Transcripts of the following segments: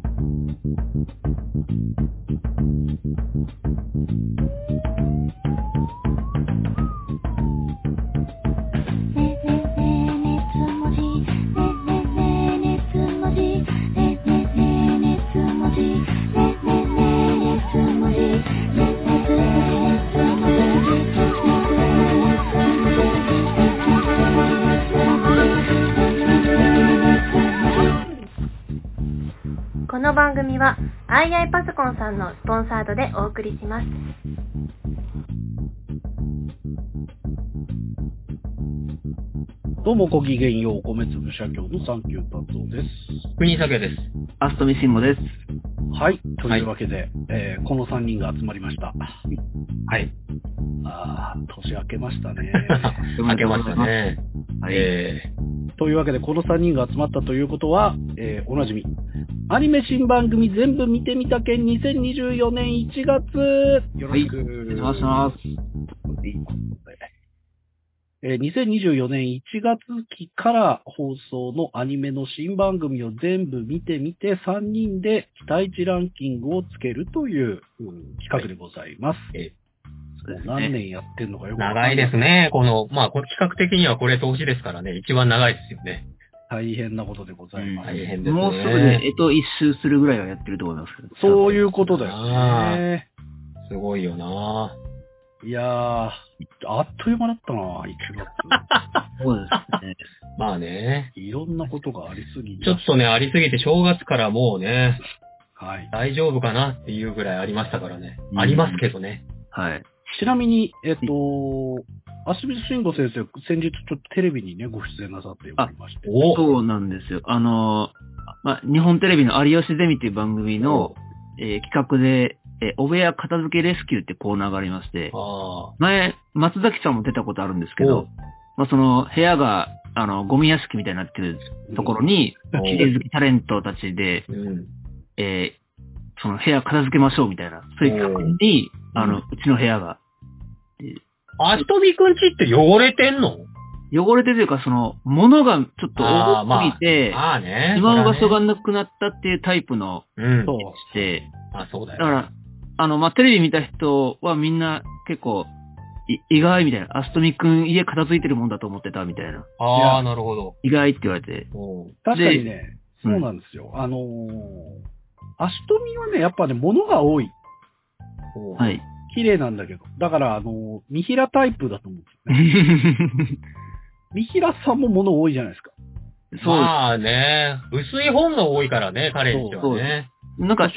この番組は II パソコンさんのスポンサードでお送りします。 どうもごきげんよう、米粒社協のサンキュー担当です。 国酒です。 アストミシンゴです。 はい、というわけで、この3人が集まりました。 はい。 年明けましたね。 明けましたね。 はい。 というわけで、この3人が集まったということは、おなじみ、アニメ新番組全部見てみた件2024年1月、よろしく、 お願いします。 2024年1月期から放送のアニメの新番組を全部見てみて、3人で期待値ランキングをつけるという企画でございます。もう何年やってんのかよくわかんない。 長いですね。この企画的にはこれ投資ですからね、一番長いですよね。 大変なことでございます。 大変ですね。 もうすぐで、一周するぐらいはやってると思いますけど。 そういうことだよね。 すごいよないやー、あっという間だったな、1月。 そうですね。 まあね。 いろんなことがありすぎて。 ちょっとね、ありすぎて正月からもうね、 はい。 大丈夫かなっていうぐらいありましたからね。ありますけどね。 はい。 ちなみに、足水慎吾先生、先日ちょっとテレビにね、ご出演なさっておりまして。 そうなんですよ。日本テレビの有吉ゼミっていう番組の、企画で、お部屋片付けレスキューってコーナーがありまして、前、松崎さんも出たことあるんですけど、その部屋が、ゴミ屋敷みたいになってるところに、綺麗好きタレントたちで、その部屋片付けましょうみたいな、そういう企画に、うちの部屋が。 アシトビくんちって汚れてんの？ 汚れてというか、その、物がちょっと多すぎて、しまう場所がなくなったっていうタイプの、 そうして、 そうだよ。 だから、テレビ見た人はみんな結構、意外みたいな。アストミくん家片付いてるもんだと思ってたみたいな。 なるほど。 意外って言われて。 確かにね、そうなんですよ。アシトミはね、やっぱね、物が多い。 はい。 綺麗なんだけど。だから、三平タイプだと思うんですよね。三平さんも物多いじゃないですか。 そう。まあね、薄い本が多いからね、彼んちはね。 なんか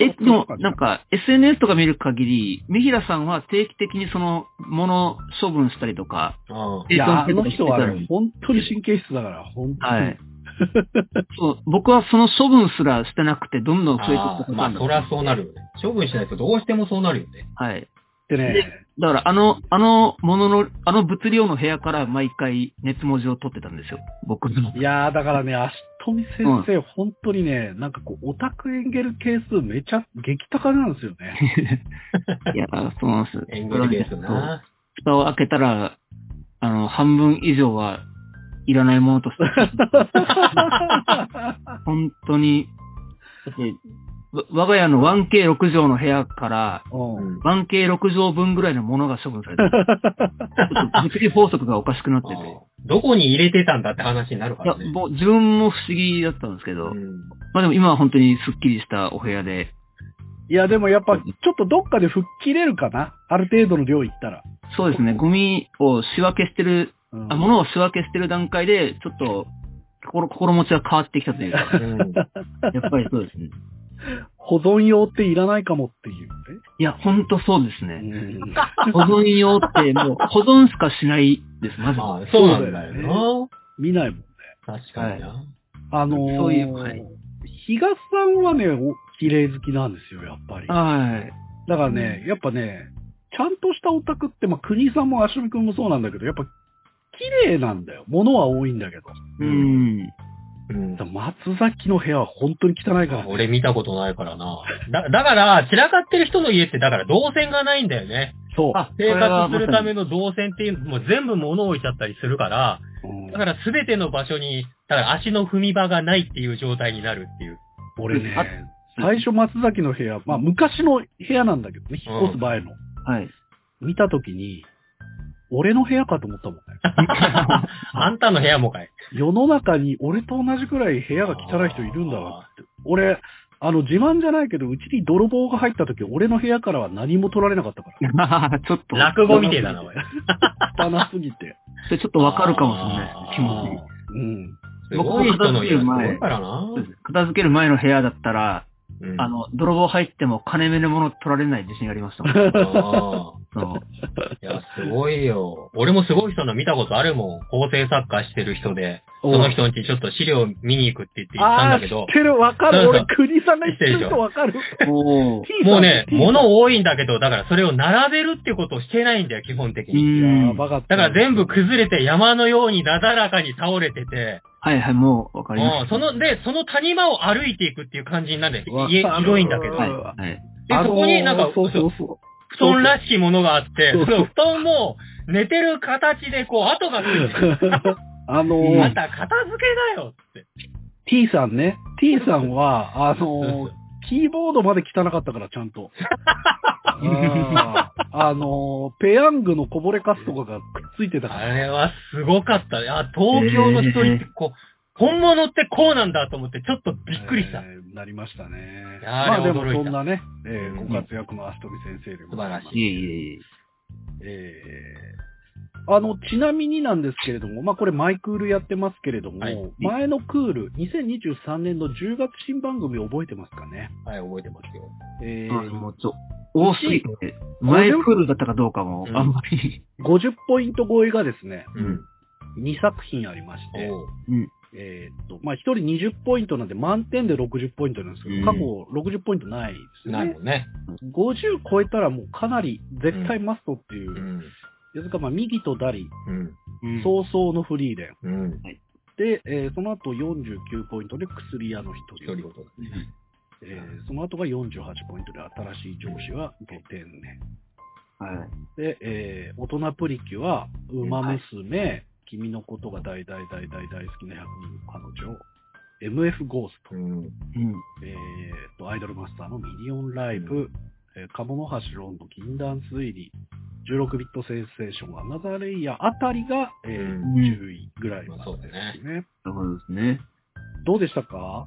SNS とか見る限り、三平さんは定期的にその、物処分したりとか。 いや、あの人はね、本当に神経質だから、本当に。はい。 そう、僕はその処分すらしてなくて、どんどん増えていった。 まあ、そりゃそうなるよね。処分しないとどうしてもそうなるよね。 はい。 でね、 だから物物量の部屋から毎回熱文字を取ってたんですよ。僕の。 いやー、だからね、足富先生、本当にね、なんかこう、オタクエンゲル係数めちゃ激高なんですよね。 いや、そうなんです。 エンゲル係数な。 蓋を開けたら、半分以上はいらないものとして。本当に、我が家の 1K6 畳の部屋から、1K6 畳分ぐらいのものが処分されてる。物理法則がおかしくなってて。 どこに入れてたんだって話になるからね。 いや、自分も不思議だったんですけど、まあでも今は本当にスッキリしたお部屋で。 いや、でもやっぱ、ちょっとどっかで吹っ切れるかな？ある程度の量いったら。 そうですね、ゴミを仕分けしてる、物を仕分けしてる段階で、ちょっと、心持ちは変わってきたというか、やっぱりそうですね。 保存用っていらないかもっていうね。 いや、ほんとそうですね。保存用ってもう保存しかしないです、まず。 まあ、そうなんだよね。 見ないもんね。 確かにな。 そういう、 比嘉さんはね、綺麗好きなんですよ、やっぱり。 はい。 だからね、やっぱね、ちゃんとしたオタクって、まあ、国さんも足見くんもそうなんだけど、やっぱ、綺麗なんだよ。物は多いんだけど。松崎の部屋は本当に汚いから、ね。 俺見たことないからな。だから、散らかってる人の家って、だから動線がないんだよね。 そう。 生活するための動線っていうのも全部物置いちゃったりするから、だから全ての場所に、だから足の踏み場がないっていう状態になるっていう。 俺ね、 最初松崎の部屋、まあ昔の部屋なんだけどね、引っ越す前の。 はい。 見たときに、俺の部屋かと思ったもんね。 あんたの部屋もかい。 世の中に俺と同じくらい部屋が汚い人いるんだなって。俺、自慢じゃないけど、うちに泥棒が入った時、俺の部屋からは何も取られなかったから。 ちょっと。 落語みてえだな、おい。 汚すぎて。 それちょっとわかるかもしれないです、気持ち。 うん。 僕も片付ける前、 片付ける前の部屋だったら、 うん、 泥棒入っても金目のもの取られない自信ありましたもん。 そういや、すごいよ。俺もすごい人の見たことあるもん。構成作家してる人で、その人んちちょっと資料見に行くって言ったんだけど。 知ってる、わかる。俺、国さんが言ってる人わかる。 もうね、物多いんだけど、だからそれを並べるってことをしてないんだよ、基本的に。だから全部崩れて山のようになだらかに倒れてて。 はいはい、もうわかります。 その谷間を歩いていくっていう感じになるんだよ。広いんだけど。 はい。 で、そこになんか、布団らしきものがあって、その布団も寝てる形でこう跡がついてる。あんた片付けだよって。 T さんね。T さんは、キーボードまで汚かったから、ちゃんと。ペヤングのこぼれカスとかがくっついてたから。 あれはすごかった。東京の人って本物ってこうなんだと思ってちょっとびっくりした。 なりましたね。 まあでもそんなね、ご活躍の足飛先生でございます。 素晴らしい。 ちなみになんですけれども、まあこれマイクールやってますけれども、はい、前のクール、2023年の10月新番組覚えてますかね？ はい、覚えてますよ。 もう多すぎて、前クールだったかどうかも、あんまり。 50ポイント超えがですね、2作品ありまして、まあ1人20ポイントなんで満点で60ポイントなんですけど、過去60ポイントないですよね。 ないもんね。 50超えたらもうかなり絶対マストっていう、ですからまあ右とダリ、早々のフリーレン。で、その後49ポイントで薬屋の一人。その後が48ポイントで新しい上司は5点ね。で、大人プリキュア、ウマ娘、君のことが大好きな100人の彼女、MF ゴースト、アイドルマスターのミリオンライブ、鴨の橋ロンド禁断推理、16ビットセンセーション、アナザーレイヤーあたりが、10位ぐらいなんですね。 そうですね。 どうでしたか？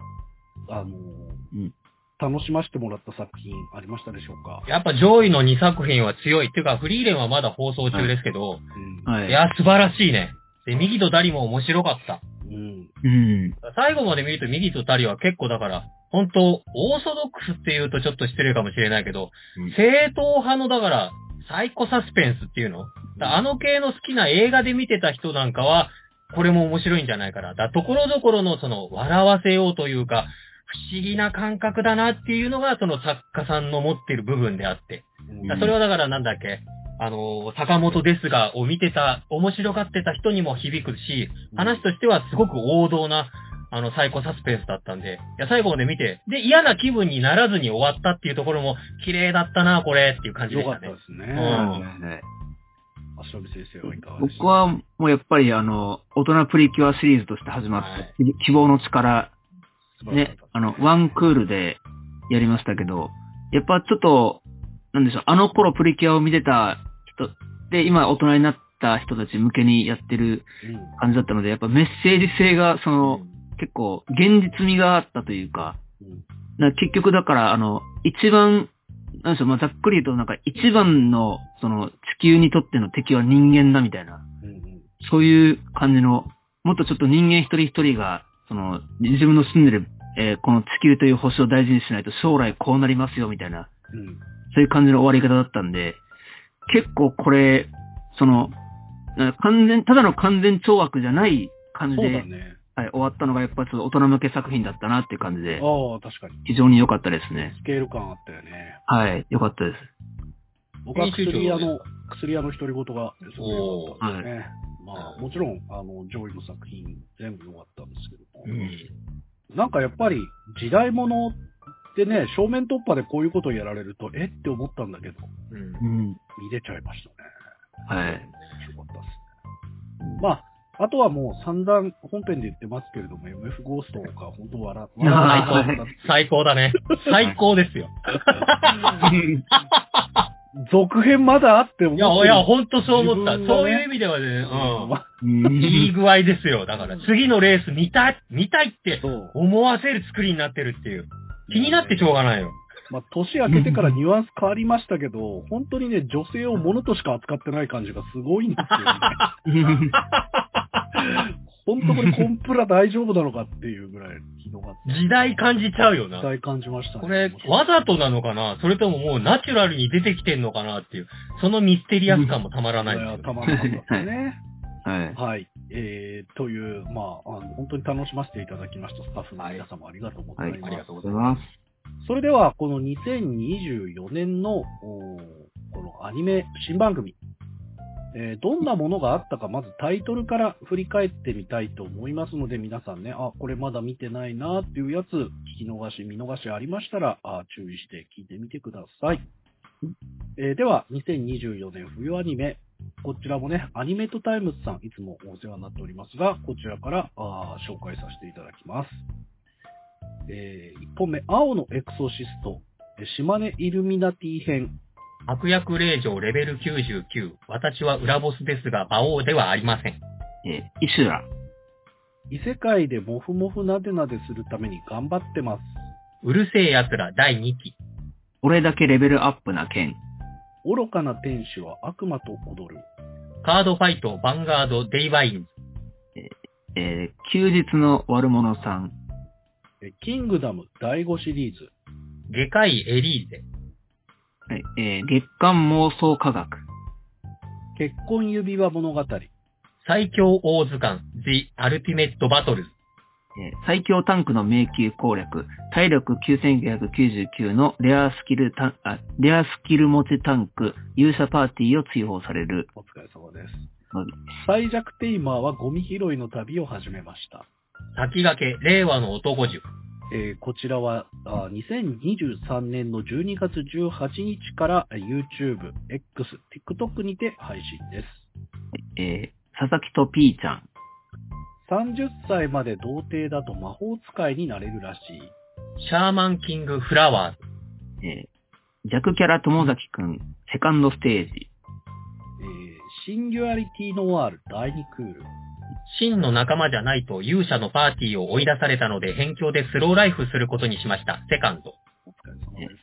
楽しませてもらった作品ありましたでしょうか？ やっぱ上位の2作品は強い。っていうか、フリーレンはまだ放送中ですけど、いや、素晴らしいね。で、右とダリも面白かった。最後まで見ると右とダリは結構だから、本当オーソドックスっていうとちょっと失礼かもしれないけど、正統派のだから、サイコサスペンスっていうの？系の好きな映画で見てた人なんかは、これも面白いんじゃないかな。ところどころの笑わせようというか、不思議な感覚だなっていうのが、その作家さんの持っている部分であって。それはだからなんだっけ、坂本ですがを見てた、面白がってた人にも響くし、話としてはすごく王道な、サイコサスペンスだったんで、いや、最後まで見て、で、嫌な気分にならずに終わったっていうところも、綺麗だったな、これっていう感じでしたね。 よかったですね。足飛先生はいかがですか？ 僕はもうやっぱり大人プリキュアシリーズとして始まった、希望の力、ね、ワンクールでやりましたけど、やっぱちょっと、なんでしょう、頃プリキュアを見てた人で、今大人になった人たち向けにやってる感じだったので、やっぱメッセージ性が、結構現実味があったというか、結局だから、一番、なんでしょう、まあ、ざっくり言うとなんか一番の、地球にとっての敵は人間だみたいな、そういう感じの、もっとちょっと人間一人一人が、自分の住んでる、この地球という星を大事にしないと将来こうなりますよみたいな、そういう感じの終わり方だったんで、結構これ、ただの完全懲悪じゃない感じで、終わったのがやっぱり大人向け作品だったなっていう感じで、 確かに非常に良かったですね。 スケール感あったよね。 はい、良かったです。 僕は薬屋の独り言がすごい良かったですね。まあ、もちろん、上位の作品全部良かったんですけども、なんかやっぱり時代物でね、正面突破でこういうことをやられると、って思ったんだけど、見れちゃいましたね。 はい。 面白かったですね。まあ、 あとはもう散々本編で言ってますけれども、MF ゴーストが本当笑った。 最高だね。最高ですよ。 続編まだあっても。 いや、ほんとそう思った。そういう意味ではね、いい具合ですよ。だから次のレース見たいって思わせる作りになってるっていう。気になってしょうがないよ。 まあ、年明けてからニュアンス変わりましたけど、本当にね、女性を物としか扱ってない感じがすごいんですよね。本当これコンプラ大丈夫なのかっていうぐらいひどかった。 時代感じちゃうよな。 時代感じましたね。 これ、わざとなのかなそれとももうナチュラルに出てきてんのかなっていう、そのミステリアス感もたまらないですよね。 たまらなかったですね。 はい。 はい。という、まあ、本当に楽しませていただきましたスタッフの皆様ありがとうございます。 はい、ありがとうございます。 それでは、この2024年の、このアニメ新番組、どんなものがあったか、まずタイトルから振り返ってみたいと思いますので、皆さんね、これまだ見てないなっていうやつ、聞き逃し、見逃しありましたら、注意して聞いてみてください。では、2024年冬アニメ、こちらもね、アニメートタイムズさん、いつもお世話になっておりますが、こちらから紹介させていただきます。1本目、青のエクソシスト、島根イルミナティ編。 悪役令嬢レベル99。私は裏ボスですが、魔王ではありません。 イシュラ。 異世界でモフモフなでなでするために頑張ってます。 うるせえ奴ら第2期。 俺だけレベルアップな剣。 愚かな天使は悪魔と踊る。 カードファイト、ヴァンガード、デイバインズ。 休日の悪者さん。 キングダム第5シリーズ。 外科医エリーゼ。 月刊妄想科学。 結婚指輪物語。 最強大図鑑、The Ultimate Battles。 最強タンクの迷宮攻略。体力9999のレアスキル持ちタンク、勇者パーティーを追放される。 お疲れ様です。最弱テイマーはゴミ拾いの旅を始めました。 先駆け、令和の男塾。 こちらは2023年の12月18日から YouTube、X、TikTok にて配信です。 佐々木とピーちゃん。 30歳まで童貞だと魔法使いになれるらしい。 シャーマンキングフラワーズ。弱キャラ友崎くん、セカンドステージ。 シンギュアリティノワール第2クール。 真の仲間じゃないと勇者のパーティーを追い出されたので辺境でスローライフすることにしました。セカンド。 お疲れ様です。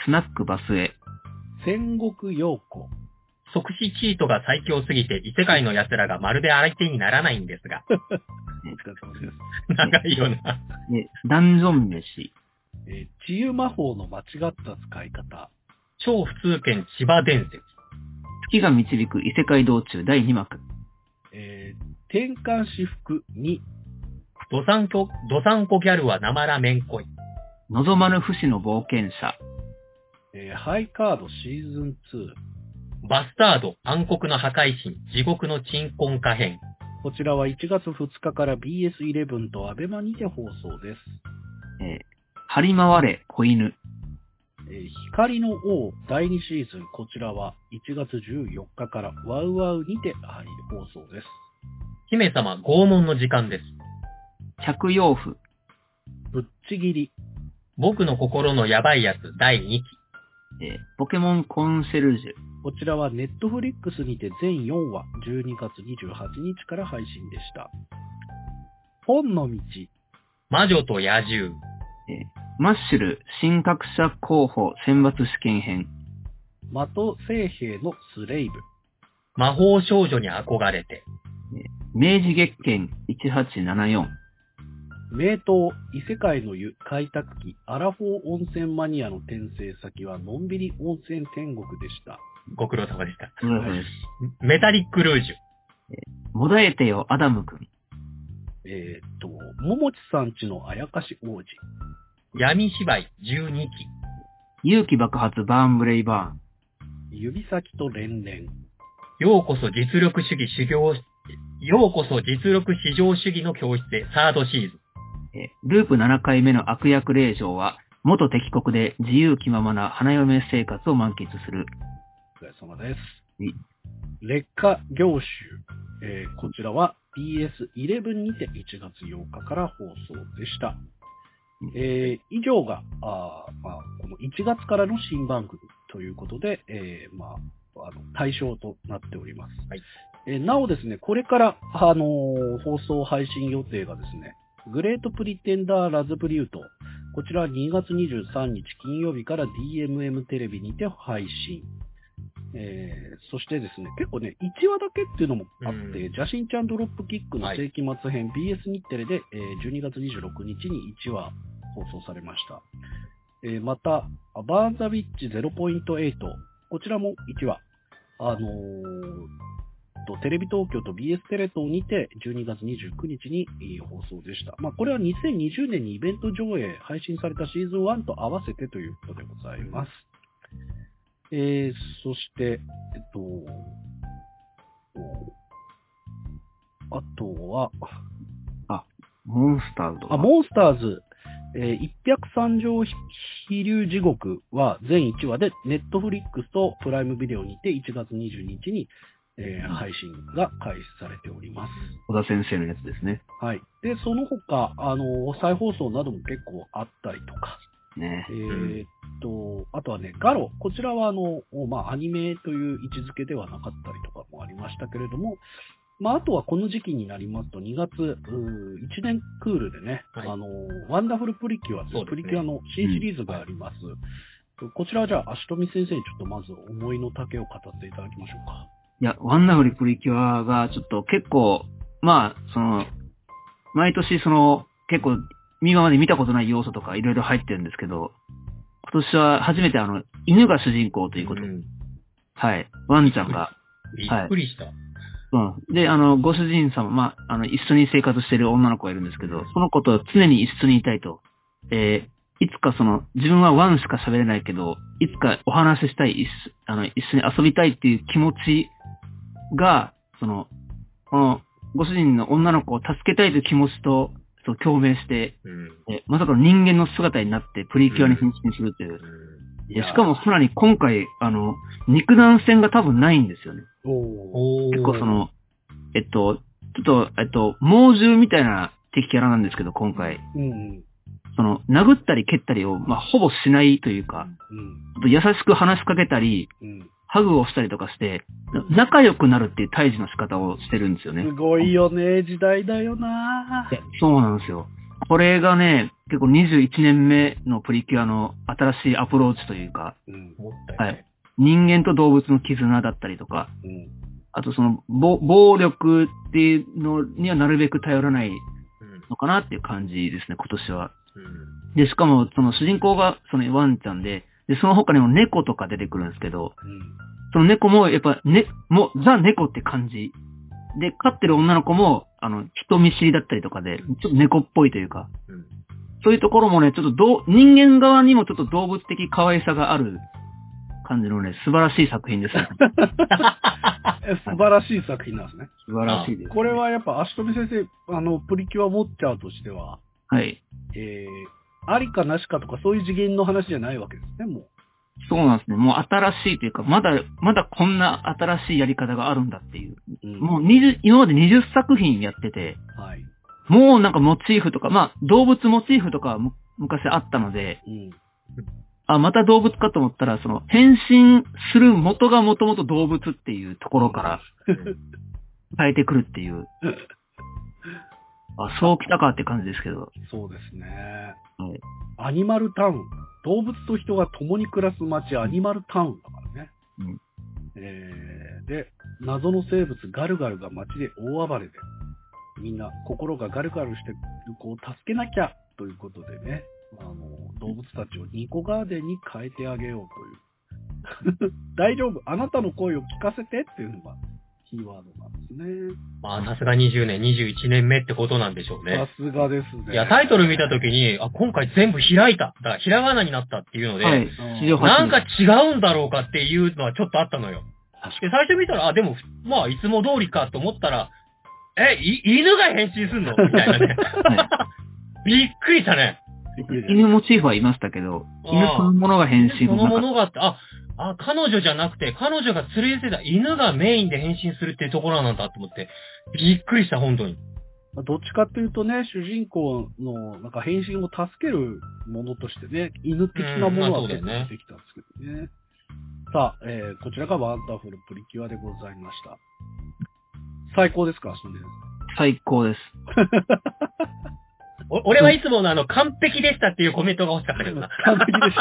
スナックバスへ。 戦国陽子。 即死チートが最強すぎて異世界の奴らがまるで相手にならないんですが。 お疲れ様です。 長いよな。 ダンジョン飯。 治癒魔法の間違った使い方。 超普通圏千葉伝説。 月が導く異世界道中第2幕。 転換私服2。 ドサンコギャルはなまらめんこい。 望まぬ不死の冒険者。 ハイカードシーズン 2。バスタード暗黒の破壊神地獄の鎮魂歌編。 こちらは1月2日から BS11 とアベマにて放送です。 張り回れ子犬。 光の王第2シーズン、こちらは1月14日からワウワウにて放送です。 姫様拷問の時間です。 百葉譜。 ぶっちぎり。 僕の心のやばいやつ第2期。 ポケモンコンシェルジュ。 こちらはネットフリックスにて全4話、12月28日から配信でした。本の道。 魔女と野獣。 マッシュル新格者候補選抜試験編。 的聖兵のスレイブ。 魔法少女に憧れて。 明治月間1874。 名湯異世界の湯開拓期アラフォー温泉マニアの転生先はのんびり温泉天国でした。 ご苦労様でした。 メタリックルージュ。もだえてよアダムくん。 ももちさんちのあやかし王子。 闇芝居12期。 勇気爆発バーンブレイバーン。 指先と連連。 ようこそ実力至上主義の教室でサードシーズン。 ループ7回目の悪役令嬢は、元敵国で自由気ままな花嫁生活を満喫する。 お疲れ様です。 劣化業種。こちらは BS11 にて1月8日から放送でした。以上が、この1月からの新番組ということで、対象となっております。はい。なおですね、これから、放送配信予定がですね、グレートプリテンダーラズプリュート。こちらは2月23日金曜日から DMM テレビにて配信。そしてですね、結構ね、1話だけっていうのもあって、邪神ちゃんドロップキックの世紀末編、BS 日テレで、12月26日に1話放送されました。また、バーンザビッチ 0.8、こちらも1話、テレビ東京と BS テレ東にて12月29日に放送でした。これは2020年にイベント上映、配信されたシーズン1と合わせてということでございます。そして、あとは、 モンスターズ。 モンスターズ、103条飛竜地獄は全1話で、ネットフリックスとプライムビデオにて1月22日に、配信が開始されております。 小田先生のやつですね。 はい。で、その他、再放送なども結構あったりとか、 ね。 あとはね、ガロ。こちらはアニメという位置づけではなかったりとかもありましたけれども、あとはこの時期になりますと、2月、1年クールでね、はい、ワンダフルプリキュアというプリキュアの新シリーズがあります。こちらはじゃあ、足富先生にちょっとまず思いの丈を語っていただきましょうか。 いや、ワンダフルプリキュアがちょっと結構、毎年結構、今まで見たことない要素とかいろいろ入ってるんですけど、今年は初めて犬が主人公ということで、はい、ワンちゃんが。 びっくりした。 で、ご主人様、一緒に生活している女の子がいるんですけど、その子と常に一緒にいたいと。いつか自分はワンしか喋れないけど、いつかお話ししたい、一緒に遊びたいっていう気持ちが、この、ご主人の女の子を助けたいという気持ちと、共鳴して、まさかの人間の姿になってプリキュアに変身するという。しかもさらに今回、肉弾戦が多分ないんですよね。結構猛獣みたいな敵キャラなんですけど、今回。殴ったり蹴ったりを、ほぼしないというか、優しく話しかけたり、ハグをしたりとかして、仲良くなるっていう退治の仕方をしてるんですよね。 すごいよね、時代だよな。 そうなんですよ。これがね、結構21年目のプリキュアの新しいアプローチというか、はい。人間と動物の絆だったりとか、あと暴力っていうのにはなるべく頼らないのかなっていう感じですね、今年は。で、しかも、主人公が、ワンちゃんで、その他にも猫とか出てくるんですけど、その猫も、やっぱ、もう、ザ猫って感じ。で、飼ってる女の子も、人見知りだったりとかで、ちょっと猫っぽいというか、そういうところもね、ちょっと人間側にもちょっと動物的可愛さがある感じのね、素晴らしい作品ですね。 素晴らしい作品なんですね。 素晴らしいです、ね。 これはやっぱ、足富先生、プリキュアウォッチャーとしては、 はい。 ありかなしかとかそういう次元の話じゃないわけですね、もう。 そうなんですね。もう新しいというか、まだこんな新しいやり方があるんだっていう。もう今まで20作品やってて、 はい、 もうなんかモチーフとか、動物モチーフとかは昔あったので、また動物かと思ったら、変身する元がもともと動物っていうところから変えてくるっていう。そう来たかって感じですけど。 そうですね。 はい、 アニマルタウン。動物と人が共に暮らす街、アニマルタウンだからね。で、謎の生物ガルガルが街で大暴れで、みんな心がガルガルしてる子を助けなきゃということでね、動物たちをニコガーデンに変えてあげようという。大丈夫、あなたの声を聞かせてっていうのがキーワードなんですね。 さすが20年、21年目ってことなんでしょうね。 さすがですね。 いや、タイトル見たときに、今回全部開いた。だからひらがなになったっていうので、 はい、 なんか違うんだろうかっていうのはちょっとあったのよ。で、最初見たら、でも、いつも通りかと思ったら、犬が変身すんのみたいなね。びっくりしたね。 犬モチーフはいましたけど、犬そのものが変身。 そのものがあって、 彼女じゃなくて、彼女が連れてた犬がメインで変身するっていうところなんだと思って、びっくりした、本当に。 どっちかっていうとね、主人公のなんか変身を助けるものとしてね、犬的なものは結構出てきたんですけどね。さあ、こちらがワンダフルプリキュアでございました。最高ですか、それ。 最高です。 俺はいつもの完璧でしたっていうコメントが欲しかったけどな。 完璧でした。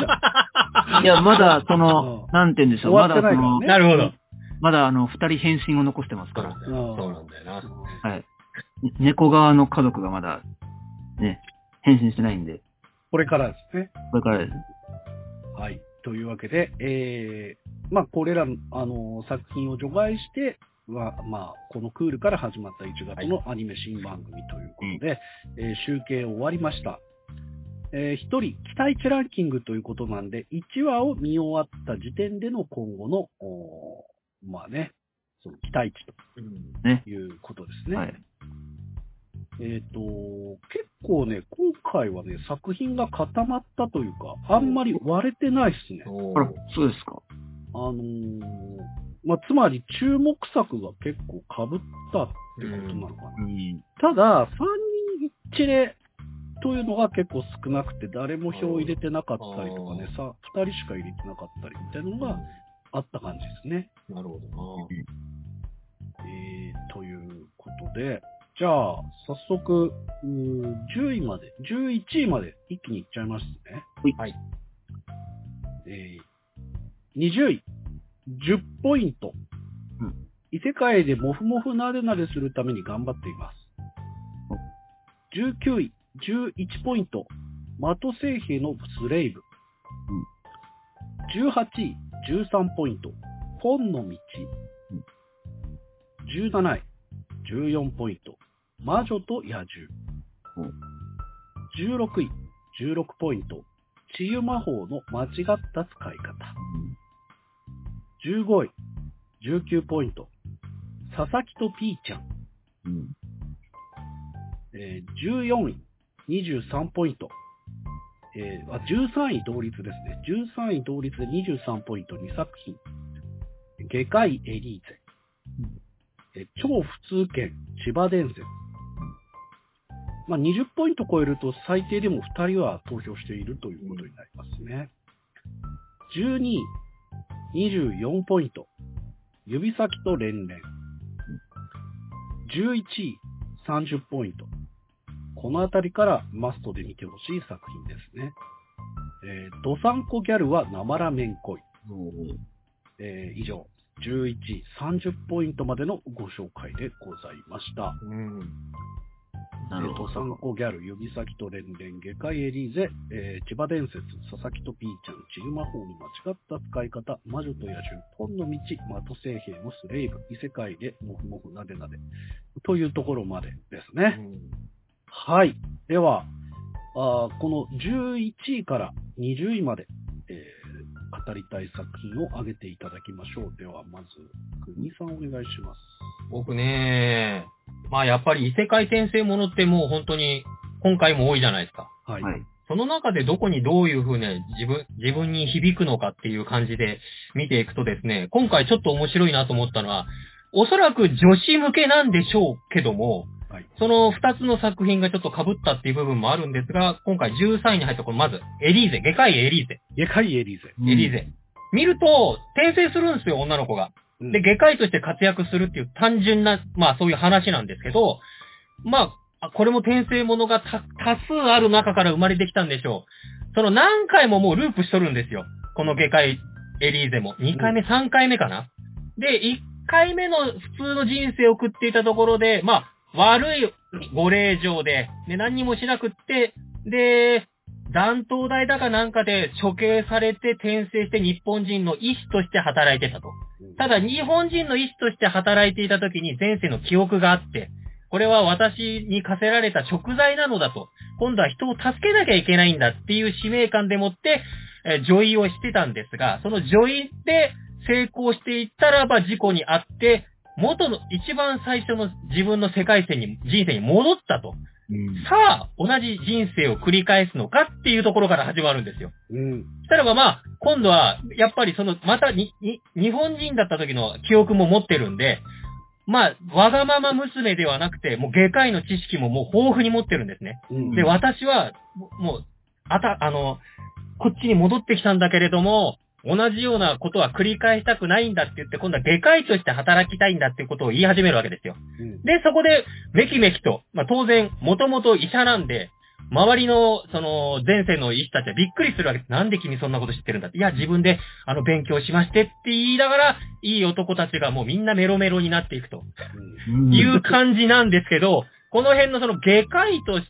いや、まだなんて言うんでしょう、まだなるほど。 まだ二人変身を残してますから。 そうなんだよな。 はい。猫側の家族がまだ、ね、変身してないんで。 これからですね。 これからです。 はい。というわけで、これらの、作品を除外して、このクールから始まった1月のアニメ新番組ということで、集計終わりました。1人、期待値ランキングということなんで、1話を見終わった時点での今後の、その期待値ということですね。はい。結構ね、今回はね、作品が固まったというか、あんまり割れてないっすね。 あら、そうですか。 つまり注目作が結構被ったってことなのかな。ただ、3人一例というのが結構少なくて、誰も票入れてなかったりとかね、2人しか入れてなかったりみたいなのがあった感じですね。 なるほどな。 ということで、じゃあ、早速、10位まで、11位まで一気にいっちゃいますね。 はい。 20位、10ポイント。異世界でモフモフなでなでするために頑張っています。19位、11ポイント。的聖兵のスレイブ。18位、13ポイント。本の道。17位、14ポイント。魔女と野獣。16位、16ポイント。治癒魔法の間違った使い方。15位、19ポイント。佐々木とピーちゃん。14位、23ポイント。13位同率ですね。13位同率で23ポイント2作品。外科医エリーゼ。超普通圏千葉伝説。20ポイント超えると最低でも2人は投票しているということになりますね。12位、24ポイント。指先と連連。11位、30ポイント。このあたりからマストで見てほしい作品ですね。ドサンコギャルはなまらめんこい。以上、11位、30ポイントまでのご紹介でございました。ドサンコギャル、指先と連連、外科医エリーゼ、千葉伝説、佐々木とピーちゃん、治癒魔法の間違った使い方、魔女と野獣、本の道、的聖兵のスレイブ、異世界でモフモフなでなで、というところまでですね。はい。では、この11位から20位まで、語りたい作品を挙げていただきましょう。では、まず、国さんお願いします。 僕ね、やっぱり異世界転生ものってもう本当に今回も多いじゃないですか。 はい。 その中でどこにどういう風ね、自分に響くのかっていう感じで見ていくとですね、今回ちょっと面白いなと思ったのは、おそらく女子向けなんでしょうけども、その2つの作品がちょっと被ったっていう部分もあるんですが、今回13位に入ったまず、エリーゼ、外科医エリーゼ。 外科医エリーゼ。 エリーゼ。見ると、転生するんですよ、女の子が。で、外科医として活躍するっていう単純な、そういう話なんですけど、これも転生ものが多数ある中から生まれてきたんでしょう。その何回ももうループしとるんですよ。この外科医エリーゼも。2回目、3回目かな。で、1回目の普通の人生を送っていたところで、悪いご令嬢で、何にもしなくって、で、断頭台だかなんかで処刑されて転生して日本人の医師として働いてたと。ただ日本人の医師として働いていた時に前世の記憶があって、これは私に課せられた贖罪なのだと。今度は人を助けなきゃいけないんだっていう使命感でもって、女医をしてたんですが、その女医で成功していったらば事故にあって、元の一番最初の自分の世界線に、人生に戻ったと。 さあ、同じ人生を繰り返すのかっていうところから始まるんですよ。そしたらまあ、今度は、やっぱりまた日本人だった時の記憶も持ってるんで、まあ、わがまま娘ではなくて、もう外科医の知識ももう豊富に持ってるんですね。で、私は、もう、こっちに戻ってきたんだけれども、同じようなことは繰り返したくないんだって言って、今度は外科医として働きたいんだっていうことを言い始めるわけですよ。で、そこで、めきめきと、まあ当然、もともと医者なんで、周りの、前世の医師たちはびっくりするわけです。なんで君そんなこと知ってるんだって。いや、自分で、勉強しましてって言いながら、いい男たちがもうみんなメロメロになっていくと。いう感じなんですけど、この辺の外科医として、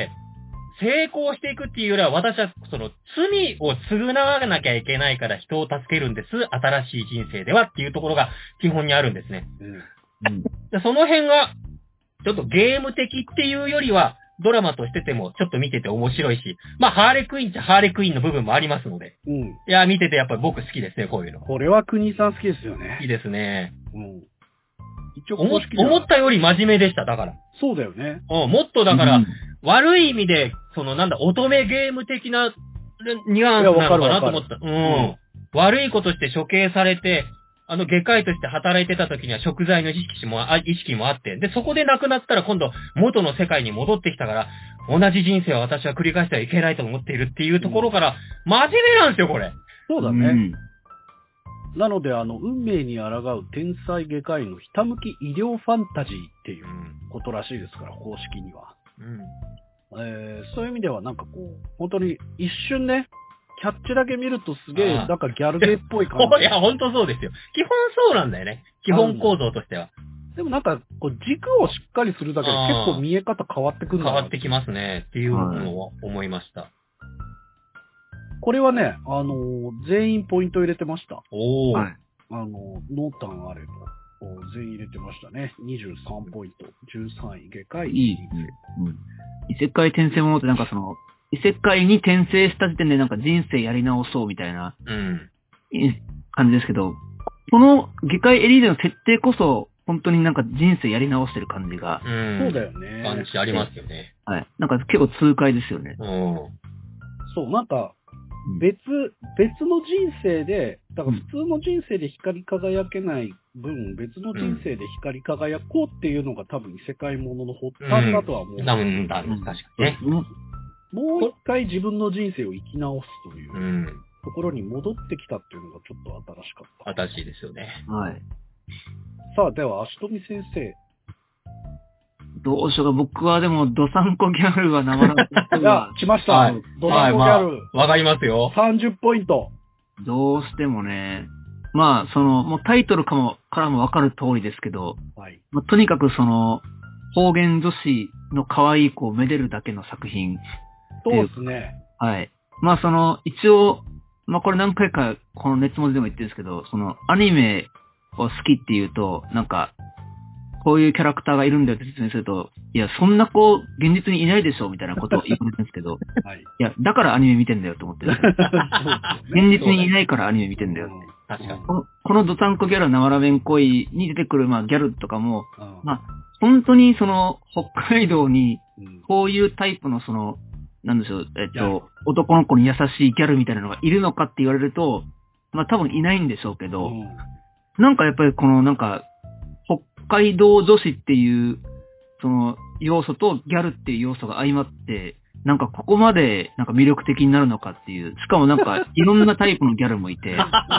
成功していくっていうよりは、私は罪を償わなきゃいけないから人を助けるんです。新しい人生ではっていうところが基本にあるんですね。その辺が、ちょっとゲーム的っていうよりは、ドラマとしててもちょっと見てて面白いし、まあハーレクイーンっちゃハーレクイーンの部分もありますので。いや、見ててやっぱり僕好きですね、こういうの。 これは国さん好きですよね。 いいですね。 一応思ったより真面目でした、だから。 そうだよね。 もっとだから、悪い意味で、乙女ゲーム的なニュアンスなのかなと思った。悪いことして処刑されて、外科医として働いてた時には食材の意識もあって、で、そこで亡くなったら今度元の世界に戻ってきたから、同じ人生を私は繰り返してはいけないと思っているっていうところから、真面目なんですよ、これ。 そうだね。なので、運命に抗う天才外科医のひたむき医療ファンタジーっていうことらしいですから、公式には。そういう意味ではなんかこう、本当に一瞬ね、キャッチだけ見るとすげえ、なんかギャルゲーっぽい感じ。 いや、ほんとそうですよ。基本そうなんだよね。基本構造としては。 でもなんか、こう軸をしっかりするだけで結構見え方変わってくるんだ変わってきますね。っていうのを思いました。 これはね、全員ポイント入れてました。 はい。 濃淡あれば、全員入れてましたね。23ポイント。13位、外科医。 いい。異世界転生ものってなんか異世界に転生した時点でなんか人生やり直そうみたいな、感じですけど、この外科医エリートの設定こそ、本当になんか人生やり直してる感じが。 そうだよね。 感じありますよね。 はい。なんか結構痛快ですよね。 そう、なんか、別の人生で、だから普通の人生で光り輝けない分、別の人生で光り輝こうっていうのが多分異世界ものの発端だとは思う。 確かにね。 もう一回自分の人生を生き直すというところに戻ってきたっていうのがちょっと新しかった。 新しいですよね。 はい。 さあ、では、足富先生。 どうしようか、僕はでも、ドサンコギャルはなまらない。 いや、来ました。ドサンコギャル。 わかりますよ。 30ポイント。 どうしてもね、まあ、もうタイトルからもわかる通りですけど、とにかく方言女子の可愛い子をめでるだけの作品。 そうですね。 はい。まあ一応、まあこれ何回かこの熱文字でも言ってるんですけど、アニメを好きっていうと、なんか、こういうキャラクターがいるんだよって説明すると、いや、そんな子、現実にいないでしょみたいなことを言われてるんですけど、いや、だからアニメ見てんだよと思ってる。現実にいないからアニメ見てんだよって。 確かに。 このドタンコギャルなわらべん恋に出てくる、まあ、ギャルとかも、まあ、本当に北海道に、こういうタイプのなんでしょう、男の子に優しいギャルみたいなのがいるのかって言われると、まあ多分いないんでしょうけど、なんかやっぱりなんか、北海道女子っていう、要素とギャルっていう要素が相まって、なんかここまでなんか魅力的になるのかっていう、しかもなんかいろんなタイプのギャルもいて、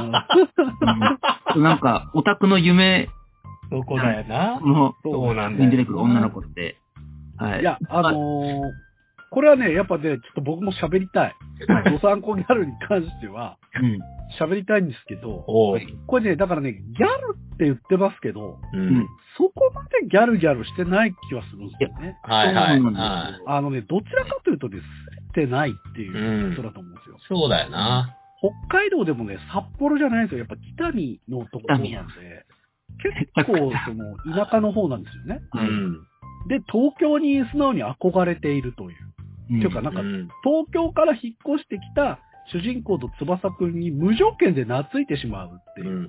なんかオタクの夢、 そこだよな。 そうなんだよ。に出てくる女の子って。はい。 いや、これはね、やっぱね、ちょっと僕も喋りたい。ドサンコギャルに関しては、喋りたいんですけど、これね、だからね、ギャルって言ってますけど、そこまでギャルしてない気はするんですよね。どちらかというとね、してないっていうことだと思うんですよ。 そうだよな。 北海道でもね、札幌じゃないんですよ。やっぱ北見のところなんで、結構田舎の方なんですよね。で、東京に素直に憧れているという。っていうか、なんか、東京から引っ越してきた主人公と翼くんに無条件で懐いてしまうっていう。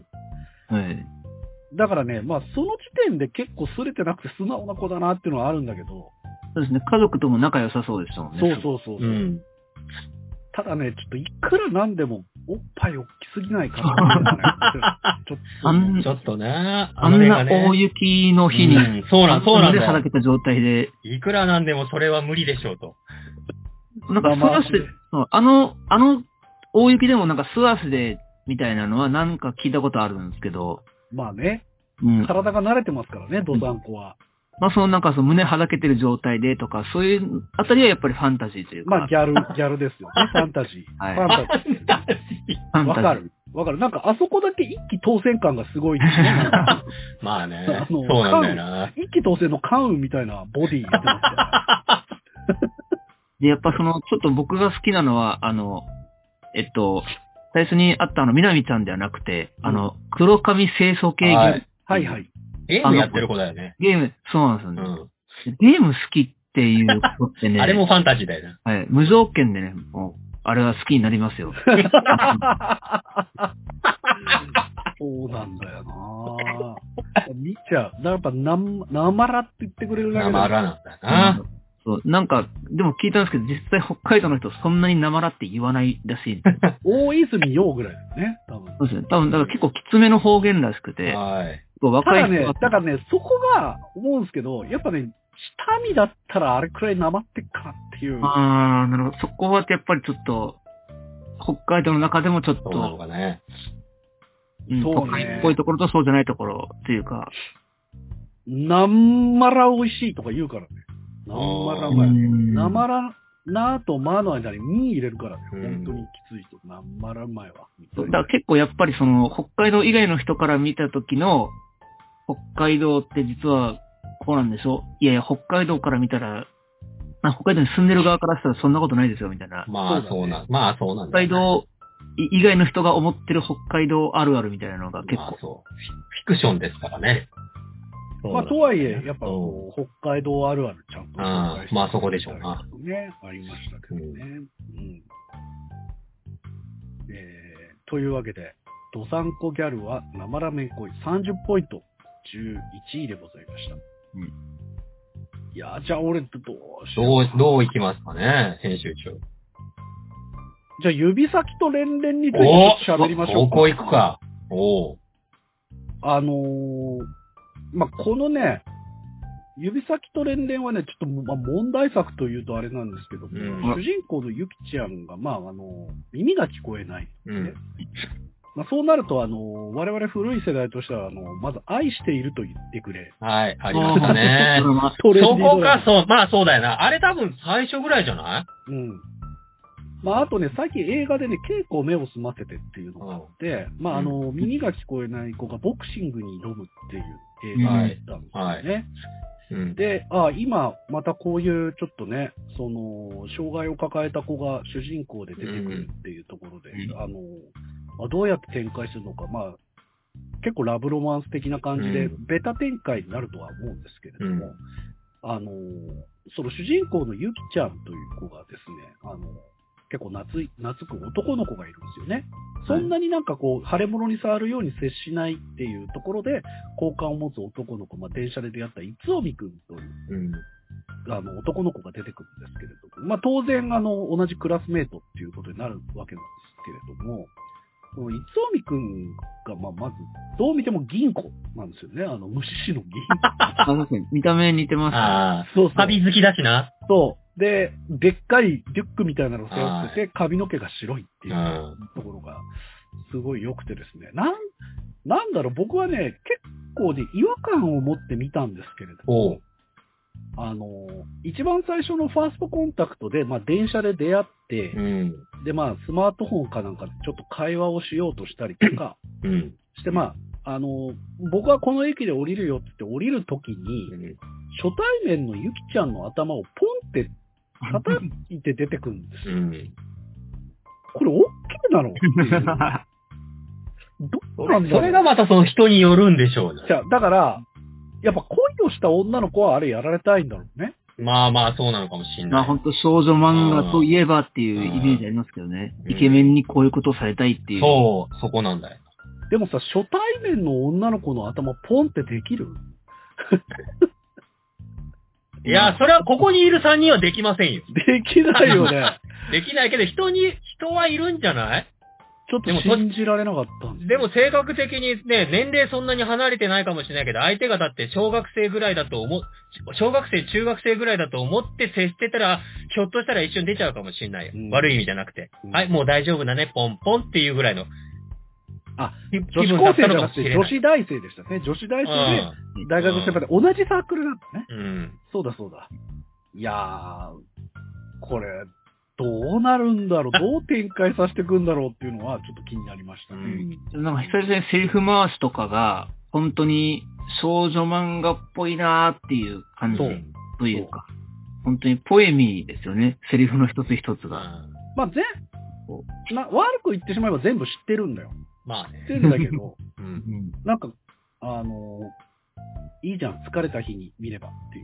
だからね、まあ、その時点で結構擦れてなくて素直な子だなっていうのはあるんだけど、 そうですね。家族とも仲良さそうでしたもんね。 そう。ただね、ちょっといくらなんでも、おっぱい大きすぎないかな。ちょっとね。 あんな大雪の日に、 そうなんではだけた状態で。 いくらなんでもそれは無理でしょうと。 なんか素足で、大雪でもなんか素足で、みたいなのはなんか聞いたことあるんですけど。 まあね。体が慣れてますからね、ドサンコは。 まあなんか胸はだけてる状態でとか、そういうあたりはやっぱりファンタジーというか。 まあギャルですよね、ファンタジー。 はい。 ファンタジー。わかる。なんかあそこだけ一気当選感がすごいですね。 まあね。そうなんだよな。 一気当選の関羽みたいなボディーやってますから。 で、やっぱちょっと僕が好きなのは、最初にあった南ちゃんではなくて、黒髪清楚系ゲーム。 はいはい。 ゲームやってる子だよね。 ゲーム、そうなんですよね。ゲーム好きっていうことってね。 あれもファンタジーだよな。 はい。無条件でね、もう、あれは好きになりますよ。 そうなんだよな見ちゃう。やっぱなまらって言ってくれるだけで。 なまらなんだよな。 そう、なんか、でも聞いたんですけど、実際北海道の人そんなになまらって言わないらしい。 大泉洋ぐらいだよね、多分。 そうですね。多分、だから結構きつめの方言らしくて。 はい。 若い人だからね、そこが思うんですけど、やっぱね、下見だったらあれくらいなまってっかなっていう。 なるほど。そこはやっぱりちょっと、北海道の中でもちょっと、 そうなのかね。 そうね。 北海道っぽいところとそうじゃないところっていうか。 なんまら美味しいとか言うからね。なんまらうまい。なまら、なとまの間にみ入れるからね。本当にきつい人。なんまらうまいわ。 だから結構やっぱり北海道以外の人から見た時の、北海道って実はこうなんでしょ？いやいや、北海道から見たら、北海道に住んでる側からしたらそんなことないですよ、みたいな。 まあそうなんだ。 北海道以外の人が思ってる北海道あるあるみたいなのが結構。 そう。フィクションですからね。 まあ、とはいえ、やっぱ北海道あるあるちゃんと紹介して。 まあそこでしょうな。 ね、ありましたけどね。というわけで、ドサンコギャルは生ラメン恋30ポイント、11位でございました。いや、じゃあ俺どうしよう。 どういきますかね、編集長。 じゃあ指先と連々について喋りましょうか。 ここ行くか。 まあ、このね、指先と連々はね、ちょっと、問題作というとあれなんですけども、主人公のゆきちゃんが、耳が聞こえない、ね。そうなると、我々古い世代としては、まず愛していると言ってくれ。 はい、ありましたね。そこか、そうだよな。あれ多分最初ぐらいじゃない？ あとね、最近映画でね、稽古目を澄ませてっていうのがあって、耳が聞こえない子がボクシングに挑むっていう映画だったんですよね。で、今、またこういうちょっとね、障害を抱えた子が主人公で出てくるっていうところで、どうやって展開するのか、結構ラブロマンス的な感じで、ベタ展開になるとは思うんですけれども、その主人公のゆきちゃんという子がですね、結構懐く男の子がいるんですよね。そんなになんかこう、腫れ物に触るように接しないっていうところで、好感を持つ男の子、電車で出会ったいつおみくんという、男の子が出てくるんですけれども、当然同じクラスメイトっていうことになるわけなんですけれども、このいつおみくんが、まず、どう見ても銀行なんですよね。虫師の銀行。見た目似てます。 そう。旅好きだしな。 そう。で、でっかいリュックみたいなのを背負ってて、髪の毛が白いっていうところが、すごい良くてですね。なんだろう、僕はね、結構ね、違和感を持って見たんですけれども、一番最初のファーストコンタクトで、電車で出会って、で、スマートフォンかなんかでちょっと会話をしようとしたりとか、して、僕はこの駅で降りるよって言って降りるときに、初対面のゆきちゃんの頭をポンって叩いて出てくるんですよ。これ OK なのっていう。どうなんだろう。 それがまたその人によるんでしょうね。 だから、やっぱ恋をした女の子はあれやられたいんだろうね。 そうなのかもしれない。 本当少女漫画といえばっていうイメージありますけどね。イケメンにこういうことをされたいっていう。 そこなんだよ。 でもさ、初対面の女の子の頭ポンってできるいや、それはここにいる3人はできませんよ。 できないよね。 できないけど、人はいるんじゃない？ ちょっと信じられなかったんです。 でも性格的にね、年齢そんなに離れてないかもしれないけど、相手がだって小学生ぐらいだと小学生、中学生ぐらいだと思って接してたら、ひょっとしたら一緒に出ちゃうかもしれないよ。悪い意味じゃなくて。はい、もう大丈夫だね、ポンポンっていうぐらいの。 あ、女子高生じゃなくて女子大生でしたね。女子大生で、大学生まで同じサークルなんだね。そうだ。いやー、これ、どうなるんだろう、どう展開させていくんだろうっていうのはちょっと気になりましたね。 なんか久々にセリフ回しとかが、本当に少女漫画っぽいなーっていう感じというか、本当にポエミーですよね、セリフの一つ一つが。 まあ、悪く言ってしまえば全部知ってるんだよ。 まあね。 知ってるんだけど、なんか、いいじゃん、疲れた日に見ればっていう。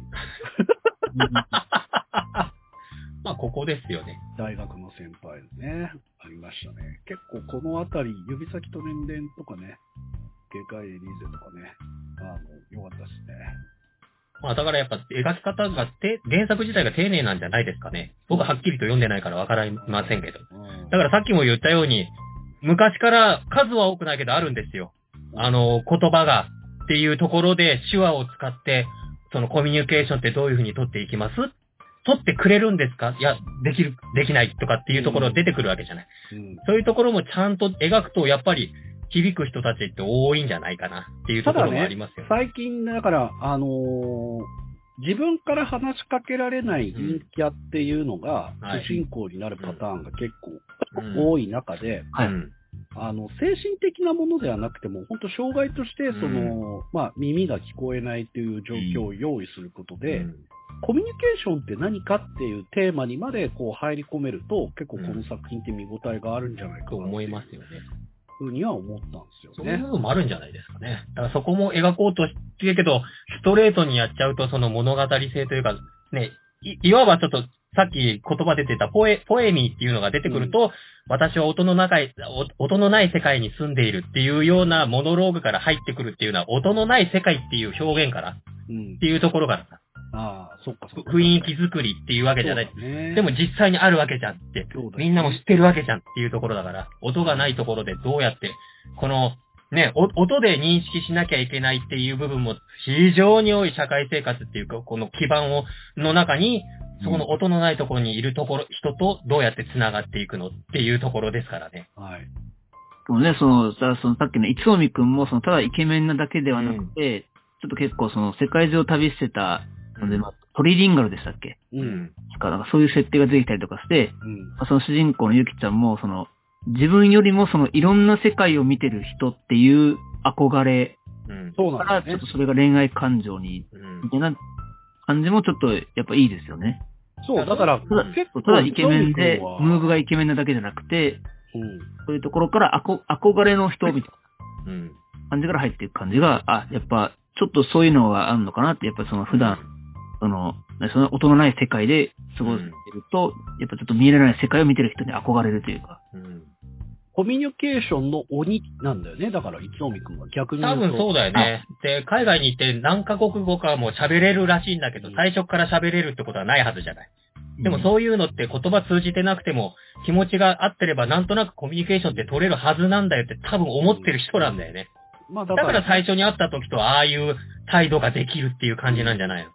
まあ、ここですよね。 大学の先輩ね、ありましたね。結構このあたり、指先と年齢とかね、警戒エリーゼとかね、良かったですね。 まあ、だからやっぱ描き方が原作自体が丁寧なんじゃないですかね。僕ははっきりと読んでないからわかりませんけど。だからさっきも言ったように、昔から数は多くないけどあるんですよ。言葉がっていうところで手話を使って、そのコミュニケーションってどういうふうに取っていきます？取ってくれるんですか？いや、できないとかっていうところ出てくるわけじゃない。そういうところもちゃんと描くと、やっぱり響く人たちって多いんじゃないかなっていうところもありますよね。 最近、だから、自分から話しかけられない陰キャっていうのが、主人公になるパターンが結構多い中で、精神的なものではなくても、本当障害として、耳が聞こえないっていう状況を用意することで、コミュニケーションって何かっていうテーマにまでこう入り込めると、結構この作品って見応えがあるんじゃないかなと思いますよね。 ふうには思ったんですよね。 そういう部分もあるんじゃないですかね。だからそこも描こうとしてるけど、ストレートにやっちゃうとその物語性というか、ね、いわばちょっとさっき言葉出てたポエミーっていうのが出てくると、私は音のない世界に住んでいるっていうようなモノローグから入ってくるっていうのは、音のない世界っていう表現からっていうところからさ。 そっか。 雰囲気作りっていうわけじゃない。でも実際にあるわけじゃんって、みんなも知ってるわけじゃんっていうところだから、音がないところでどうやって、この、ね、音で認識しなきゃいけないっていう部分も非常に多い社会生活っていうか、この基盤の中に、そこの音のないところにいる人とどうやって繋がっていくのっていうところですからね。 はい。 もうね、さっきの一尾くんも、ただイケメンなだけではなくて、ちょっと結構世界中を旅してた、トリリンガルでしたっけ？なんかそういう設定が出てきたりとかして、その主人公のゆきちゃんも、自分よりもいろんな世界を見てる人っていう憧れから、ちょっとそれが恋愛感情に、みたいな感じもちょっとやっぱいいですよね。 そう、だから、 ただイケメンで、ムーブがイケメンなだけじゃなくて、そういうところから憧れの人みたいな感じから入っていく感じが、やっぱちょっとそういうのがあるのかなって、やっぱ普段、その音のない世界で過ごしてると、やっぱちょっと見えない世界を見てる人に憧れるというか。 コミュニケーションの鬼なんだよね。だから、いつおみくんは逆に言うと。 多分そうだよね。で、海外に行って何カ国語かも喋れるらしいんだけど、最初から喋れるってことはないはずじゃない。でもそういうのって言葉通じてなくても、気持ちが合ってればなんとなくコミュニケーションって取れるはずなんだよって多分思ってる人なんだよね。だから最初に会った時とああいう態度ができるっていう感じなんじゃないの？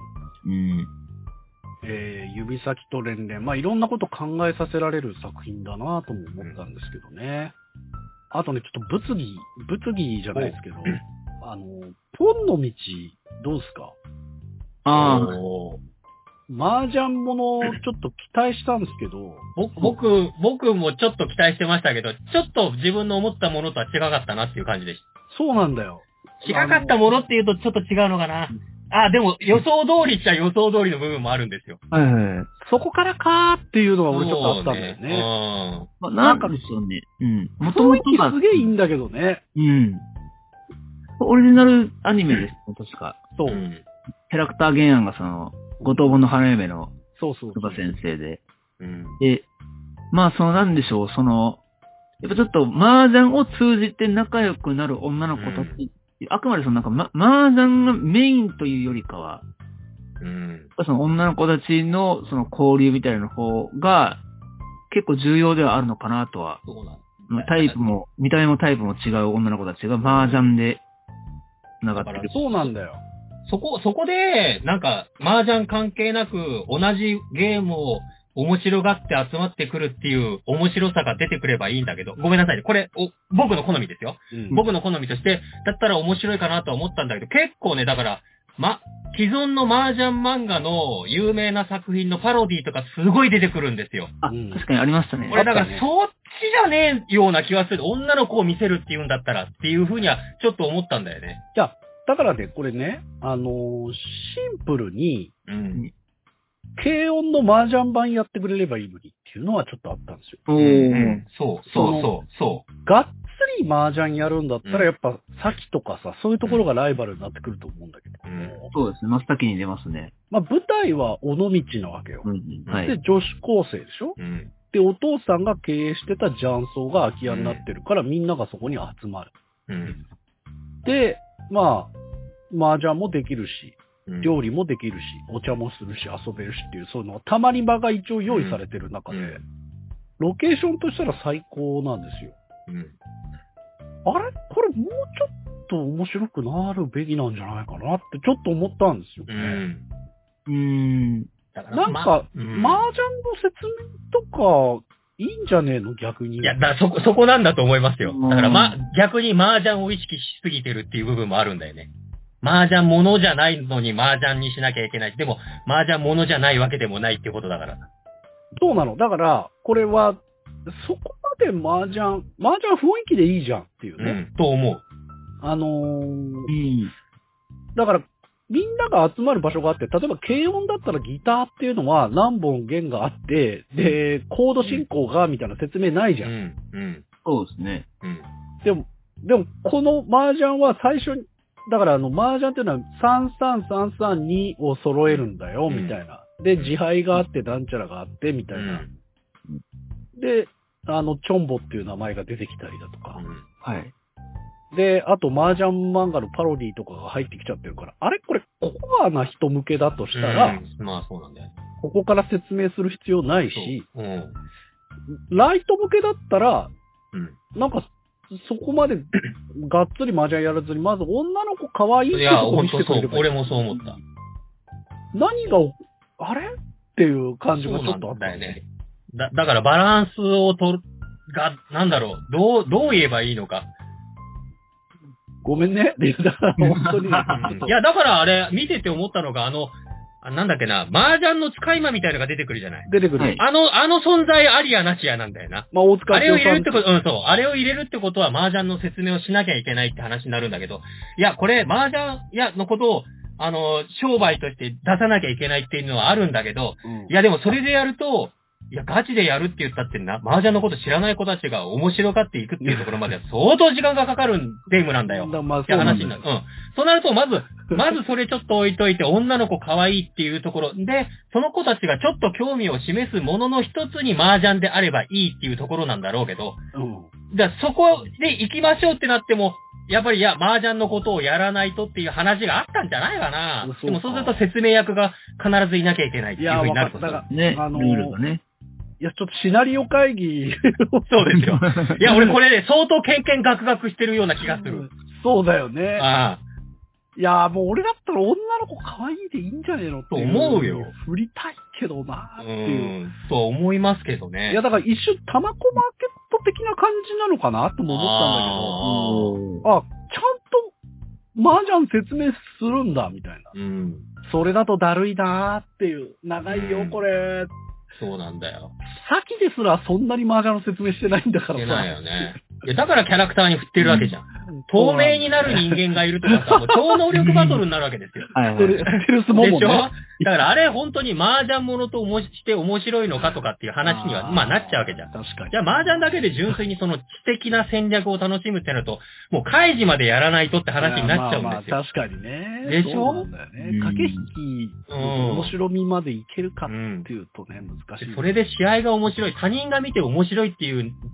指先と連連。いろんなこと考えさせられる作品だなとも思ったんですけどね。あとね、ちょっと物議じゃないですけど、ポンの道、どうすか？麻雀もの、ちょっと期待したんですけど。 僕もちょっと期待してましたけど、ちょっと自分の思ったものとは違かったなっていう感じでした。 そうなんだよ。 違かったものっていうとちょっと違うのかな。でも予想通りっちゃ予想通りの部分もあるんですよ。 そこからかーっていうのが俺ちょっとあったんだよね。 なんかですよね。 もともとすげえいいんだけどね。 オリジナルアニメですね、確か。 そう。 キャラクター原案が五等分の花嫁の筑波先生で。で、なんでしょう、やっぱちょっと麻雀を通じて仲良くなる女の子たち、あくまで麻雀がメインというよりかは、 その女の子たちのその交流みたいな方が結構重要ではあるのかなとは。そうなんタイプも、見た目もタイプも違う女の子たちが麻雀で繋がってる。 そうなんだよ。 そこで、なんか、麻雀関係なく同じゲームを面白がって集まってくるっていう面白さが出てくればいいんだけど、ごめんなさいね。これ、僕の好みですよ。僕の好みとして、だったら面白いかなと思ったんだけど、結構ね、だから、既存の麻雀漫画の有名な作品のパロディとかすごい出てくるんですよ。 確かにありましたね。 これだからそっちじゃねえような気がする。女の子を見せるって言うんだったらっていう風にはちょっと思ったんだよね。 いや、だからね、これね、シンプルに、軽音の麻雀版やってくれればいいのにっていうのはちょっとあったんですよ。 そう。 がっつり麻雀やるんだったらやっぱ、先とかさ、そういうところがライバルになってくると思うんだけど。 そうですね。真っ先に出ますね。 舞台は尾道なわけよ。で、女子高生でしょ、で、お父さんが経営してた雀荘が空き家になってるから、みんながそこに集まる。で、麻雀もできるし、料理もできるし、お茶もするし、遊べるしっていう、そういうの、たまり場が一応用意されてる中で、ロケーションとしたら最高なんですよ。あれこれもうちょっと面白くなるべきなんじゃないかなってちょっと思ったんですよね。なんか、麻雀の説明とか、いいんじゃねえの逆に。 いや、そこなんだと思いますよ。だから逆に麻雀を意識しすぎてるっていう部分もあるんだよね。麻雀ものじゃないのに麻雀にしなきゃいけない。でも、麻雀ものじゃないわけでもないってことだから。 そうなの。だから、これは、そこまで麻雀雰囲気でいいじゃんっていうね。 と思う。 だから、みんなが集まる場所があって、例えば軽音だったらギターっていうのは何本弦があって、で、コード進行がみたいな説明ないじゃん。 そうですね。 でも、この麻雀は最初に、だから麻雀っていうのは33332を揃えるんだよ、みたいな。で、自敗があって、なんちゃらがあって、みたいな。で、チョンボっていう名前が出てきたりだとか。で、あと麻雀漫画のパロディとかが入ってきちゃってるから、あれこれコアな人向けだとしたら、 そうなんだよね。 ここから説明する必要ないし、ライト向けだったら、なんか、そこまでがっつり麻雀やらずに、まず女の子可愛いってとこ見せてくれればいい。 俺もそう思った。 何が、あれっていう感じがちょっとあった。 そうなんだよね。だからバランスをなんだろう、どう言えばいいのか。 ごめんね。だから本当に。 いや、だからあれ、見てて思ったのが、なんだっけな、麻雀の使い魔みたいなのが出てくるじゃない。 出てくる。 あの存在ありやなしやなんだよな。 大塚あれを入れるってこと、あれを入れるってことは麻雀の説明をしなきゃいけないって話になるんだけど、いや、これ、麻雀のことを、商売として出さなきゃいけないっていうのはあるんだけど、いや、でもそれでやると、いや、ガチでやるって言ったって麻雀のこと知らない子たちが面白がっていくっていうところまでは相当時間がかかるゲームなんだよ。って話になる。そうなると、まずそれちょっと置いといて、女の子可愛いっていうところで、その子たちがちょっと興味を示すものの一つに麻雀であればいいっていうところなんだろうけど、そこで行きましょうってなっても、やっぱり麻雀のことをやらないとっていう話があったんじゃないかな。でもそうすると説明役が必ずいなきゃいけないっていうふうになると。 ね、ルールがね。 いや、ちょっとシナリオ会議。 そうですよ。いや、俺これね、相当ケンケンガクガクしてるような気がする。 そうだよね。いや、もう俺だったら女の子可愛いでいいんじゃねえのって思うよ。 振りたいけどなーっていう。 と思いますけどね。 いや、だから一瞬タマコマーケット的な感じなのかなとも思ったんだけど、ちゃんと麻雀説明するんだ、みたいな。それだとだるいなーっていう。長いよ、これ。 そうなんだよ。 先ですらそんなに麻雀の説明してないんだからさ。 してないよね。いや、だからキャラクターに振ってるわけじゃん。透明になる人間がいるとかさ、もう超能力バトルになるわけですよ。 ステルスモモね。 でしょ？だからあれ本当に麻雀ものとして面白いのかとかっていう話には、なっちゃうわけじゃん。 確かに。 じゃあ麻雀だけで純粋にその知的な戦略を楽しむってなると、もう開示までやらないとって話になっちゃうんですよ。 確かにね。 でしょ？ そうなんだよね。駆け引き、面白みまでいけるかっていうとね、難しい。 それで試合が面白い、他人が見て面白いっていう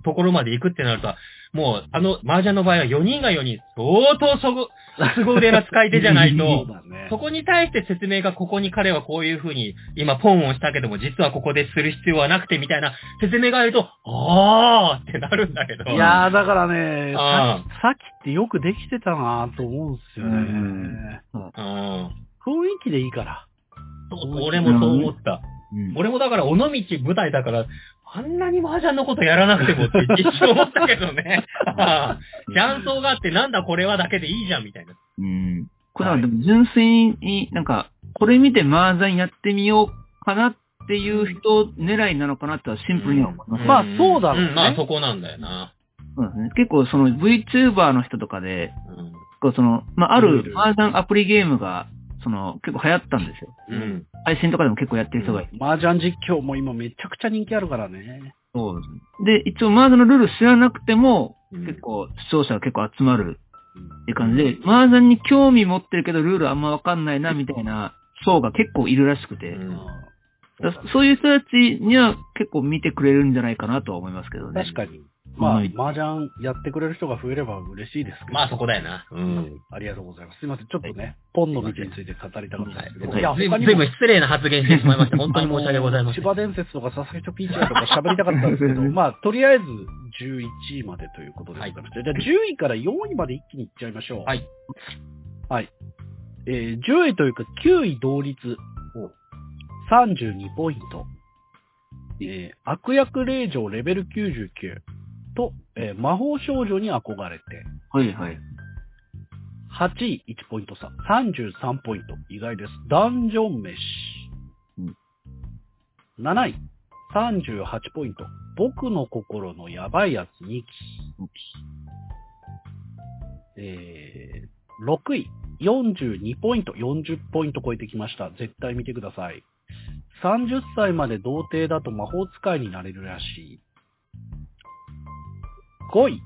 ところまで行くってなると、もう、麻雀の場合は4人が4人、相当凄腕な使い手じゃないと、そこに対して説明がここに彼はこういう風に、今ポンをしたけども、実はここでする必要はなくてみたいな説明があると、あーってなるんだけど。 いやー、だからね、さっきってよくできてたなと思うんですよね。雰囲気でいいから。 俺もそう思った。俺もだから、尾道舞台だから、あんなに麻雀のことやらなくてもって一瞬思ったけどね。雀荘があってなんだこれはだけでいいじゃんみたいな。 これはでも純粋になんか、これ見て麻雀やってみようかなっていう人狙いなのかなってシンプルには思います。 まあそうだろうね。 まあそこなんだよな。 そうですね。結構その VTuber の人とかで、ある麻雀アプリゲームが、結構流行ったんですよ。配信とかでも結構やってる人がいる。 麻雀実況も今めちゃくちゃ人気あるからね。 そうですね。で、一応麻雀のルール知らなくても、結構視聴者が結構集まるっていう感じで、麻雀に興味持ってるけどルールあんまわかんないなみたいな層が結構いるらしくて、そういう人たちには結構見てくれるんじゃないかなとは思いますけどね。 確かに。まあ、麻雀やってくれる人が増えれば嬉しいですけど。 まあそこだよな。 ありがとうございます。すいません。ちょっとね、ポンの道について語りたかったんですけど。 いや、随分失礼な発言してしまいまして、本当に申し訳ございません。 千葉伝説とか佐々木とピーチャーとか喋りたかったんですけど、まあ、とりあえず11位までということでございました。じゃあ10位から4位まで一気にいっちゃいましょう。 はい。 はい。10位というか9位同率。32ポイント。悪役令嬢レベル99と、魔法少女に憧れて。 はいはい。 8位1ポイント差。33ポイント。意外です。ダンジョン飯。7位38ポイント。僕の心のやばいやつ2期。6位42ポイント。40ポイント超えてきました。絶対見てください。30歳まで童貞だと魔法使いになれるらしい。5位、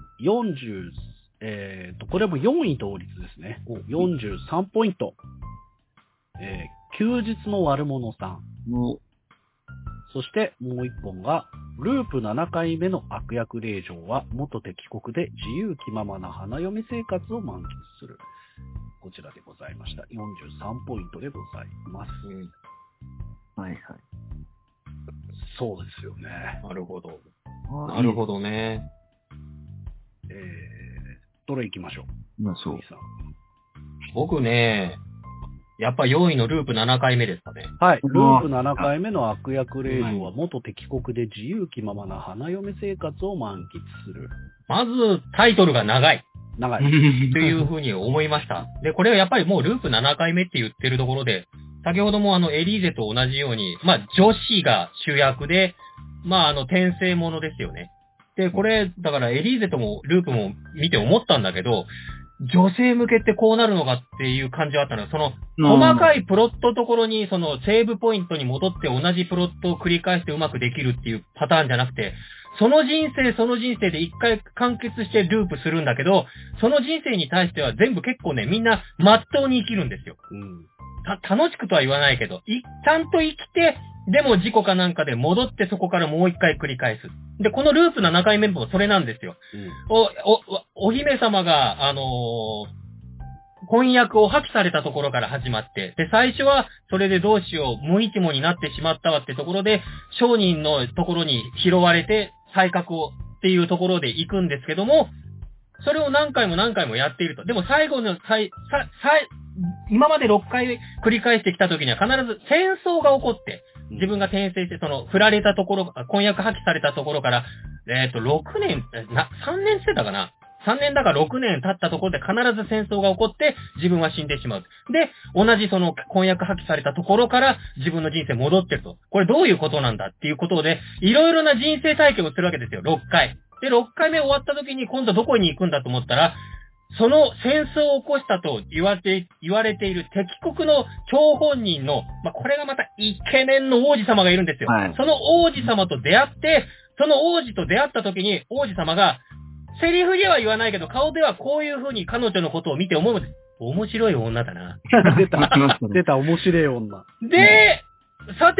これも4位同率ですね。43ポイント。休日の悪者さん。そしてもう一本が、ループ7回目の悪役令嬢は元敵国で自由気ままな花嫁生活を満喫する。こちらでございました。43ポイントでございます。 はいはい。 そうですよね。 なるほど。なるほどね。 どれ行きましょう。 まあそう。 僕ね、やっぱ4位のループ7回目ですかね。 はい。ループ7回目の悪役令嬢は元敵国で自由気ままな花嫁生活を満喫する。 まず、タイトルが長い。 長い。 というふうに思いました。で、これはやっぱりもうループ7回目って言ってるところで、先ほどもエリーゼと同じように、まあ、女子が主役で、まあ、転生ものですよね。で、これ、だからエリーゼともループも見て思ったんだけど、女性向けってこうなるのかっていう感じはあったのが、細かいプロットところに、セーブポイントに戻って同じプロットを繰り返してうまくできるっていうパターンじゃなくて、その人生で一回完結してループするんだけど、その人生に対しては全部結構ね、みんな真っ当に生きるんですよ。楽しくとは言わないけど、ちゃんと生きて、でも事故かなんかで戻ってそこからもう一回繰り返す。で、このループ7回目もそれなんですよ。お姫様が、婚約を破棄されたところから始まって、で、最初はそれでどうしよう、無一文になってしまったわってところで、商人のところに拾われて、才覚をっていうところで行くんですけども、それを何回もやっていると。でも最後の、今まで6回繰り返してきた時には必ず戦争が起こって、自分が転生して、振られたところ、婚約破棄されたところから、6年、3年してたかな ?3 年だか6年経ったところで必ず戦争が起こって、自分は死んでしまう。で、同じ婚約破棄されたところから自分の人生戻ってると。これどういうことなんだっていうことで、いろいろな人生体験をするわけですよ、6回。で、6回目終わった時に今度どこに行くんだと思ったら、その戦争を起こしたと言われている敵国の張本人の、これがまたイケメンの王子様がいるんですよ。はい、その王子様と出会って、その王子と出会った時に王子様が、セリフでは言わないけど、顔ではこういう風に彼女のことを見て思うんです。面白い女だな。 出た、面白い女。 で、さて、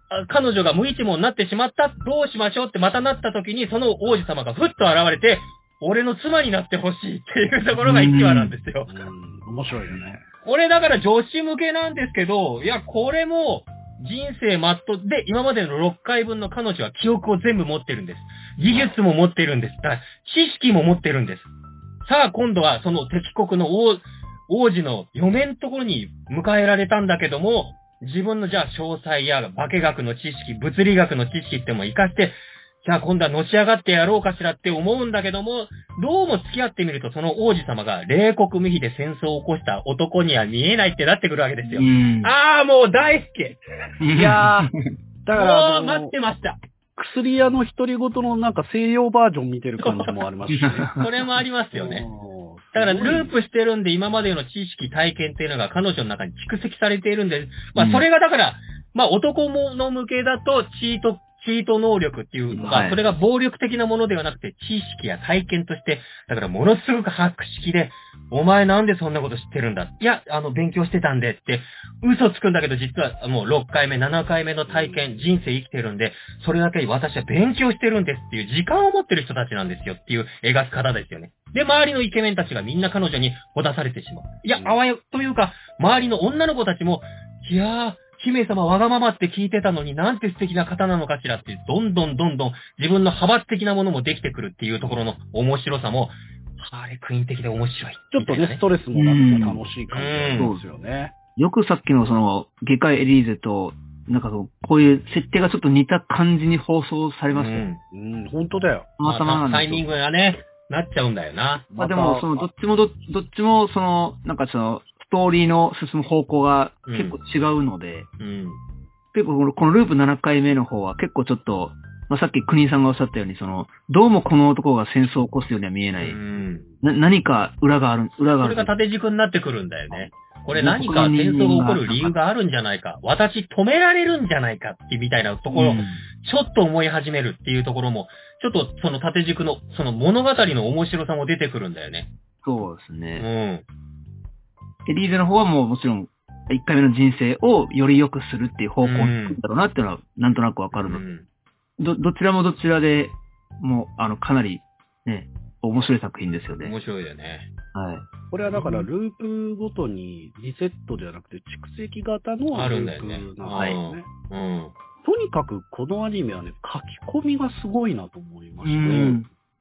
彼女が無一文になってしまった、どうしましょうってまたなった時に、その王子様がふっと現れて、俺の妻になってほしいっていうところが1話なんですよ。 面白いよね。 これだから女子向けなんですけど、いや、これも人生で、今までの6回分の彼女は記憶を全部持ってるんです。技術も持ってるんです。だから知識も持ってるんです。さあ、今度はその敵国の王子の嫁のところに迎えられたんだけども、自分のじゃあ詳細や化学の知識、物理学の知識っても活かして、じゃあ今度はのし上がってやろうかしらって思うんだけども、どうも付き合ってみるとその王子様が冷酷無比で戦争を起こした男には見えないってなってくるわけですよ。ああ、もう大好き。 いやー、だからもう待ってました。 薬屋の独り言のなんか西洋バージョン見てる感じもありますしね。 それもありますよね。だからループしてるんで今までの知識、体験っていうのが彼女の中に蓄積されているんで、まあそれがだから、まあ男の向けだとチート能力っていうのが、それが暴力的なものではなくて、知識や体験として、だからものすごく博識で、お前なんでそんなこと知ってるんだ？いや、勉強してたんでって、嘘つくんだけど実はもう6回目、7回目の体験、人生生きてるんで、それだけ私は勉強してるんですっていう時間を持ってる人たちなんですよっていう描き方ですよね。で、周りのイケメンたちがみんな彼女にほだされてしまう。いや、というか、周りの女の子たちも、いやー、姫様わがままって聞いてたのになんて素敵な方なのかしらって、どんどん自分の派閥的なものもできてくるっていうところの面白さも、ハーレクイーン的で面白い、 ちょっとね、ストレスもなくて楽しい感じなんですよね。 よくさっきのその、外科エリーゼと、なんかこういう設定がちょっと似た感じに放送されましたよ。 本当だよ。 タイミングがね、なっちゃうんだよな。 まあでも、その、どっちも、その、なんかその、ストーリーの進む方向が結構違うので、結構このループ7回目の方は結構ちょっと、まあ、さっき国井さんがおっしゃったように、その、どうもこの男が戦争を起こすようには見えない。何か裏がある。それが縦軸になってくるんだよね。これ何か戦争が起こる理由があるんじゃないか。私止められるんじゃないかってみたいなところ、ちょっと思い始めるっていうところも、ちょっとその縦軸の、その物語の面白さも出てくるんだよね。 そうですね。エリーゼの方はもちろん、1回目の人生をより良くするっていう方向なんだろうなっていうのは、なんとなくわかるので、どちらもどちらで、もう、かなり、ね、面白い作品ですよね。 面白いよね。 はい。 これはだからループごとにリセットではなくて蓄積型のループなんですよね。とにかくこのアニメはね、書き込みがすごいなと思いまして、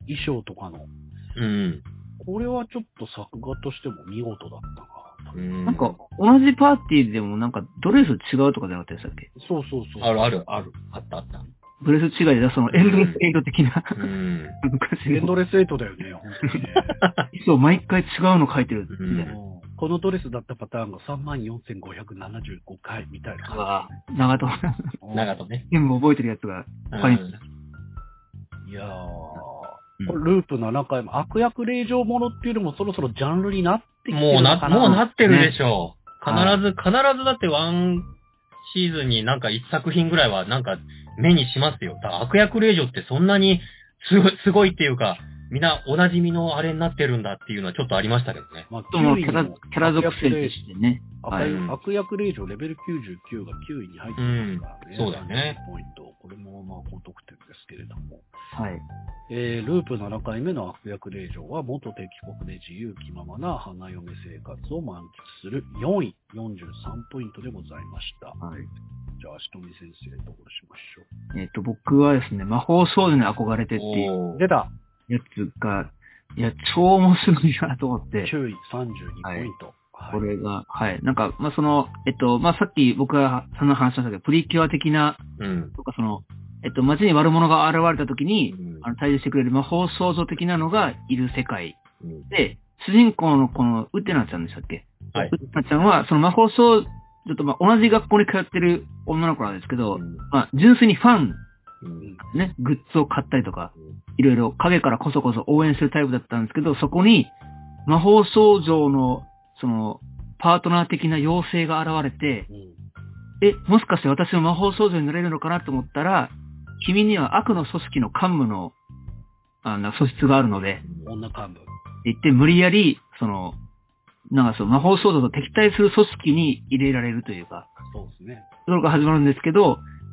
衣装とかの。これはちょっと作画としても見事だったな。 なんか、同じパーティーでもなんかドレス違うとかじゃなかったでしたっけ？ そう。 ある。あった。 ドレス違いで、そのエンドレスエイト的な。 エンドレスエイトだよね、本当にね。 そう、毎回違うの書いてるみたいな。 このドレスだったパターンが 34,575 回みたいな。 長門ね。全部覚えてるやつが他に。 いやー、ループ7回も悪役令状ものっていうのもそろそろジャンルになってきてるのかな。 もうなってるでしょう。必ずだってワンシーズンになんか1作品ぐらいはなんか目にしますよ。だから悪役令状ってそんなにすごいっていうか、みんなお馴染みのあれになってるんだっていうのはちょっとありましたけどね。 まあ、キャラ属性としてね。 悪役令状レベル99が9位に入ってますからね。 そうだね。 ポイント。これもまあ高得点ですけれども。 はい。 ループ7回目の悪役令状は元敵国で自由気ままな花嫁生活を満喫する4位、43ポイントでございました。 はい。 じゃあ、しとみ先生、どうしましょう。僕はですね、魔法少女に憧れてっていう。 出たやつが、いや、超面白いなと思って。 9位、32ポイント。 これが、なんか、まあ、その、まあ、さっき僕がその話しましたけど、プリキュア的な、とかその、街に悪者が現れた時に、対峙してくれる魔法少女的なのがいる世界。で、主人公のこの、ウテナちゃんでしたっけ？ウテナちゃんは、その魔法少女と、まあ、同じ学校に通ってる女の子なんですけど、まあ、純粋にファン、ね、グッズを買ったりとか、いろいろ影からこそこそ応援するタイプだったんですけど、そこに魔法少女のそのパートナー的な妖精が現れて、もしかして私も魔法少女になれるのかなと思ったら、君には悪の組織の幹部の素質があるので、 女幹部。 言って無理やりなんか魔法少女と敵対する組織に入れられるというか、 そうですね。 それが始まるんですけど、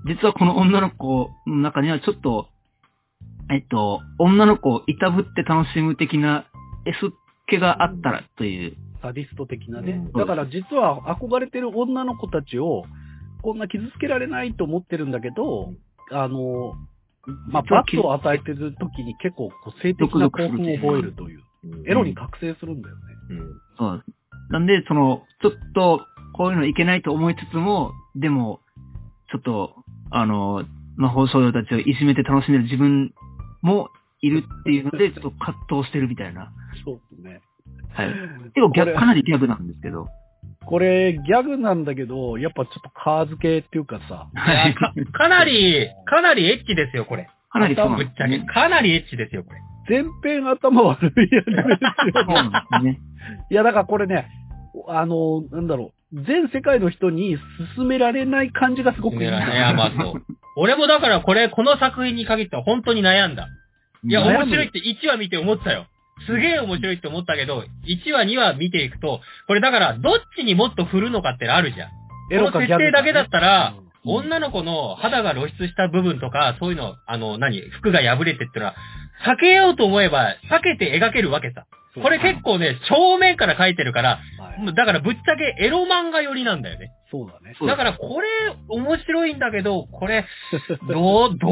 実はこの女の子の中にはちょっと、女の子をいたぶって楽しむ的な S 気があったらという。 サディスト的なね。だから実は憧れてる女の子たちを、こんな傷つけられないと思ってるんだけど、バットを与えてる時に結構性的な興奮を覚えるという。エロに覚醒するんだよね。 そう。なんで、ちょっと、こういうのいけないと思いつつも、でも、ちょっと、魔法少女たちをいじめて楽しんでる自分もいるっていうので、ちょっと葛藤してるみたいな。 そうですね。 はい。結構かなりギャグなんですけど。 これ、ギャグなんだけど、やっぱちょっとカーズ系っていうかさ。 はい。かなりエッチですよ、これ。 かなりそうなんですね。かなりエッチですよ、これ。 全編頭悪いアニメですよ。そうなんですね。いや、だからこれね、なんだろう。全世界の人に勧められない感じがすごくいい。いや、まあそう。俺もだからこの作品に限っては本当に悩んだ。いや、面白いって1話見て思ったよ。すげえ面白いって思ったけど、1話2話見ていくと、これだからどっちにもっと振るのかってのあるじゃん。この設定だけだったら、女の子の肌が露出した部分とか、そういうの、服が破れてってのは、避けようと思えば、避けて描けるわけさ。これ結構ね、正面から描いてるから、だからぶっちゃけエロ漫画寄りなんだよね。 そうだね。 だからこれ、面白いんだけど、これ、どっ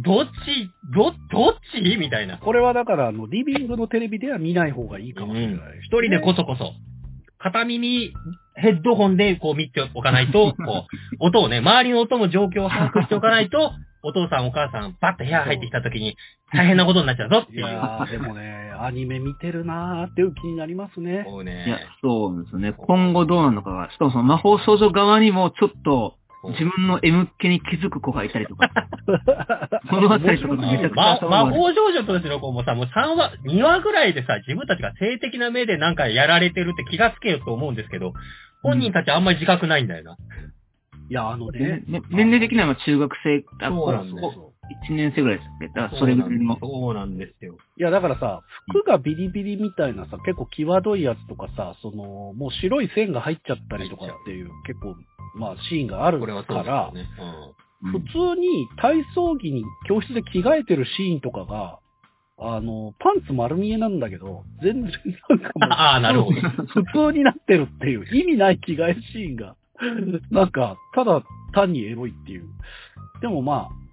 ちみたいな。 これはだから、リビングのテレビでは見ない方がいいかもしれない。 一人でこそこそ。片耳、ヘッドホンでこう見ておかないと、こう、音をね、周りの音も状況を把握しておかないと、お父さんお母さん、バッと部屋入ってきた時に、大変なことになっちゃうぞっていう。いやでもね、アニメ見てるなーっていう気になりますね。 そうね。 いや、そうですね。今後どうなのかが、しかもその魔法少女側にもちょっと、自分の M 気に気づく子がいたりとか。そのあたりとかめちゃくちゃ魔法少女としての子もさ、もう2話ぐらいでさ、自分たちが性的な目でなんかやられてるって気がつけよと思うんですけど、本人たちあんまり自覚ないんだよな。 いや、 年齢的には中学生だそうなんですよ。 1年生ぐらいですけど、だからそれぐらいの。 そうなんですよ。 いや、だからさ、服がビリビリみたいなさ、結構際どいやつとかさ、もう白い線が入っちゃったりとかっていう、結構、シーンがあるから、普通に体操着に教室で着替えてるシーンとかが、パンツ丸見えなんだけど、全然なんかもう、 なるほど。 普通になってるっていう、意味ない着替えシーンが、なんか、ただ単にエロいっていう。でも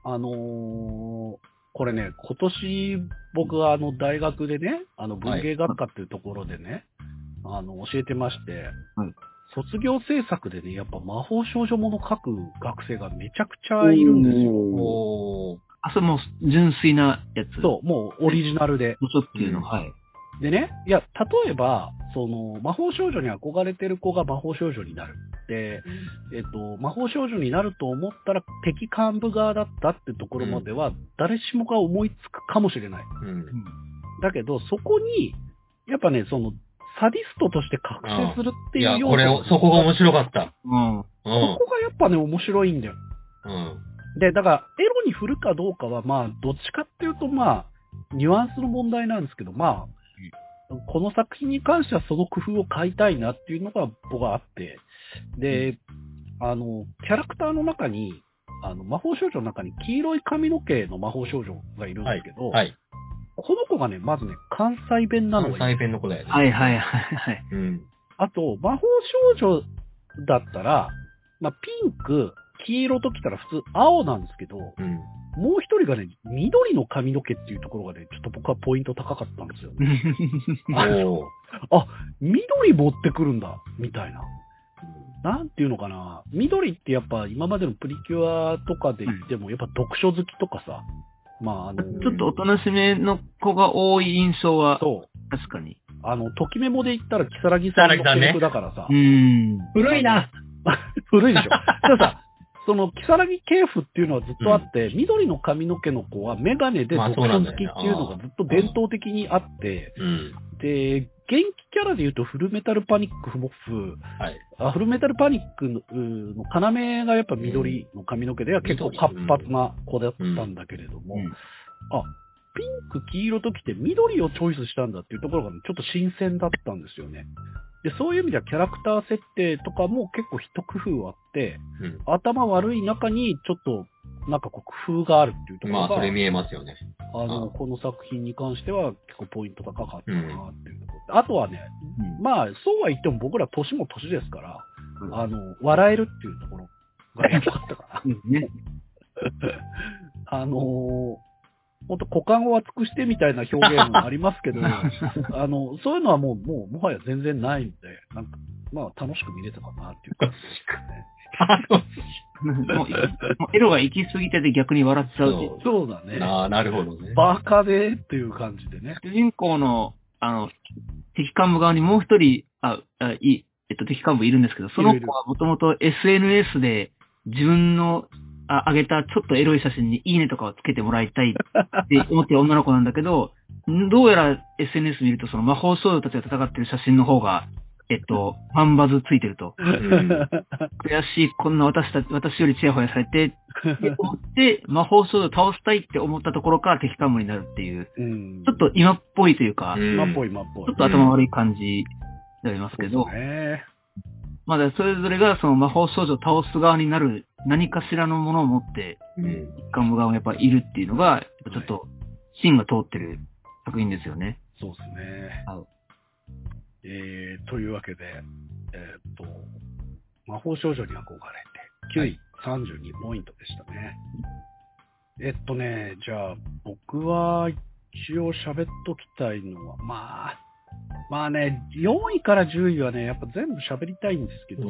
これね、今年僕は大学でね、文芸学科っていうところでね、教えてまして、卒業制作でね、やっぱ魔法少女もの書く学生がめちゃくちゃいるんですよ。 それもう純粋なやつ。 そう、もうオリジナルで。 ちょっていうの、はい。 でね、いや、例えば、魔法少女に憧れてる子が魔法少女になる。で、魔法少女になると思ったら敵幹部側だったってところまでは、誰しもが思いつくかもしれない。だけど、そこに、やっぱね、サディストとして覚醒するっていうような。いや、そこが面白かった。 そこがやっぱね、面白いんだよ。で、だから、エロに振るかどうかは、どっちかっていうと、ニュアンスの問題なんですけど、この作品に関してはその工夫を買いたいなっていうのが僕はあって、で、キャラクターの中に、魔法少女の中に黄色い髪の毛の魔法少女がいるんですけど、この子がね、まずね、関西弁なのがいい。 関西弁の子だよね。 はい。 あと、魔法少女だったら、ピンク、黄色ときたら普通青なんですけど、もう一人がね、緑の髪の毛っていうところがね、ちょっと僕はポイント高かったんですよ。緑持ってくるんだ、みたいな。なんていうのかな。緑ってやっぱ今までのプリキュアとかで言っても、やっぱ読書好きとかさ、 ちょっとおとなしめの子が多い印象は、確かに。 ときメモで言ったら、キサラギさんのセリフだからさ。 古いな。 古いでしょ。たださ、キサラギ系譜っていうのはずっとあって、緑の髪の毛の子はメガネで読書好きっていうのがずっと伝統的にあって、で、元気キャラで言うとフルメタルパニックフモッフ、フルメタルパニックの要がやっぱ緑の髪の毛では結構活発な子だったんだけれども、ピンク、黄色ときて緑をチョイスしたんだっていうところが、ね、ちょっと新鮮だったんですよね。で、そういう意味ではキャラクター設定とかも結構一工夫あって、頭悪い中にちょっとなんかこう工夫があるっていうところが。 まあ、それ見えますよね。 この作品に関しては結構ポイント高かったなっていうところ。あとはね、まあ、そうは言っても僕ら年も年ですから、笑えるっていうところが良かったかな。ほんと股間を厚くしてみたいな表現もありますけど、そういうのはもはや全然ないので、なんか、まあ楽しく見れたかなっていう感じですね。 もうエロが行き過ぎてて逆に笑っちゃう。 そうだね。 なるほどね。 バカでっていう感じでね。 主人公の、敵幹部側にもう一人、敵幹部いるんですけど、その子はもともと SNS で自分の上げたちょっとエロい写真にいいねとかをつけてもらいたいって思ってる女の子なんだけど、どうやら SNS 見るとその魔法少女たちが戦ってる写真の方が、ファンバズついてると。悔しい、こんな私よりチヤホヤされて、思って魔法少女を倒したいって思ったところから敵幹部になるっていう、ちょっと今っぽいというか、 今っぽい。 ちょっと頭悪い感じになりますけど、まだそれぞれがその魔法少女を倒す側になる何かしらのものを持って、敵幹部側もやっぱいるっていうのが、やっぱちょっと芯が通ってる作品ですよね。 そうですね。というわけで、魔法少女に憧れて、9位、32ポイントでしたね。じゃあ、僕は一応喋っときたいのは、まあね、4位から10位はね、やっぱ全部喋りたいんですけど、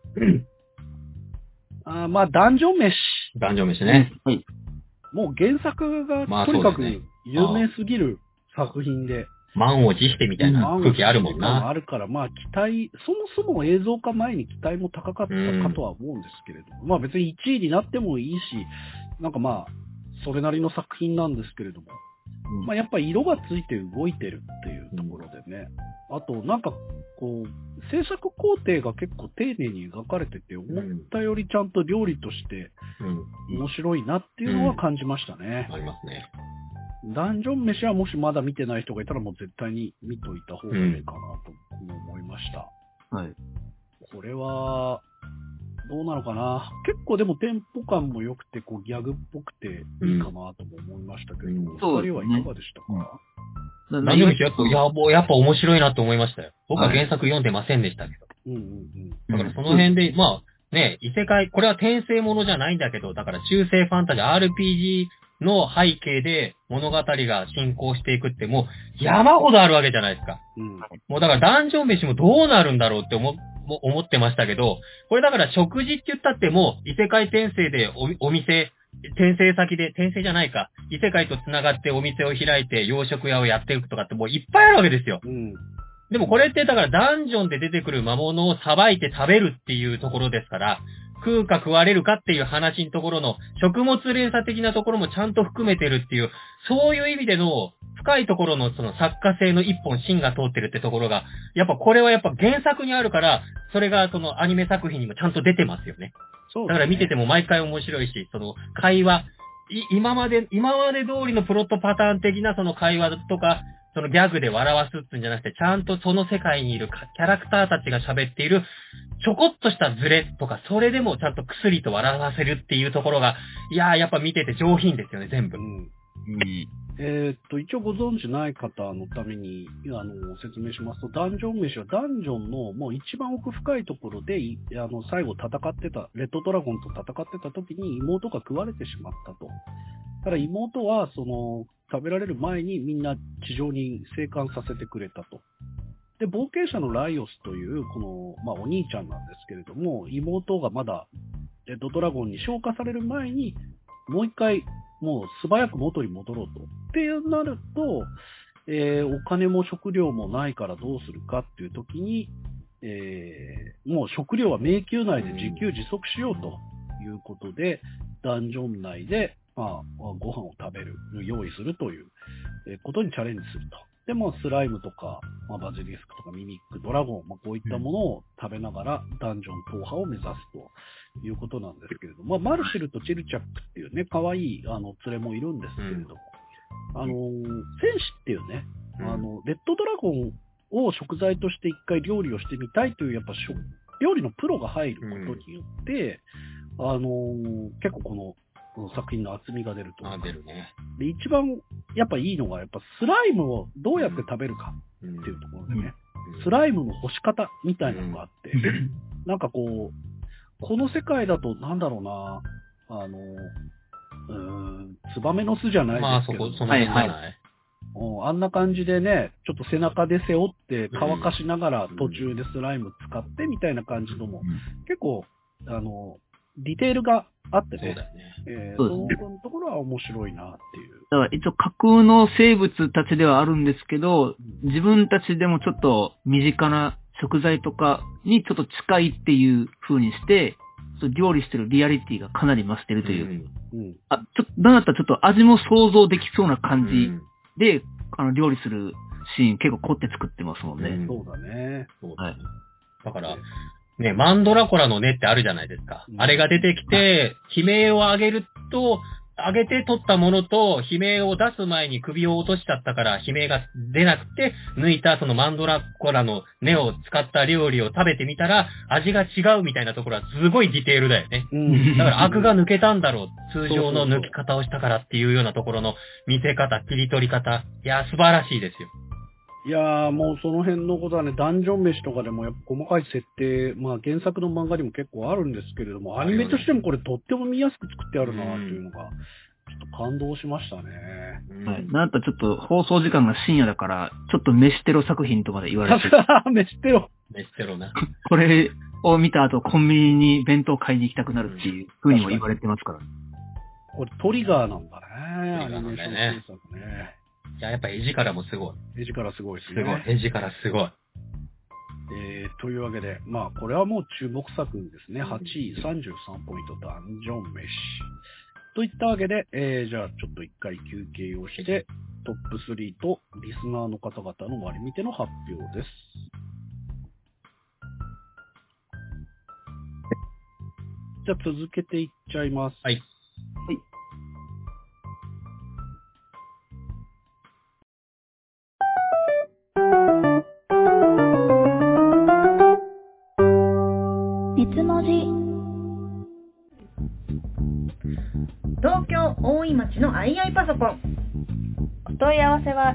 まあ、ダンジョン飯。 ダンジョン飯ね。 はい。 もう原作がとにかく有名すぎる作品で、 満を持してみたいな空気あるもんな。 あるから、まあ期待、そもそも映像化前に期待も高かったかとは思うんですけれども、まあ別に1位になってもいいし、なんかまあ、それなりの作品なんですけれども、まあやっぱり色がついて動いてるっていうところでね、あとなんかこう、制作工程が結構丁寧に描かれてて、思ったよりちゃんと料理として面白いなっていうのは感じましたね。 ありますね。 ダンジョン飯はもしまだ見てない人がいたらもう絶対に見といた方がいいかなと思いました。 はい。 これは、どうなのかな。結構でもテンポ感も良くて、こうギャグっぽくていいかなとも思いましたけど、お二人はいかがでしたか？ ダンジョン飯やっぱ面白いなと思いましたよ。僕は原作読んでませんでしたけど。だからその辺で、まあね、異世界、これは転生ものじゃないんだけど、だから中世ファンタジー RPGの背景で物語が進行していくってもう山ほどあるわけじゃないですか。もうだからダンジョン飯もどうなるんだろうって思ってましたけど、これだから食事って言ったっても異世界転生でお店、転生先で、転生じゃないか、異世界と繋がってお店を開いて洋食屋をやっていくとかってもういっぱいあるわけですよ。でもこれってだからダンジョンで出てくる魔物をさばいて食べるっていうところですから、食うか食われるかっていう話のところの食物連鎖的なところもちゃんと含めてるっていう、そういう意味での深いところのその作家性の一本芯が通ってるってところが、やっぱこれはやっぱ原作にあるから、それがそのアニメ作品にもちゃんと出てますよね。そうですね。だから見てても毎回面白いし、その会話、今まで通りのプロットパターン的なその会話とか、そのギャグで笑わすってんじゃなくて、ちゃんとその世界にいるキャラクターたちが喋っている、ちょこっとしたズレとか、それでもちゃんと薬と笑わせるっていうところが、いやーやっぱ見てて上品ですよね、全部。 一応ご存知ない方のために、説明しますと、ダンジョン飯はダンジョンのもう一番奥深いところで、最後戦ってた、レッドドラゴンと戦ってた時に妹が食われてしまったと。ただ妹は、食べられる前にみんな地上に生還させてくれたと。で、冒険者のライオスという、お兄ちゃんなんですけれども、妹がまだ、レッドドラゴンに消化される前に、もう一回、もう素早く元に戻ろうと。ってなると、お金も食料もないからどうするかっていう時に、もう食料は迷宮内で自給自足しようということで、ダンジョン内で、ご飯を食べる、用意するということにチャレンジすると。で、スライムとか、バジリスクとかミミック、ドラゴン、こういったものを食べながらダンジョン踏破を目指すということなんですけれども、マルシルとチルチャックっていうね、可愛い連れもいるんですけれども、戦士っていうね、レッドドラゴンを食材として一回料理をしてみたいという、やっぱ料理のプロが入ることによって、結構この作品の厚みが出ると。 出るね。 で、一番やっぱいいのが、やっぱスライムをどうやって食べるかっていうところでね、スライムの干し方みたいなのがあって、なんかこの世界だとなんだろうな、ツバメの巣じゃないですけど。 その辺じゃない。 あんな感じでね、ちょっと背中で背負って乾かしながら途中でスライム使ってみたいな感じのも、結構、ディテールがあってね。そのところは面白いなっていう。 だから一応架空の生物たちではあるんですけど、自分たちでもちょっと身近な食材とかにちょっと近いっていう風にして、料理してるリアリティがかなり増してるという。なんだったらちょっと味も想像できそうな感じで、料理するシーン結構凝って作ってますもんね。 そうだね。 はい。だから、ね、マンドラコラの根ってあるじゃないですか。あれが出てきて、悲鳴を上げると、上げて取ったものと、悲鳴を出す前に首を落としちゃったから、悲鳴が出なくて、抜いたそのマンドラコラの根を使った料理を食べてみたら、味が違うみたいなところはすごいディテールだよね。だからアクが抜けたんだろう。通常の抜き方をしたからっていうようなところの見せ方、切り取り方。いや、素晴らしいですよ。 いやー、もうその辺のことはね、ダンジョン飯とかでもやっぱ細かい設定、まあ原作の漫画にも結構あるんですけれども、アニメとしてもこれとっても見やすく作ってあるなっていうのが、ちょっと感動しましたね。 はい。なんとちょっと放送時間が深夜だから、ちょっと飯テロ作品とかで言われてる。 飯テロ。 飯テロな。 これを見た後コンビニに弁当買いに行きたくなるっていう風にも言われてますから。 これトリガーなんだね。 トリガーなんだよね。いや、やっぱ絵力もすごい。 絵力すごいですね。 すごい。絵力すごい。 というわけで、まあ、これはもう注目作ですね。8位、33ポイント、ダンジョン飯。といったわけで、じゃあ、ちょっと一回休憩をして、トップ3とリスナーの方々の割り見ての発表です。じゃあ、続けていっちゃいます。 はい。 東京大井町のIIパソコン。お問い合わせは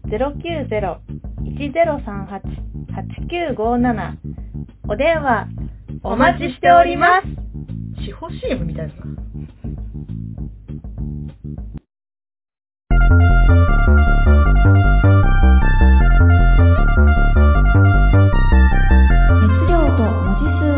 090-1038-8957。お電話お待ちしております。地方 CM みたいな。熱量と文字数。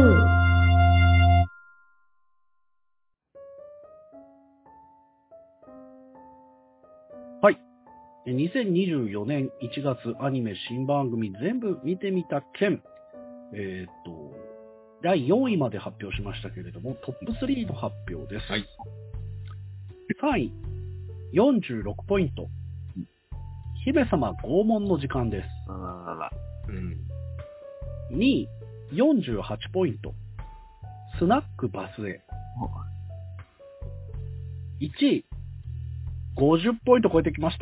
はい。2024年1月アニメ新番組全部見てみた件。第4位まで発表しましたけれども、トップ3の発表です。 はい。 3位、46ポイント。姫様拷問の時間です。2位、48ポイント。スナックバスへ。1位、50ポイント超えてきました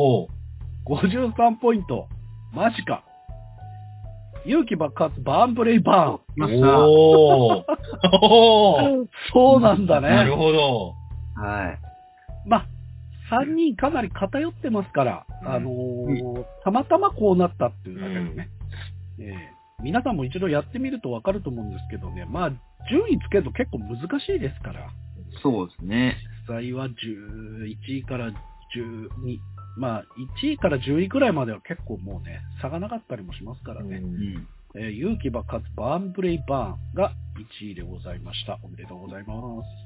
。53ポイント。マジか。勇気爆発バーンプレイバーン。そうなんだね。 なるほど。 はい。 まあ、3人かなり偏ってますから、たまたまこうなったっていうだけでね。皆さんも一度やってみるとわかると思うんですけどね、まあ、順位つけると結構難しいですから。 そうですね。 実際は11位から12、まあ、1位から10位くらいまでは結構もうね、差がなかったりもしますからね。勇気爆発バーンプレイバーンが1位でございました。おめでとうございます。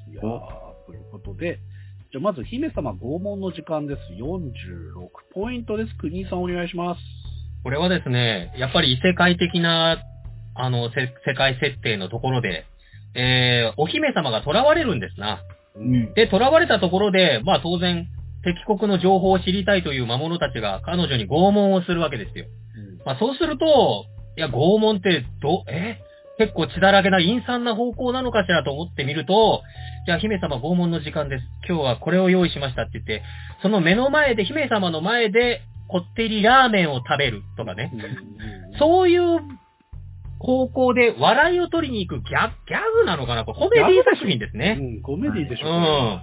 いやー、ということで、じゃあまず姫様拷問の時間です。46ポイントです。国井さんお願いします。 これはですね、やっぱり異世界的な、世界設定のところで、お姫様が囚われるんですな。で、囚われたところで、まあ当然、敵国の情報を知りたいという魔物たちが彼女に拷問をするわけですよ。まあそうすると、いや、拷問って結構血だらけな陰惨な方向なのかしらと思ってみると、じゃあ姫様拷問の時間です。今日はこれを用意しましたって言って、その目の前で、姫様の前で、こってりラーメンを食べるとかね。そういう方向で笑いを取りに行くギャグなのかな、これコメディ作品ですね。 コメディでしょ。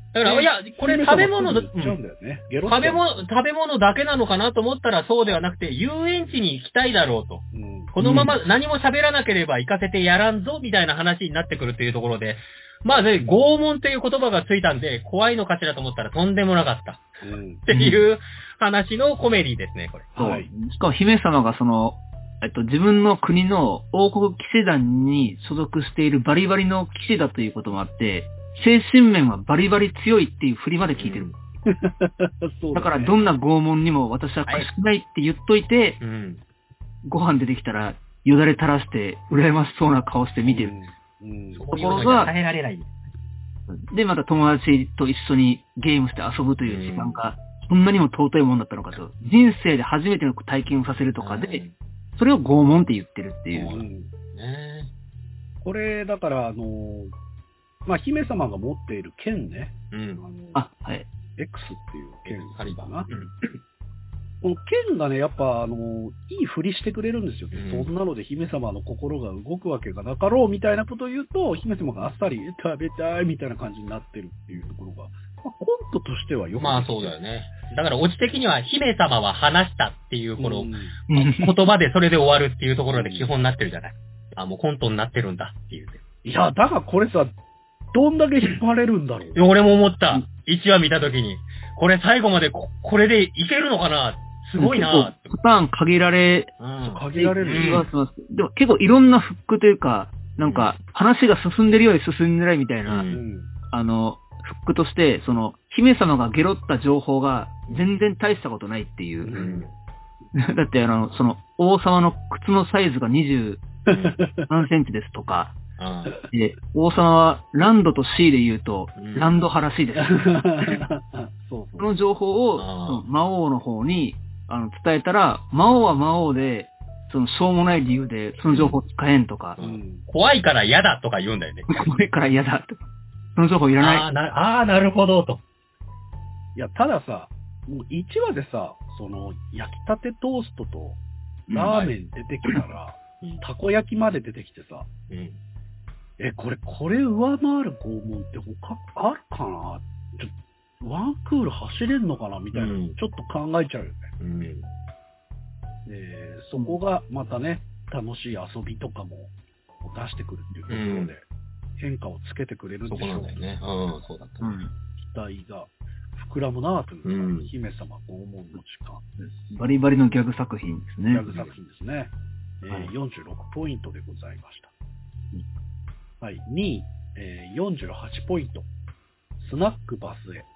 だから、いや、これ食べ物だ、食べ物だけなのかなと思ったらそうではなくて、遊園地に行きたいだろうと。このまま何も喋らなければ行かせてやらんぞ、みたいな話になってくるっていうところで、まあね、拷問っていう言葉がついたんで、怖いのかしらと思ったらとんでもなかった。っていう話のコメディですね、これ。 はい。しかも姫様が自分の国の王国騎士団に所属しているバリバリの騎士だということもあって、精神面はバリバリ強いっていう振りまで聞いてる。そうだからどんな拷問にも私は貸しないって言っといて、ご飯出てきたらよだれ垂らして羨ましそうな顔して見てる。 ところが、耐えられない。 で、また友達と一緒にゲームして遊ぶという時間が、そんなにも尊いもんだったのかと。人生で初めての体験をさせるとかで、それを拷問って言ってるっていう。 これ、だから、まあ、姫様が持っている剣ね。 はい。 X っていう剣かな。この剣がね、やっぱ、いい振りしてくれるんですよ。そんなので姫様の心が動くわけがなかろうみたいなことを言うと、姫様があっさり食べたいみたいな感じになってるっていうところが、まあ、コントとしてはよく。 まあそうだよね。だからオチ的には姫様は話したっていうこの、言葉でそれで終わるっていうところで基本になってるじゃない。あ、もうコントになってるんだっていう。 いや、だからこれさ、どんだけ引っ張れるんだろう。 俺も思った。1話見たときに。これ最後までこれでいけるのかな、すごいなパターン限られる気がします。でも結構いろんなフックというか、なんか話が進んでるより進んでないみたいな、フックとして、姫様がゲロった情報が全然大したことないっていう。だって王様の靴のサイズが20何センチですとか、で、王様はランドと C で言うと、ランド派らしいです。その情報を魔王の方に伝えたら、魔王は魔王で、しょうもない理由でその情報使えんとか。 怖いから嫌だとか言うんだよね。 怖いから嫌だとか。その情報いらない。 なるほどと。 いや、たださ、もう1話でさ、焼きたてトーストとラーメン出てきたら、たこ焼きまで出てきてさ、これ上回る拷問って他あるかな？ワンクール走れんのかなみたいな、ちょっと考えちゃうよね。そこがまたね、楽しい遊びとかも出してくるっていうところで、変化をつけてくれるんでしょう。 そこなんだよね。そうだった。 期待が膨らむなというか、姫様拷問の時間。 バリバリのギャグ作品ですね。 ギャグ作品ですね。46ポイントでございました。はい。2位、48ポイント。スナックバスへ。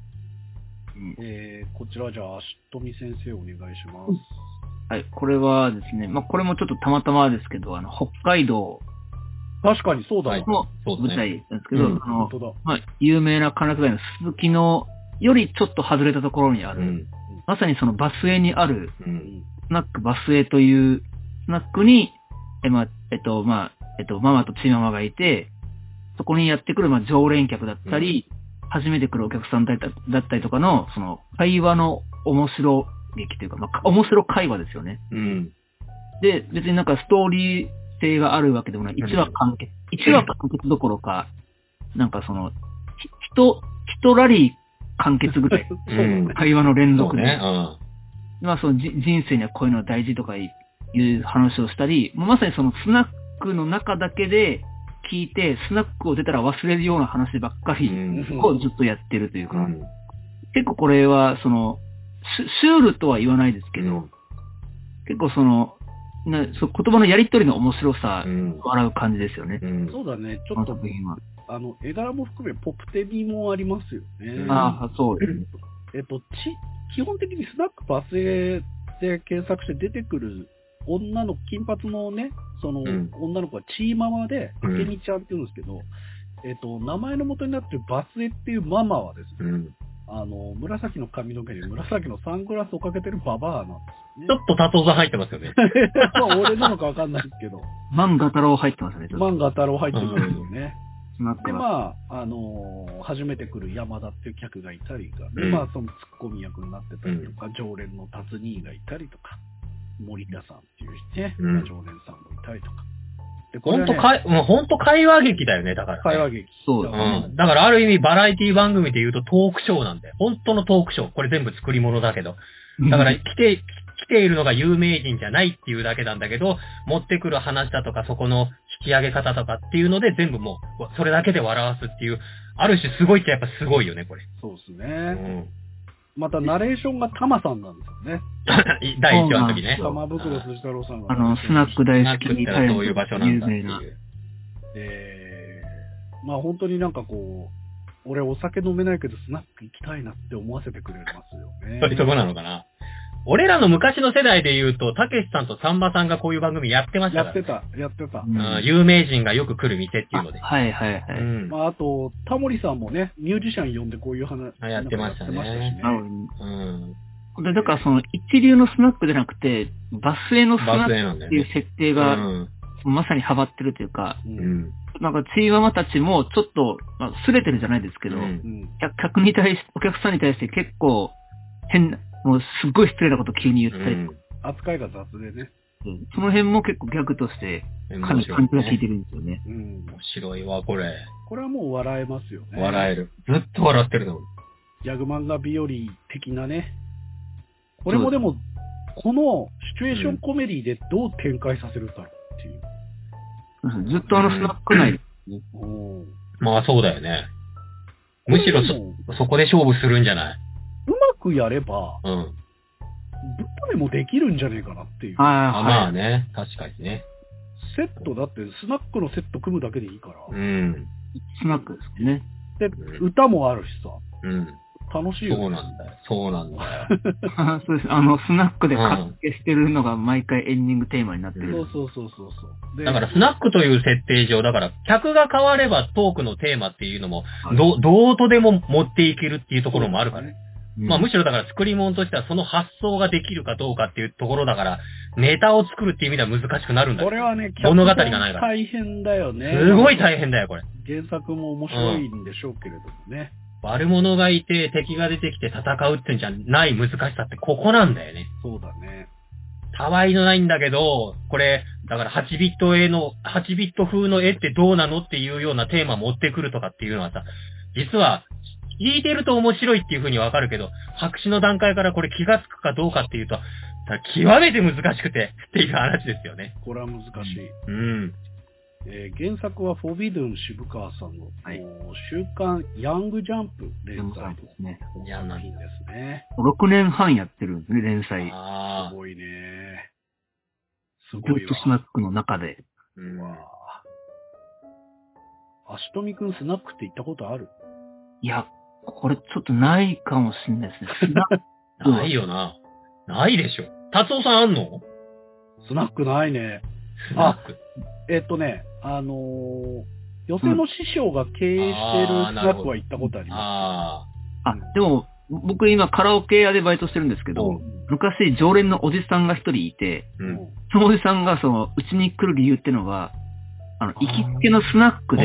こちらじゃあ、足富先生お願いします。 はい。これはですね、まあ、これもちょっとたまたまですけど、北海道。 確かにそうだ。 の舞台なんですけど、まあ、有名な金沢の鈴木のよりちょっと外れたところにある、まさにそのバスへにある、スナックバスへというスナックに、ママとチーママがいて、そこにやってくる、常連客だったり、初めて来るお客さんだったりとかの、会話の面白劇というか、面白会話ですよね。で、別になんかストーリー性があるわけでもない。1話完結どころか、なんか一ラリー完結ぐらい。会話の連続で。まあ人生にはこういうのは大事とかいう話をしたり、まさにスナックの中だけで聞いて、スナックを出たら忘れるような話ばっかりをずっとやってるというか、結構これはシュールとは言わないですけど、結構言葉のやりとりの面白さ、笑う感じですよね。 そうだね。ちょっと、絵柄も含めポップテビもありますよね。 そうですね。 基本的にスナックバスへで検索して出てくる女の金髪のね、女の子はチーママで、あけみちゃんって言うんですけど、名前の元になってるバスへっていうママはですね、紫の髪の毛に紫のサングラスをかけてるババアなんですね。 ちょっと多頭座入ってますよね。 まあ、俺なのかわかんないですけど。 万画太郎入ってますね。 万画太郎入ってますよね。で、まあ、初めて来る山田っていう客がいたりが、まあ、そのツッコミ役になってたりとか、常連の達兄がいたりとか、森田さんっていうね、常連さんもいたりとか。 ほんと会話劇だよね、だから、ね。 会話劇。 そうだね。だからある意味バラエティ番組で言うとトークショーなんだよ。本当のトークショー。これ全部作り物だけど。だから来ているのが有名人じゃないっていうだけなんだけど、持ってくる話だとか、そこの引き上げ方とかっていうので全部もう、それだけで笑わすっていう、ある種すごいっちゃやっぱすごいよね、これ。 そうですね。またナレーションがタマさんなんですよね。 第1話の時ね。 玉袋筋太郎さんが。 スナック大好きにそういう場所なんだっていう。 まあ本当になんかこう、俺お酒飲めないけどスナック行きたいなって思わせてくれますよね。 そういうとこなのかな。俺らの昔の世代で言うと、たけしさんとさんまさんがこういう番組やってましたから、ね。 やってた。 有名人がよく来る店っていうので。 はい。 まああと、タモリさんもね、ミュージシャン呼んでこういう話やってましたね。 だからその一流のスナックじゃなくて、バスへのスナックっていう設定が、まさにハマってるというか、なんかチーママたちもちょっと、擦れてるじゃないですけど、お客さんに対して結構もうすっごい失礼なこと急に言ったり、 扱いが雑でね。 その辺も結構ギャグとして、かなり感じが効いてるんですよね。 面白いわ、これ。 これはもう笑えますよね。 笑える。ずっと笑ってるの。 ギャグ漫画日和的なね。これもでも、このシチュエーションコメディでどう展開させるんだろうっていう。 ずっとスナック内で。 まあそうだよね。むしろそこで勝負するんじゃないうまくやれば、ぶっ飛びもできるんじゃねえかなっていう。 まあね、確かにね。 セットだって、スナックのセット組むだけでいいから。 スナックですね。 で、歌もあるしさ。楽しいよね。 そうなんだよ。 そうです。スナックでかっけしてるのが毎回エンディングテーマになってる。 そう。 だからスナックという設定上、だから客が変わればトークのテーマっていうのも、どうとでも持っていけるっていうところもあるからね。まあむしろだから作り物としてはその発想ができるかどうかっていうところだから、ネタを作るっていう意味では難しくなるんだよ。 これはね、 物語がないから。 大変だよね。 すごい大変だよ、これ。 原作も面白いんでしょうけれどもね。 悪者がいて敵が出てきて戦うってんじゃない難しさってここなんだよね。 そうだね。 たわいのないんだけど、これ、だから8ビット風の絵ってどうなのっていうようなテーマ持ってくるとかっていうのはさ、実は、聞いてると面白いっていう風にわかるけど、白紙の段階からこれ気がつくかどうかっていうと、極めて難しくてっていう話ですよね。 これは難しい。原作はフォビドゥン渋川さんの、週刊ヤングジャンプ連載ですね。作品ですね。 6年半やってるんですね、連載。 すごいね。 すごいわ。ずっとスナックの中で。 足富くんスナックって行ったことある？ いや、これちょっとないかもしれないですね。 ないよな。ないでしょ。達夫さんあんの？ スナックないね。 スナック寄席の師匠が経営してるスナックは行ったことあります。 でも、僕今カラオケ屋でバイトしてるんですけど、昔常連のおじさんが一人いて、そのおじさんがうちに来る理由ってのが、行きつけのスナックで、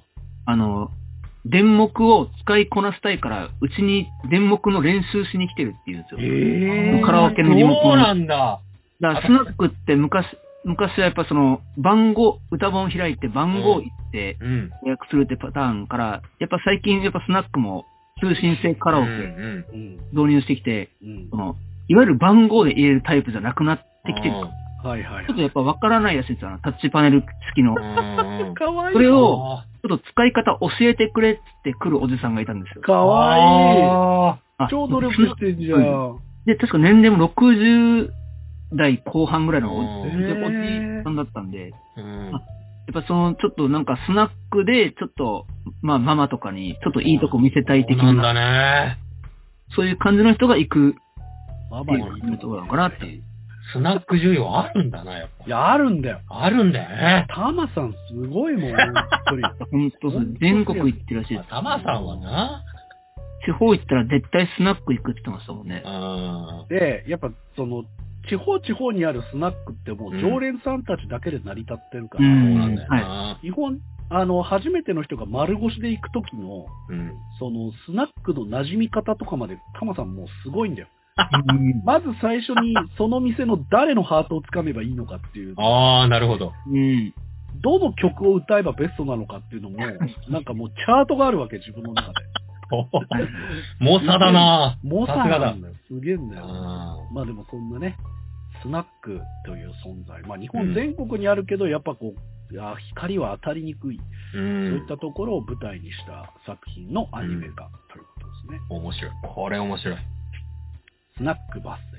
電目を使いこなしたいから、うちに電目の練習しに来てるって言うんですよ。カラオケのリモコン。 そうなんだ。 だからスナックって昔はやっぱ歌本開いて番号言って予約するってパターンから、やっぱ最近やっぱスナックも通信制カラオケ導入してきて、いわゆる番号で入れるタイプじゃなくなってきてる。ちょっとやっぱ分からないらしいんですよ。タッチパネル付きの。 かわいい。 それを、ちょっと使い方教えてくれって来るおじさんがいたんですよ。 かわいい。超努力してんじゃん。 で、確か年齢も60代後半ぐらいのおじさんだったんで、やっぱちょっとなんかスナックで、ちょっと、ママとかに、ちょっといいとこ見せたい的な。 そうなんだね。 そういう感じの人が行くっていうところなのかなって。 スナック需要あるんだな、やっぱ。 いや、あるんだよ。 あるんだよね。 タマさんすごいもん、 本当全国行ってるらしいです。 タマさんはな。 地方行ったら絶対スナック行くって言ってましたもんね。 で、やっぱ地方にあるスナックってもう常連さんたちだけで成り立ってるから、 そうなんだよな。 基本、初めての人が丸腰で行くときの、スナックの馴染み方とかまで、タマさんもうすごいんだよ。まず最初にその店の誰のハートをつかめばいいのかっていう。 なるほど。 どの曲を歌えばベストなのかっていうのも、なんかもうチャートがあるわけ、自分の中で。 猛者だなぁ。 猛者なんだよ。すげえんだよ。まあでもそんなね、スナックという存在。まあ日本全国にあるけど、やっぱこう、光は当たりにくい。そういったところを舞台にした作品のアニメ化ということですね。 面白い。これ面白い。 スナックバス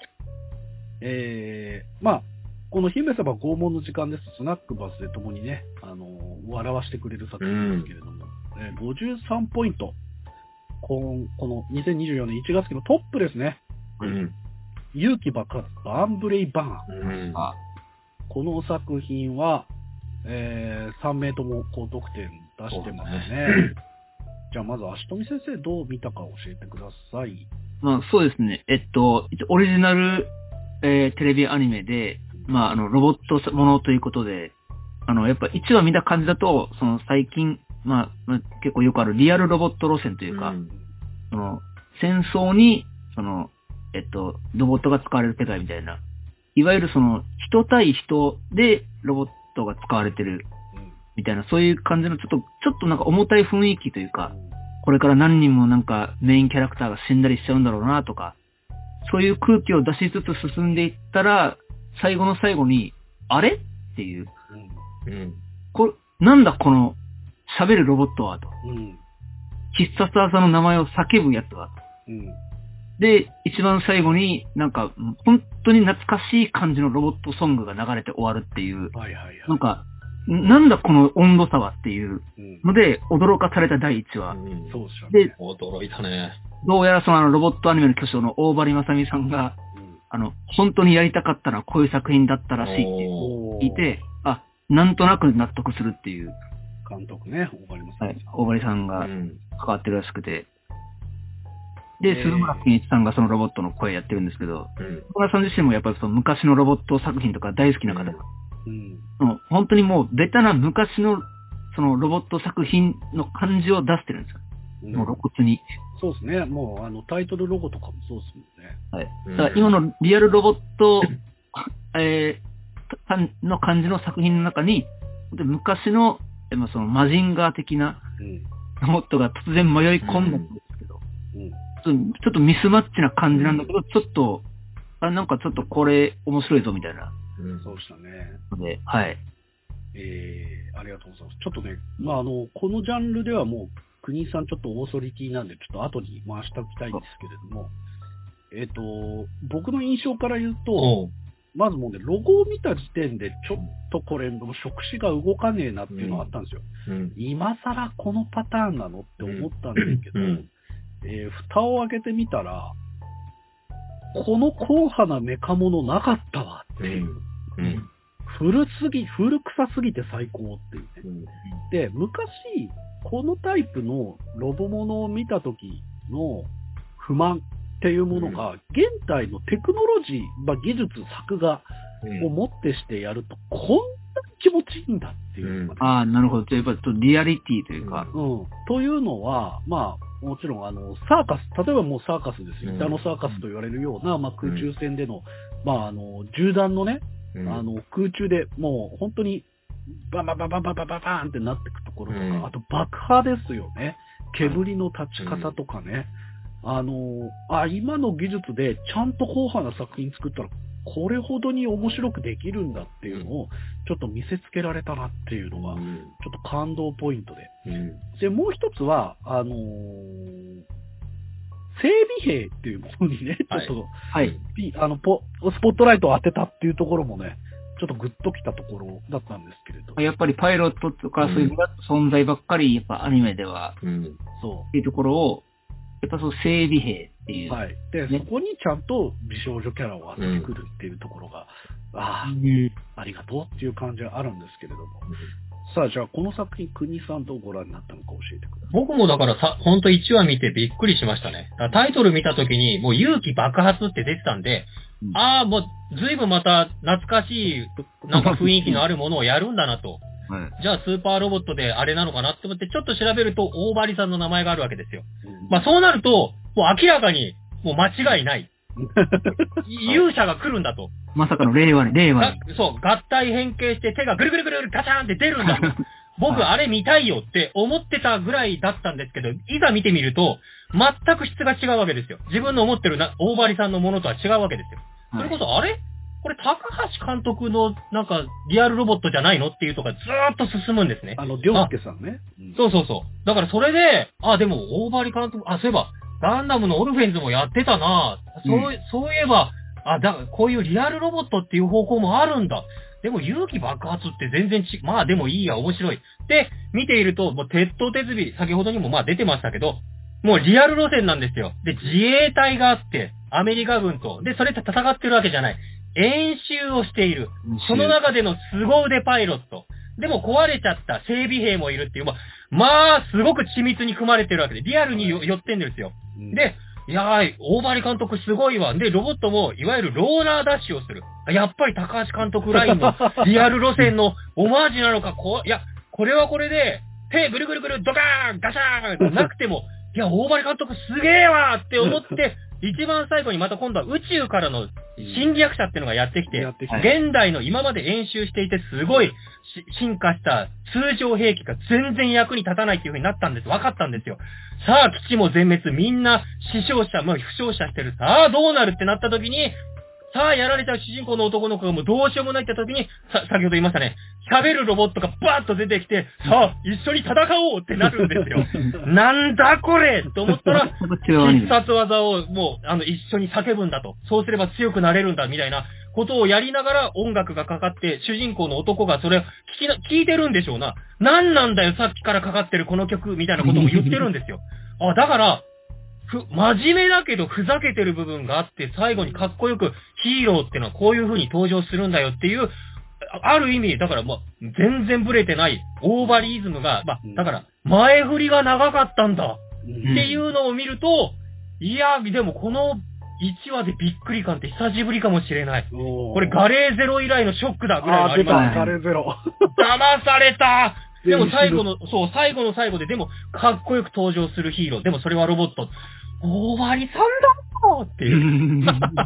へ。まあ、この姫様拷問の時間です。スナックバスでともにね、笑わしてくれる作品ですけれども、53ポイント。この2024年1月期のトップですね。勇気爆発、バーンブレイバーン。この作品は、3名とも高得点出してますね。じゃあまず、足富先生どう見たか教えてください。 まあそうですね。オリジナル、テレビアニメで、まあロボットものということで、やっぱ1話見た感じだと、その最近、まあ、結構よくあるリアルロボット路線というか、戦争に、ロボットが使われる世界みたいな、いわゆる人対人でロボットが使われてる、みたいな、そういう感じのちょっとなんか重たい雰囲気というか、これから何人もなんかメインキャラクターが死んだりしちゃうんだろうなとか、そういう空気を出しつつ進んでいったら、最後の最後に、あれっていう、なんだこの喋るロボットはと、必殺技の名前を叫ぶやつは、で、一番最後になんか本当に懐かしい感じのロボットソングが流れて終わるっていう、なんか、なんだこの温度差はっていうので、驚かされた第1話。 で、驚いたね。 どうやらロボットアニメの巨匠の大張正美さんが、本当にやりたかったのはこういう作品だったらしいって聞いて、なんとなく納得するっていう。 監督ね、大張正美さん。 はい、大張さんが関わってるらしくて。で、鈴村健一さんがそのロボットの声やってるんですけど、小村さん自身もやっぱりその昔のロボット作品とか大好きな方が、本当にもうベタな昔のそのロボット作品の感じを出してるんですよ。もう露骨に。 そうですね。もうタイトルロゴとかもそうですもんね。 はい。だから今のリアルロボット、の感じの作品の中に、昔の、そのマジンガー的なロボットが突然迷い込んだんですけど、ちょっとミスマッチな感じなんだけど、ちょっと、なんかちょっとこれ面白いぞみたいな。 そうでしたね。 で、はい。 ありがとうございます。ちょっとね、まあこのジャンルではもう、国井さんちょっとオーソリティなんで、ちょっと後に回しておきたいんですけれども、僕の印象から言うと、まずもうね、ロゴを見た時点で、ちょっとこれ、触手が動かねえなっていうのがあったんですよ。今更このパターンなのって思ったんですけど、蓋を開けてみたら、この硬派なメカモノなかったわっていう。古臭すぎて最高っていうね。で、昔、このタイプのロボモノを見た時の不満っていうものが、現代のテクノロジー、技術、作画をもってしてやると、こんなに気持ちいいんだっていうのが、 なるほど。やっぱりリアリティというか。 というのは、まあ、もちろん、サーカス、例えばもうサーカスですよ。板のサーカスと言われるような、空中戦での、銃弾のね、空中でもう本当に、バンってなっていくところとか、あと爆破ですよね。煙の立ち方とかね。今の技術でちゃんと硬派な作品作ったら、これほどに面白くできるんだっていうのを、ちょっと見せつけられたなっていうのが、ちょっと感動ポイントで。で、もう一つは、整備兵っていうものにね、ちょっと、スポットライトを当てたっていうところもね、ちょっとグッときたところだったんですけれど。 やっぱりパイロットとかそういう存在ばっかり、やっぱアニメでは、そう。っていうところを、やっぱそう整備兵っていう。 はい。で、そこにちゃんと美少女キャラを当ててくるっていうところが、ありがとうっていう感じはあるんですけれども。さあ、じゃあこの作品、国さんどうご覧になったのか教えてください。 僕もだからほんと1話見てびっくりしましたね。タイトル見たときに、もう勇気爆発って出てたんで、もう随分また懐かしい、なんか雰囲気のあるものをやるんだなと。じゃあスーパーロボットであれなのかなって思ってちょっと調べると大張さんの名前があるわけですよ。そうなると、もう明らかにもう間違いない。勇者が来るんだと。 まさかの令和に。 そう、合体変形して手がぐるぐるぐるぐるガチャーンって出るんだと。僕、あれ見たいよって思ってたぐらいだったんですけど、いざ見てみると、全く質が違うわけですよ。自分の思ってる大張さんのものとは違うわけですよ。それこそ、あれこれ、高橋監督の、なんか、リアルロボットじゃないのっていうとか、ずーっと進むんですね。 りょうすけさんね。 そう。だから、それで、でも、大張監督、そういえば、ガンダムのオルフェンズもやってたな、そういえば、こういうリアルロボットっていう方向もあるんだ。でも勇気爆発って全然まあでもいいや、面白い。で、見ていると、もう鉄頭鉄尾、先ほどにも出てましたけど、もうリアル路線なんですよ。で、自衛隊があって、アメリカ軍と、で、それと戦ってるわけじゃない。演習をしている。その中での凄腕パイロット。でも壊れちゃった整備兵もいるっていう、すごく緻密に組まれてるわけで、リアルに寄ってんですよ。で、大張監督すごいわ。で、ロボットも、いわゆるローラーダッシュをする。やっぱり高橋監督ラインのリアル路線のオマージュなのか、これはこれで、手ぐるぐるぐるドカーンガシャーンなくても、大張監督すげえわって思って、一番最後にまた今度は宇宙からの侵略者っていうのがやってきて、現代の今まで演習していてすごい進化した通常兵器が全然役に立たないっていう風になったんです。分かったんですよ。さあ、基地も全滅、みんな死傷者、負傷者してる。さあ、どうなるってなった時に、さあ、やられちゃう主人公の男の子がもうどうしようもないって時に、先ほど言いましたね。喋るロボットがバーッと出てきて、さあ、一緒に戦おうってなるんですよ。なんだこれと思ったら、必殺技をもう、一緒に叫ぶんだと。そうすれば強くなれるんだ、みたいなことをやりながら音楽がかかって、主人公の男がそれを聞いてるんでしょうな。なんなんだよ、さっきからかかってるこの曲、みたいなことも言ってるんですよ。だから、真面目だけどふざけてる部分があって、最後にかっこよくヒーローってのはこういう風に登場するんだよっていう、ある意味、だから全然ブレてないオーバリズムが、だから前振りが長かったんだっていうのを見ると、でもこの1話でびっくり感って久しぶりかもしれない。これガレーゼロ以来のショックだぐらいのありますね。 ガレーゼロ。 騙されたでも最後の最後で、でも、かっこよく登場するヒーロー。でもそれはロボット。大張さんだっていう。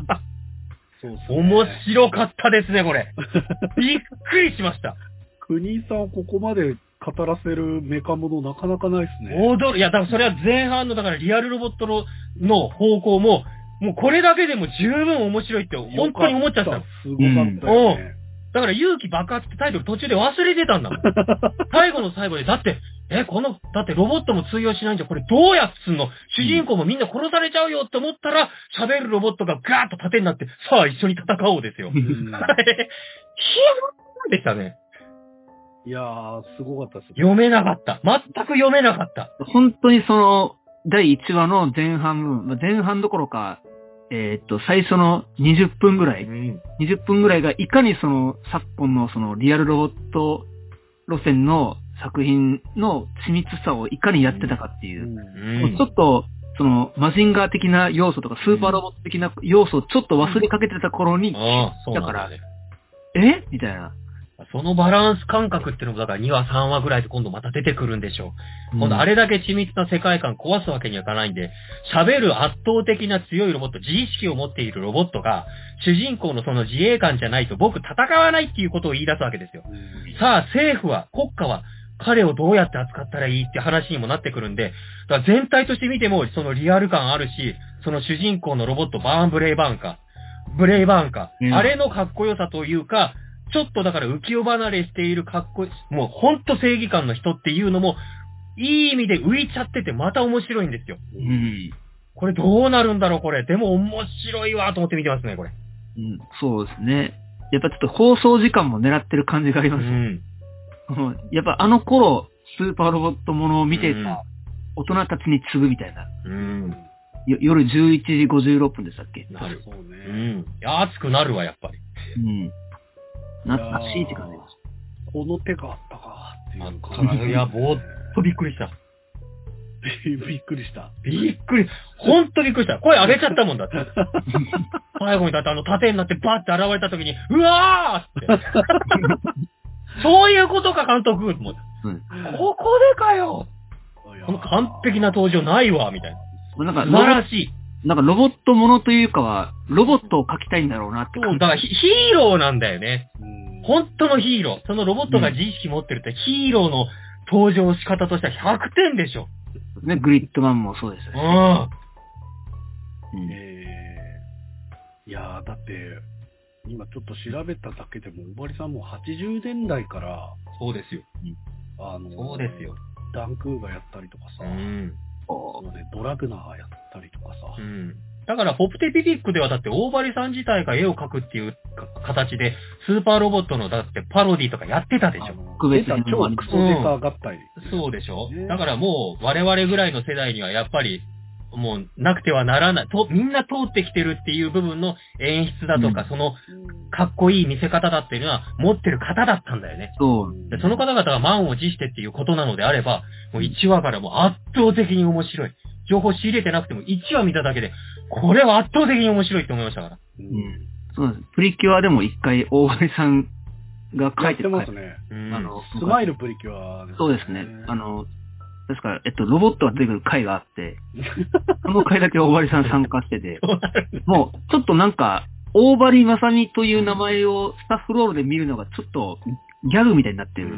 面白かったですね、これ。びっくりしました。 国井さんをここまで語らせるメカものなかなかないですね。 いや、だからそれは前半の、だからリアルロボットの方向も、もうこれだけでも十分面白いって本当に思っちゃった。 すごかったよね。 だから勇気爆発ってタイトル途中で忘れてたんだもん。最後の最後で、だってロボットも通用しないんじゃ、これどうやっつんの？主人公もみんな殺されちゃうよって思ったら、喋るロボットがガーッと盾になって、さあ一緒に戦おうですよ。ヒヤーでしたね。 いやー、すごかったですね。 読めなかった。全く読めなかった。 本当に第1話の前半どころか、最初の20分ぐらい、20分ぐらいがいかに昨今のリアルロボット路線の作品の緻密さをいかにやってたかっていう、ちょっと、マジンガー的な要素とかスーパーロボット的な要素をちょっと忘れかけてた頃に、だから、みたいな。 そのバランス感覚っていうのも、だから2話、3話ぐらいで今度また出てくるんでしょう。今度あれだけ緻密な世界観壊すわけにはいかないんで、喋る圧倒的な強いロボット、自意識を持っているロボットが、主人公のその自衛官じゃないと僕戦わないっていうことを言い出すわけですよ。さあ、政府は、国家は、彼をどうやって扱ったらいいって話にもなってくるんで、だから全体として見ても、そのリアル感あるし、その主人公のロボット、ブレイバーンか、あれのかっこよさというか、ちょっとだから浮世離れしているかっこいい、もうほんと正義感の人っていうのも、いい意味で浮いちゃっててまた面白いんですよ。これどうなるんだろう、これ。でも面白いわと思って見てますね、これ。 そうですね。やっぱちょっと放送時間も狙ってる感じがあります。やっぱあの頃、スーパーロボットものを見てた大人たちに次ぐみたいな。夜11時56分でしたっけ？ なるほどね。熱くなるわ、やっぱり。 懐かしいって感じです。 この手があったかっていう感じ。 いや、ぼーっとびっくりした。 びっくりした。 ほんとびっくりした。声上げちゃったもんだって。最後にだって盾になってバーって現れた時に、うわーって。そういうことか、監督と思って。ここでかよ。この完璧な登場ないわ、みたいな。素晴らしい。 なんかロボットものというかは、ロボットを描きたいんだろうなってそう、だからヒーローなんだよね。本当のヒーロー。そのロボットが自意識持ってるってヒーローの登場仕方としては100点でしょ。 ね、グリッドマンもそうですよね。 いやー、だって、今ちょっと調べただけでも、おばりさんも80年代から、 そうですよ。そうですよ。 ダンクーがやったりとかさ、ドラグナーやったりとかさ。 だから、ポプテピピックではだって、大張さん自体が絵を描くっていう形で、スーパーロボットのだってパロディとかやってたでしょ。 超クソデカ合体、 そうでしょ。だからもう、我々ぐらいの世代にはやっぱり、もう、なくてはならない。みんな通ってきてるっていう部分の演出だとか、その、かっこいい見せ方だっていうのは、持ってる方だったんだよね。でその方々が満を持してっていうことなのであれば、もう1話からもう圧倒的に面白い。情報仕入れてなくても1話見ただけで、これは圧倒的に面白いって思いましたから。 そうです。プリキュアでも一回大張さんが書いてますね。スマイルプリキュアですね。 そうですね。ですから、ロボットが出てくる回があって、その回だけ大張さん参加してて、もう、ちょっとなんか、大張まさみという名前をスタッフロールで見るのがちょっとギャグみたいになってる。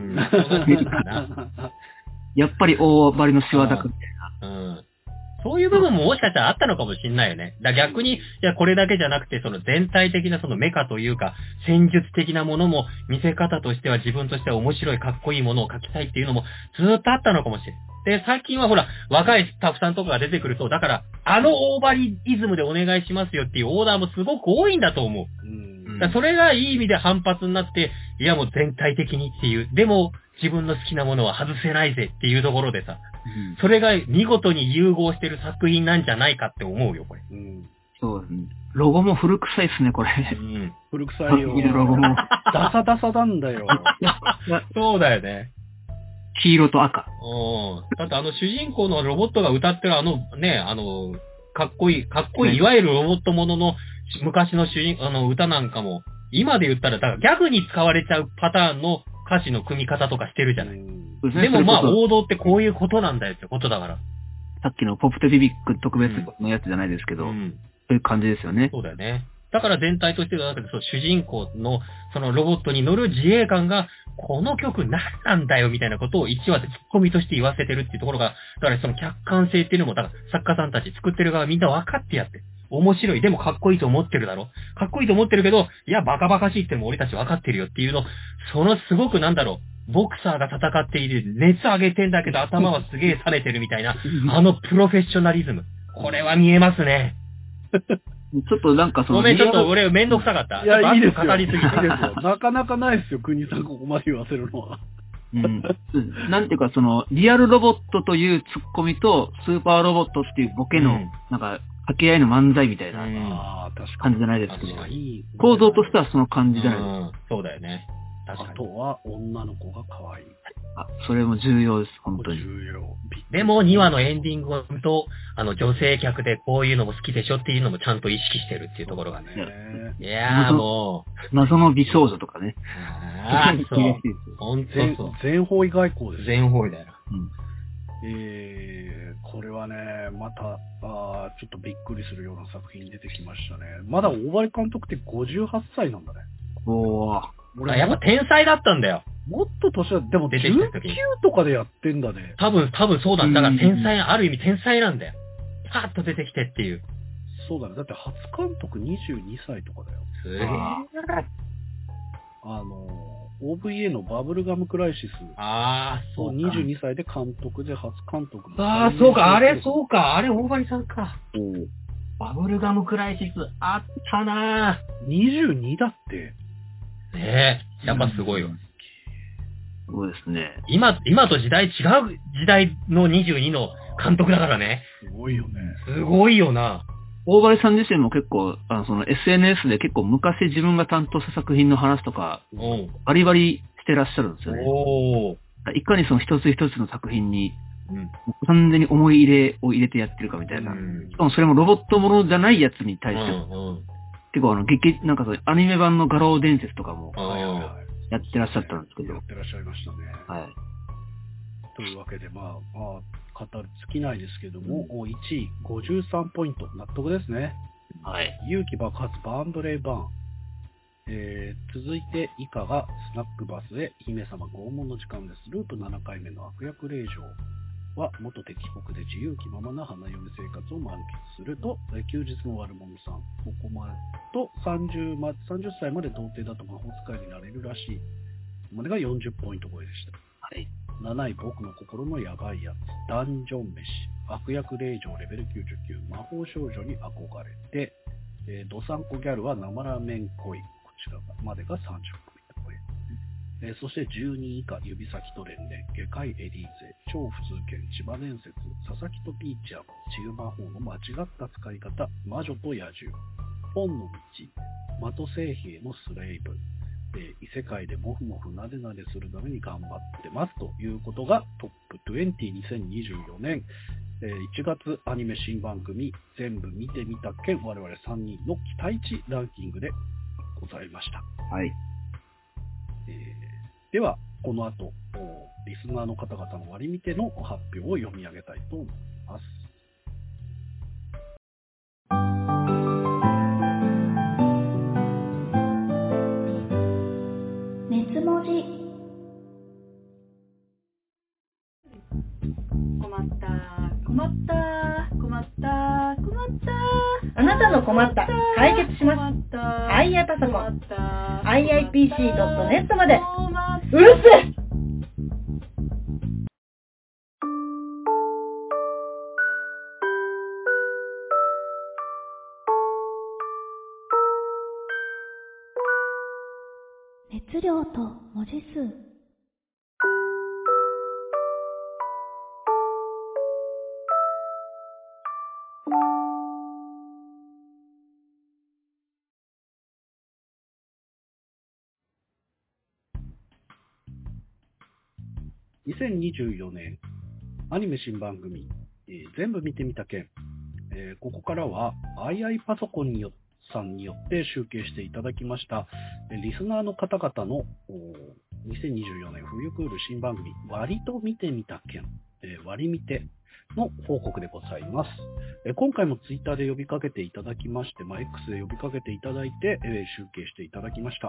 やっぱり大張の仕業だくみたいな。 そういう部分ももしかしたらあったのかもしれないよね。逆に、これだけじゃなくて、その全体的なそのメカというか、戦術的なものも、見せ方としては自分としては面白い、かっこいいものを描きたいっていうのも、ずーっとあったのかもしれない。で、最近はほら、若いスタッフさんとかが出てくると、だから、大張イズムでお願いしますよっていうオーダーもすごく多いんだと思う。だそれがいい意味で反発になって、いやもう全体的にっていう、でも自分の好きなものは外せないぜっていうところでさ、それが見事に融合してる作品なんじゃないかって思うよ、これ。 そうですね。ロゴも古臭いっすね、これ。 古臭いよ。 ロゴも。 ダサダサなんだよ。 そうだよね。 黄色と赤。 だって主人公のロボットが歌ってるかっこいい、いわゆるロボットものの昔の歌なんかも、今で言ったら、だからギャグに使われちゃうパターンの歌詞の組み方とかしてるじゃない。でもまあ王道ってこういうことなんだよってことだから。 さっきのポプテビビック特別のやつじゃないですけど、そういう感じですよね。 そうだよね。だから全体としては、主人公のそのロボットに乗る自衛官が、この曲何なんだよみたいなことを1話でツッコミとして言わせてるっていうところが、だからその客観性っていうのも、だから作家さんたち作ってる側みんな分かってやって。面白い。でもかっこいいと思ってるだろ。かっこいいと思ってるけど、いや、バカバカしいってのも俺たち分かってるよっていうの、そのすごくボクサーが戦っている、熱上げてんだけど頭はすげえ冷めてるみたいな、プロフェッショナリズム。これは見えますね。 ちょっとなんかごめん、ちょっと俺めんどくさかった。 いや、いいですよ。 語りすぎて。 なかなかないですよ、国さんここまで言わせるのは。 なんていうか、リアルロボットというツッコミと、スーパーロボットっていうボケの、なんか、掛け合いの漫才みたいな感じじゃないですけど、構造としてはその感じじゃないですか。 そうだよね。 あとは、女の子が可愛い。 それも重要です、本当に。 重要。 でも、2話のエンディングと、女性客でこういうのも好きでしょっていうのもちゃんと意識してるっていうところがね。いやーもう。謎の美少女とかね。 そう。本当そう。 全方位外交です。 全方位だよ。 これはね、また、ちょっとびっくりするような作品出てきましたね。まだ大張監督って58歳なんだね。 やっぱ天才だったんだよ。 もっと年は、でも19とかでやってんだね。 多分そうだ。だから天才、ある意味天才なんだよ。パーッと出てきてっていう。 そうだね。だって初監督22歳とかだよ。 すげえ。 OVA のバブルガムクライシス。 そう。 22歳で監督で初監督。 そうか。あれ大張さんか。バブルガムクライシス、あったなぁ。 22だって。 ねえ。やっぱすごいよ。 そうですね。 今と違う時代の22の監督だからね。 すごいよね。 すごいよな。 大張さん自身も結構、SNS で結構昔自分が担当した作品の話とか、バリバリしてらっしゃるんですよね。いかにその一つ一つの作品に、完全に思い入れを入れてやってるかみたいな。しかもそれもロボットものじゃないやつに対して、結構なんかそういうアニメ版の画廊伝説とかも、やってらっしゃったんですけど。 やってらっしゃいましたね。 はい。 というわけで、 語る尽きないですけども、1位53ポイント。納得ですね。 はい。 勇気爆発バーンブレイバーン。続いて以下がスナックバスへ姫様拷問の時間です。ループ7回目の悪役令嬢は元敵国で自由気ままな花嫁生活を満喫すると、休日の悪者さん、ここまでと30歳まで童貞だと魔法使いになれるらしいまでが40ポイント超えでした。 はい。 7位僕の心のヤバいやつ、ダンジョン飯、悪役令嬢レベル99、魔法少女に憧れて、ドサンコギャルは生ラーメン恋、こちらまでが30ポイント超え。そして12位以下、指先と連連、外科医エリーゼ、超普通犬、千葉伝説、佐々木とピーチャー、治癒魔法の間違った使い方、魔女と野獣、本の道、的聖兵のスレイブ、異世界でモフモフなでなでするために頑張ってますということがトップ202024年、1月アニメ新番組全部見てみた件我々3人の期待値ランキングでございました。 はい。 ではこの後リスナーの方々の割り見ての発表を読み上げたいと思います。 あなたの困った解決します。II パソコン iipc.net まで。うるせえ。 熱量と文字数。 2024年アニメ新番組、全部見てみた件、ここからは II パソコンさんによって集計していただきましたリスナーの方々の2024年冬クール新番組割と見てみた件、割見ての報告でございます。今回もツイッターで呼びかけていただきまして、X で呼びかけていただいて、集計していただきました。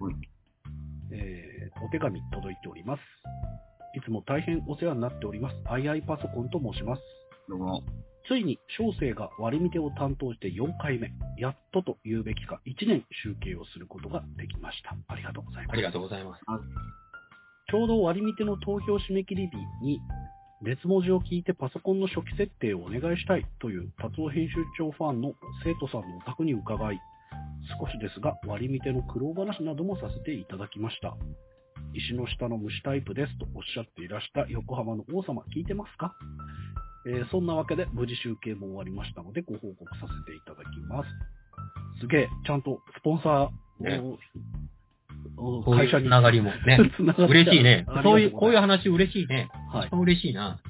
お手紙届いております。いつも大変お世話になっております。II パソコンと申します。 どうも。 ついに小生が割り見てを担当して4回目、やっとと言うべきか1年集計をすることができました。ありがとうございます。 ありがとうございます。 ちょうど割り見ての投票締め切り日に、熱文字を聞いてパソコンの初期設定をお願いしたいという達夫編集長ファンの生徒さんのお宅に伺い、少しですが割り見ての苦労話などもさせていただきました。石の下の虫タイプですとおっしゃっていらした横浜の王様聞いてますか？そんなわけで無事集計も終わりましたのでご報告させていただきます。すげえ、ちゃんとスポンサーを、会社につながりもね嬉しいね。こういう話嬉しいね。 はい。 嬉しいな。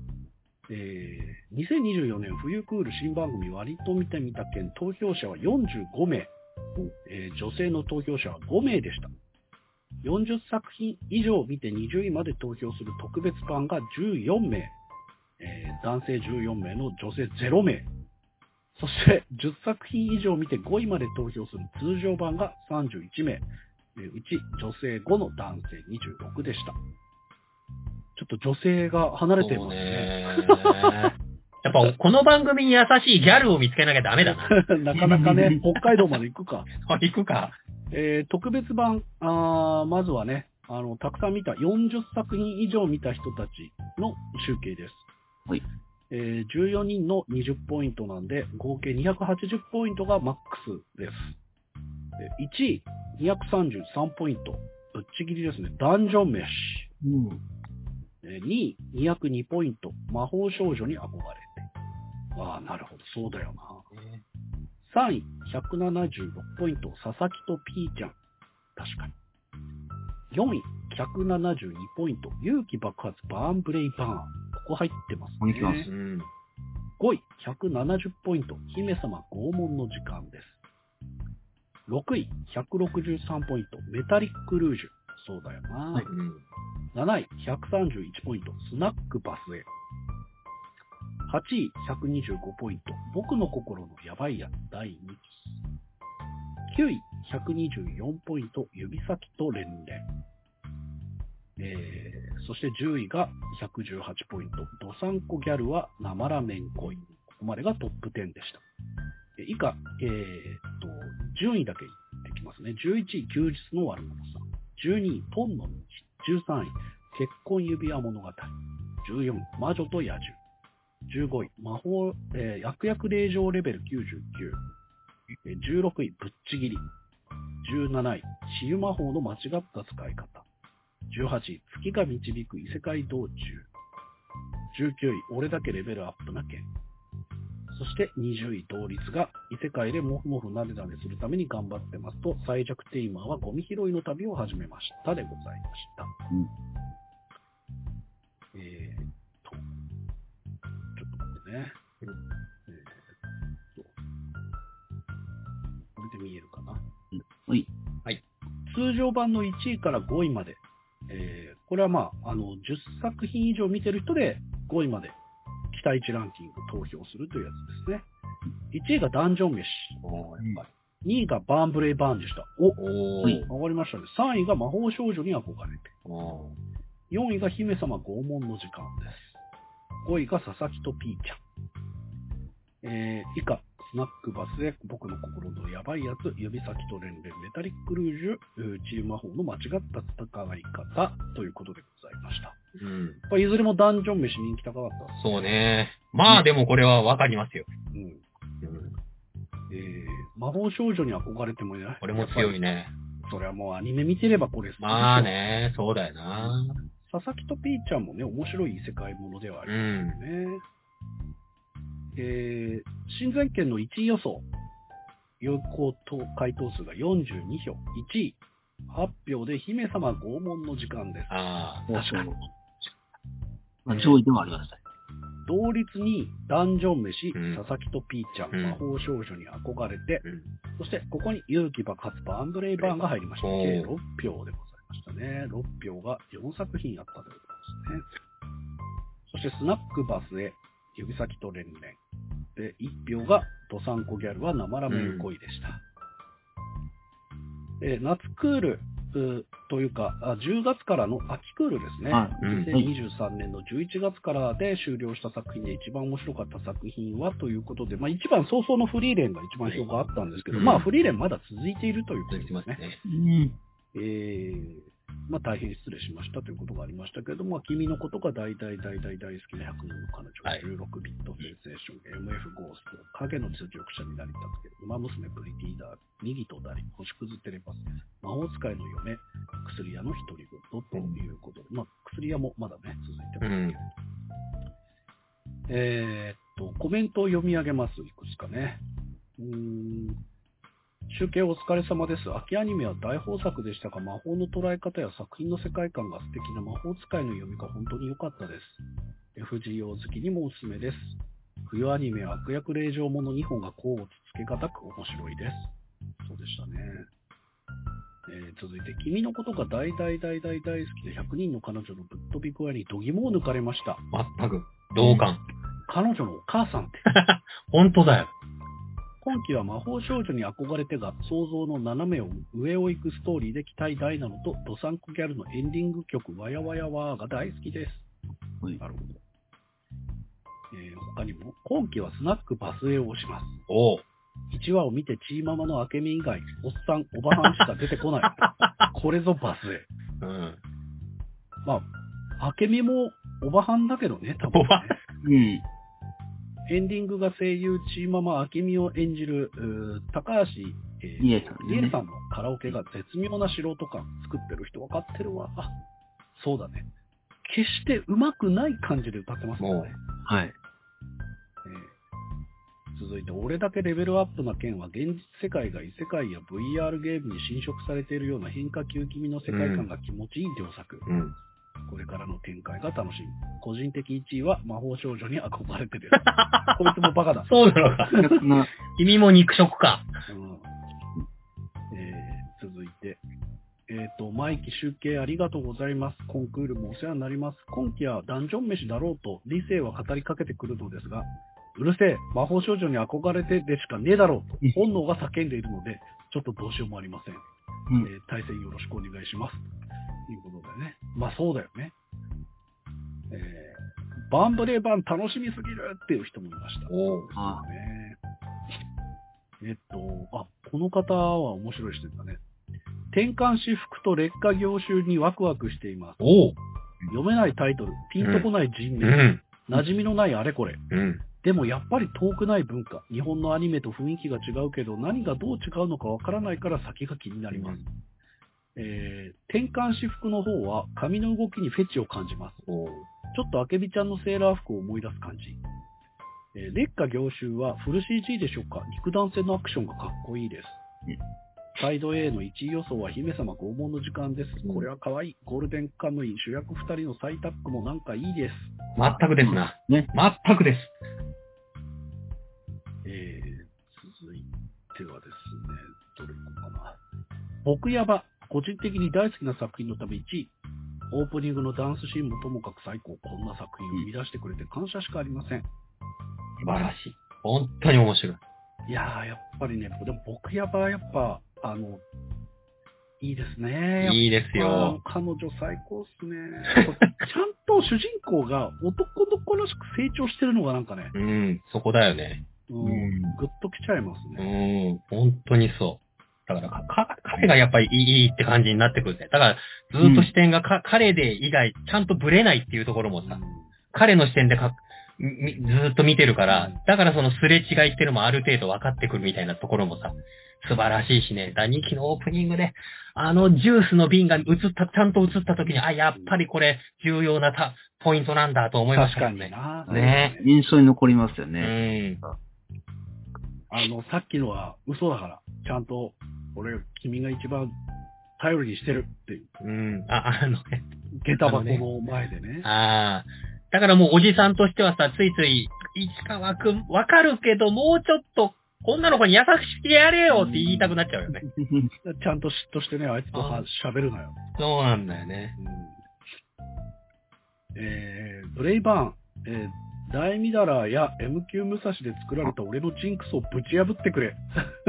2024年冬クール新番組割と見てみた件投票者は45名、女性の投票者は5名でした。40作品以上見て20位まで投票する特別版が14名、男性14名の女性0名、そして10作品以上見て5位まで投票する通常版が31名、うち女性5の男性26でした。ちょっと女性が離れてますね。 やっぱこの番組に優しいギャルを見つけなきゃダメだな。 なかなかね、北海道まで行くか。 行くか。 特別版、まずはね、たくさん見た、40作品以上見た人たちの集計です。 はい。 14人の20ポイントなんで、合計280ポイントがマックスです。1位、233ポイント。ぶっちぎりですね。ダンジョン飯。2位、202ポイント。魔法少女に憧れて。ああ、なるほど。そうだよな。3位、176ポイント。佐々木とピーちゃん。確かに。4位、172ポイント。勇気爆発バーンブレイバーン。ここ入ってますね。5位、170ポイント。姫様拷問の時間です。6位、163ポイント。メタリックルージュ。そうだよな。7位、131ポイント。スナックバスへ。 8位、125ポイント。僕の心のやばいやつ第2期。9位、124ポイント。指先と連連。そして10位が118ポイント。ドサンコギャルは生ラメン恋。ここまでがトップ10でした。以下、順位だけ言ってきますね。11位、休日の悪者さん。12位、ポンの道。13位、結婚指輪物語。14位、魔女と野獣。15位、魔法、悪役令状レベル99。16位、ぶっちぎり。17位、治癒魔法の間違った使い方。18位、月が導く異世界道中。19位、俺だけレベルアップな剣。そして20位、同率が異世界でモフモフなでなでするために頑張ってますと、最弱テイマーはゴミ拾いの旅を始めましたでございました。ちょっと待ってね。これで見えるかな。 はい。 はい。 通常版の1位から5位まで。これは10作品以上見てる人で5位まで期待値ランキング投票するというやつですね。1位がダンジョン飯。2位がバーンブレイバーンでした。上がりましたね。3位が魔法少女に憧れて。4位が姫様拷問の時間です。5位が佐々木とピーちゃん。以下、スナックバスで僕の心のやばいやつ、指先と連連、メタリックルージュ、治癒魔法の間違った戦い方ということでございました。いずれもダンジョン飯人気高かったです。 そうね。まあでもこれはわかりますよ。 魔法少女に憧れてもね。 これも強いね。 それはもうアニメ見てればこれ。 まあね、そうだよな。 佐々木とピーちゃんもね、面白い異世界ものではありますよね。新前県の1位予想。有効回答数が42票。1位。発表で姫様拷問の時間です。 確かに。上位でもありました。 同率にダンジョン飯、佐々木とピーちゃん、魔法少女に憧れて、そしてここに勇気爆発バーンブレイバーンが入りました。計6票でございましたね。6票が4作品あったということですね。そしてスナックバスへ指先と連連。で、1票がドサンコギャルは生ラメン恋でした。夏クールというか、10月からの秋クールですね。2023年の11月からで終了した作品で一番面白かった作品はということで、一番早々のフリーレンが一番評価あったんですけど、フリーレンまだ続いているということですね。大変失礼しましたということがありましたけれども、君のことが大好きな100人の彼女、16ビットセンセーション、MF ゴースト、影の通力者になりたくて、馬娘プリティーダー、右とダリ、星屑テレパス、魔法使いの嫁、薬屋の独り言ということで、薬屋もまだね、続いてますけど。コメントを読み上げます、いくつかね。集計お疲れ様です。秋アニメは大豊作でしたが、魔法の捉え方や作品の世界観が素敵な魔法使いの読みが本当に良かったです。FGO 好きにもおすすめです。冬アニメは悪役令状もの2本が甲をつけがたく面白いです。そうでしたね。続いて、君のことが大好きで100人の彼女のぶっ飛び具合に度肝を抜かれました。 全く同感。 彼女のお母さんって。 本当だよ。 今期は魔法少女に憧れてが想像の斜めを上を行くストーリーで期待大なのと、ドサンコギャルのエンディング曲わやわやわーが大好きです。なるほど。他にも、今期はスナックバスへをします。1話を見てチーママの明美以外、おっさん、おばはんしか出てこない。これぞバスへ。明美もおばはんだけどね、多分ね。エンディングが声優チーママ明美を演じる高橋理恵さんのカラオケが絶妙な素人感作ってる人分かってるわ。そうだね。決して上手くない感じで歌ってますもんね。 はい。 続いて、俺だけレベルアップな件は現実世界が異世界や VR ゲームに侵食されているような変化球気味の世界観が気持ちいい良作。これからの展開が楽しみ。個人的1位は魔法少女に憧れてる。こいつもバカだ。 そうなのか。君も肉食か。 続いて、 毎期集計ありがとうございます。コンクールもお世話になります。今期はダンジョン飯だろうと理性は語りかけてくるのですが、うるせえ、魔法少女に憧れてでしかねえだろうと本能が叫んでいるので、ちょっとどうしようもありません。対戦よろしくお願いします。ということでね。まあそうだよね。バンブレーバン楽しみすぎるっていう人もいました。この方は面白い人だね。転換私服と劣化業種にワクワクしています。読めないタイトル、ピンとこない人名、馴染みのないあれこれ。でもやっぱり遠くない文化。日本のアニメと雰囲気が違うけど、何がどう違うのかわからないから先が気になります。転換私服の方は髪の動きにフェチを感じます。ちょっとあけびちゃんのセーラー服を思い出す感じ。劣化業種はフル CG でしょうか。肉弾戦のアクションがかっこいいです。サイド A の1位予想は姫様拷問の時間です。これは可愛い。ゴールデンカムイ主役2人の再タッグもなんかいいです。 全くですな。ね。全くです。 続いてはですね、どれかな。僕やば。個人的に大好きな作品のため1位。オープニングのダンスシーンもともかく最高。こんな作品を生み出してくれて感謝しかありません。 素晴らしい。本当に面白い。 いやー、やっぱりね、でも僕やばやっぱ、いいですね。 いいですよ。 彼女最高っすね。ちゃんと主人公が男の子らしく成長してるのがなんかね。 そこだよね。 グッときちゃいますね。 本当にそう。だから彼がやっぱりいいって感じになってくるね。だからずっと視点が彼で以外ちゃんとブレないっていうところもさ、彼の視点でずっと見てるから、だからそのすれ違いっていうのもある程度分かってくるみたいなところもさ、素晴らしいしね。2期のオープニングで、ジュースの瓶がちゃんと映った時に、やっぱりこれ重要なポイントなんだと思いましたね。 確かにね。印象に残りますよね。 さっきのは嘘だから、ちゃんと、君が一番頼りにしてるっていう。下駄箱の前でね。 だからもうおじさんとしてはさ、ついつい、市川くん、わかるけど、もうちょっと、女の子に優しくやれよって言いたくなっちゃうよね。 ちゃんと嫉妬してね、あいつと喋るなよ。 そうなんだよね。 ブレイバーン、大ミダラーや M 級武蔵で作られた俺のジンクスをぶち破ってくれ。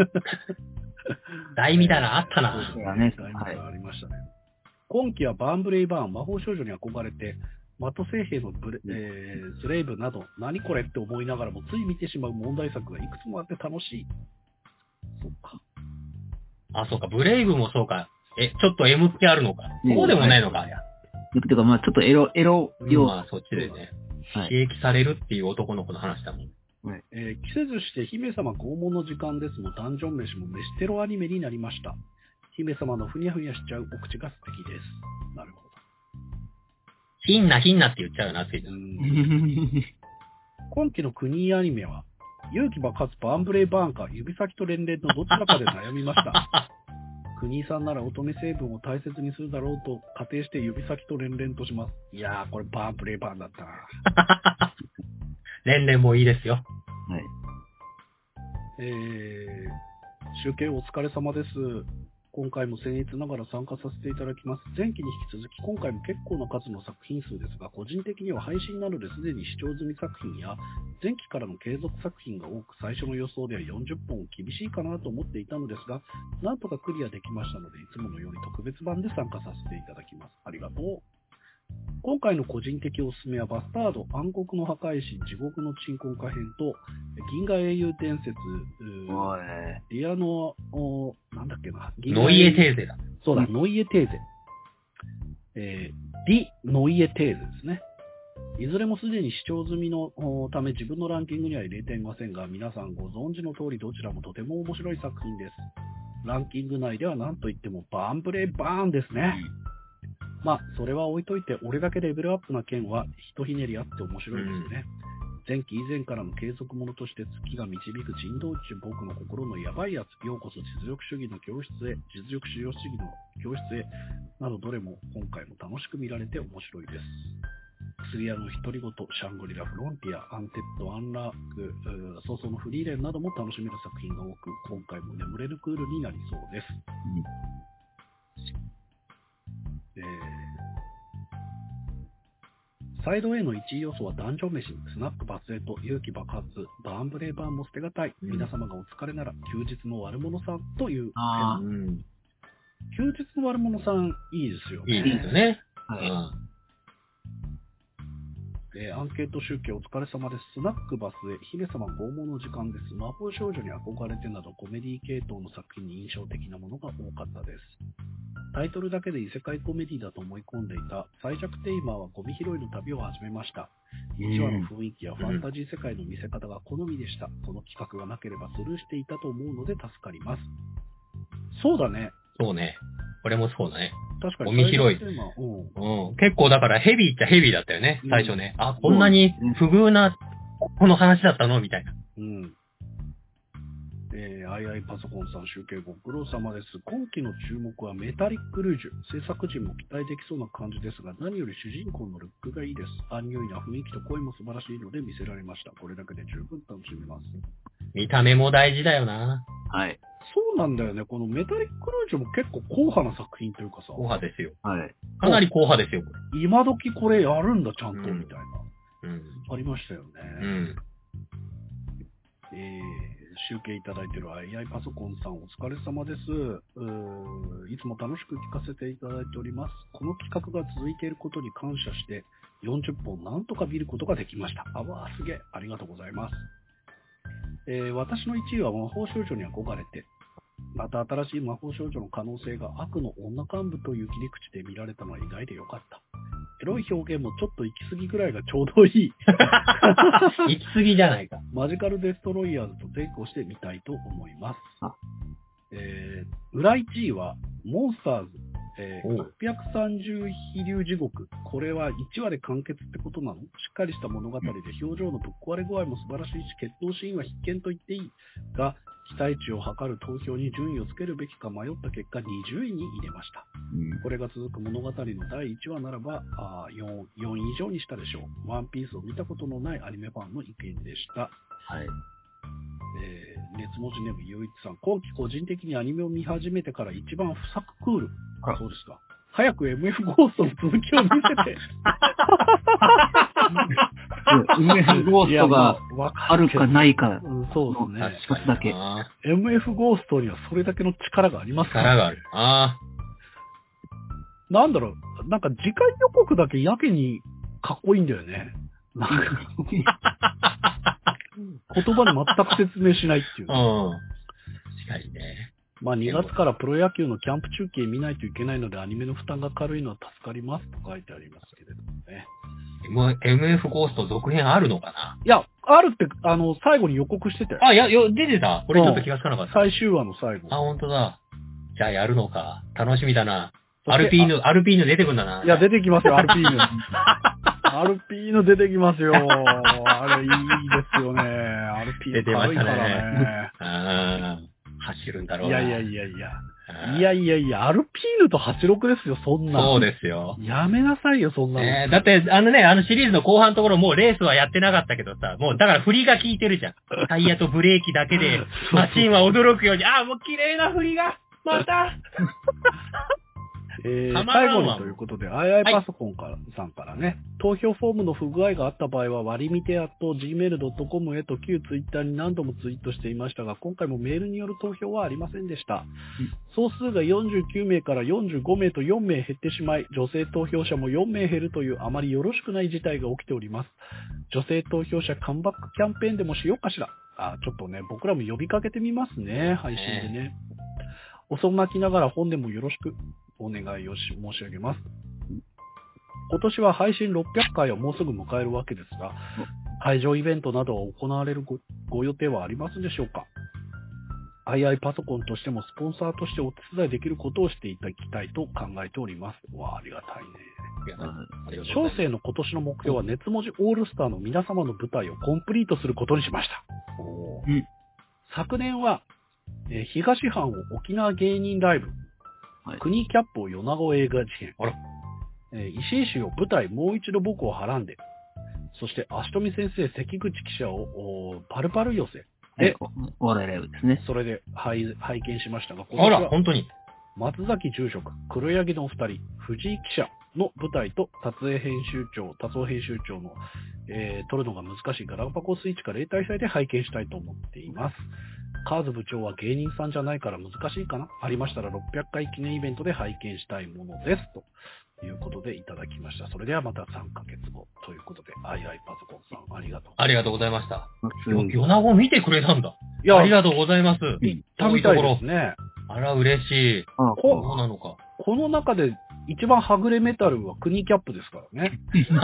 大ミダラーあったな。 そうだね。大ミダラーありましたね。今期はバーンブレイバーン、魔法少女に憧れて、マト聖兵のスレイブなど、何これって思いながらもつい見てしまう問題作がいくつもあって楽しい。そうか。 そうか。ブレイブもそうか。ちょっと M ってあるのか。そうでもないのか。 てか、まあちょっとエロ要そっちでね。刺激されるっていう男の子の話だもん。 着せずして姫様拷問の時間ですもダンジョン飯も飯テロアニメになりました。姫様のふにゃふにゃしちゃうお口が素敵です。なるほど。 ひんなって言っちゃうな、ついて。 今期の国アニメは、勇気爆発バーンブレイバーンか指先と連連のどちらかで悩みました。国さんなら乙女成分を大切にするだろうと仮定して指先と連連とします。いやー、これバーンブレイバーンだったな。 連連もいいですよ。はい。 集計お疲れ様です。今回も僭越ながら参加させていただきます。前期に引き続き、今回も結構な数の作品数ですが、個人的には配信などですでに視聴済み作品や、前期からの継続作品が多く、最初の予想では40本厳しいかなと思っていたのですが、なんとかクリアできましたので、いつものように特別版で参加させていただきます。ありがとう。今回の個人的おすすめはバスタード、暗黒の破壊神、地獄の鎮魂歌編と、銀河英雄伝説、リアの、なんだっけな。 ノイエテーゼだ。 そうだ、ノイエテーゼ。ノイエテーゼですね。いずれもすでに視聴済みのため自分のランキングには入れていませんが、皆さんご存知の通りどちらもとても面白い作品です。ランキング内では何といってもバーンブレイバーンですね。まあ、それは置いといて、俺だけレベルアップな件は、ひとひねりあって面白いですね。前期以前からの継続ものとして月が導く人道中僕の心のヤバいやつ、ようこそ実力主義の教室へ、実力主義の教室へ、などどれも今回も楽しく見られて面白いです。薬屋の独り言、シャングリラ、フロンティア、アンテッド、アンラーク、早々のフリーレンなども楽しめる作品が多く、今回も眠れるクールになりそうです。 サイド A の1位要素はダンジョン飯、スナックバスエと勇気爆発、バーンブレイバーンも捨てがたい、皆様がお疲れなら休日の悪者さんという。休日の悪者さんいいですよね。 いいですよね。はい。 アンケート集計お疲れ様です。スナックバスへ姫様拷問の時間です。魔法少女に憧れてなどコメディ系統の作品に印象的なものが多かったです。タイトルだけで異世界コメディだと思い込んでいた最弱テイマーはゴミ拾いの旅を始めました。1話の雰囲気やファンタジー世界の見せ方が好みでした。この企画がなければスルーしていたと思うので助かります。そうだね。 そうね。これもそうだね。 確かに。 ゴミ拾い。結構だからヘビーっちゃヘビーだったよね、最初ね。こんなに不遇なこの話だったのみたいな。 アイアイパソコンさん集計ご苦労様です。今期の注目はメタリックルージュ。制作陣も期待できそうな感じですが、何より主人公のルックがいいです。アンニュイな雰囲気と声も素晴らしいので見せられました。これだけで十分楽しめます。 見た目も大事だよな。 はい。そうなんだよね。このメタリックルージュも結構硬派な作品というかさ。 硬派ですよ。 はい。 かなり硬派ですよ。 今時これやるんだ、ちゃんと、みたいな。ありましたよね。集計いただいている AI パソコンさんお疲れ様です。いつも楽しく聞かせていただいております。この企画が続いていることに感謝して40本なんとか見ることができました。すげえ。ありがとうございます。私の1位は魔法少女に憧れて、また新しい魔法少女の可能性が悪の女幹部という切り口で見られたのは意外でよかった。エロい表現もちょっと行き過ぎぐらいがちょうどいい。 行き過ぎじゃないか。 マジカルデストロイヤーズとテイクをしてみたいと思います。裏1位はモンスターズ、630飛竜地獄。これは1話で完結ってことなの？しっかりした物語で表情のぶっ壊れ具合も素晴らしいし、決闘シーンは必見と言っていいが、期待値を測る投票に順位をつけるべきか迷った結果20位に入れました。これが続く物語の第1話ならば4位以上にしたでしょう。ワンピースを見たことのないアニメファンの意見でした。はい。熱文字ネームゆういちさん、今期個人的にアニメを見始めてから一番不作クール。そうですか。早く MF ゴーストの続きを見せて。 MF ゴーストがあるかないかそうですね。 一つだけ。 MF ゴーストにはそれだけの力がありますから、 力がある。 なんだろう、なんか次回予告だけやけにかっこいいんだよね。なんか言葉で全く説明しないっていう。 確かにね。 まあ2月からプロ野球のキャンプ中継見ないといけないのでアニメの負担が軽いのは助かりますと書いてありますけれどもね。 MF ゴースト続編あるのかな？ いや、あるって、最後に予告してたよ。出てた？俺ちょっと気がつかなかった。 最終話の最後。 本当だ。じゃあやるのか。楽しみだな。アルピーヌ出てくんだな。 いや、出てきますよ、アルピーヌ。アルピーヌ出てきますよ。あれいいですよね。アルピーヌ軽いからね。 走るんだろうな。 いや、アルピーヌと86ですよ、そんな。 そうですよ。 やめなさいよ、そんなの。 だって、シリーズの後半のところもうレースはやってなかったけどさ、もうだから振りが効いてるじゃん。タイヤとブレーキだけで、マシンは驚くように、もう綺麗な振りが、また最後にということで、アイパソコンさんからね、投票フォームの不具合があった場合は、割り見て@gmail.com へと旧ツイッターに何度もツイートしていましたが、今回もメールによる投票はありませんでした。総数が49名から45名と4名減ってしまい、女性投票者も4名減るというあまりよろしくない事態が起きております。女性投票者カムバックキャンペーンでもしようかしら。ちょっとね、僕らも呼びかけてみますね、配信でね。遅まきながら本年もよろしくお願いを申し上げます。今年は配信600回をもうすぐ迎えるわけですが、会場イベントなどは行われる ご予定はありますでしょうか？ II パソコンとしてもスポンサーとしてお手伝いできることをしていただきたいと考えております。ありがたいね。小生の今年の目標は熱文字オールスターの皆様の舞台をコンプリートすることにしました。昨年は東藩を沖縄芸人ライブ、国キャップを米子映画事変、石井氏を舞台もう一度僕をはらんで、そして足富先生関口記者をパルパル寄せで、 お笑いライブですね。 それで拝見しましたが、 本当に松崎住職、黒柳のお二人、藤井記者の舞台と、達夫編集長の、撮るのが難しいガラパゴスイッチか例大祭で拝見したいと思っています。カーズ部長は芸人さんじゃないから難しいかな？ありましたら600回記念イベントで拝見したいものです。ということでいただきました。それではまた3ヶ月後ということで、アイアイパソコンさんありがとう。 ありがとうございました。米子見てくれたんだ。 いや、 ありがとうございます。 行ったみたいですね。 あら、嬉しい。そうなのか。 この中で一番はぐれメタルは国キャップですからね。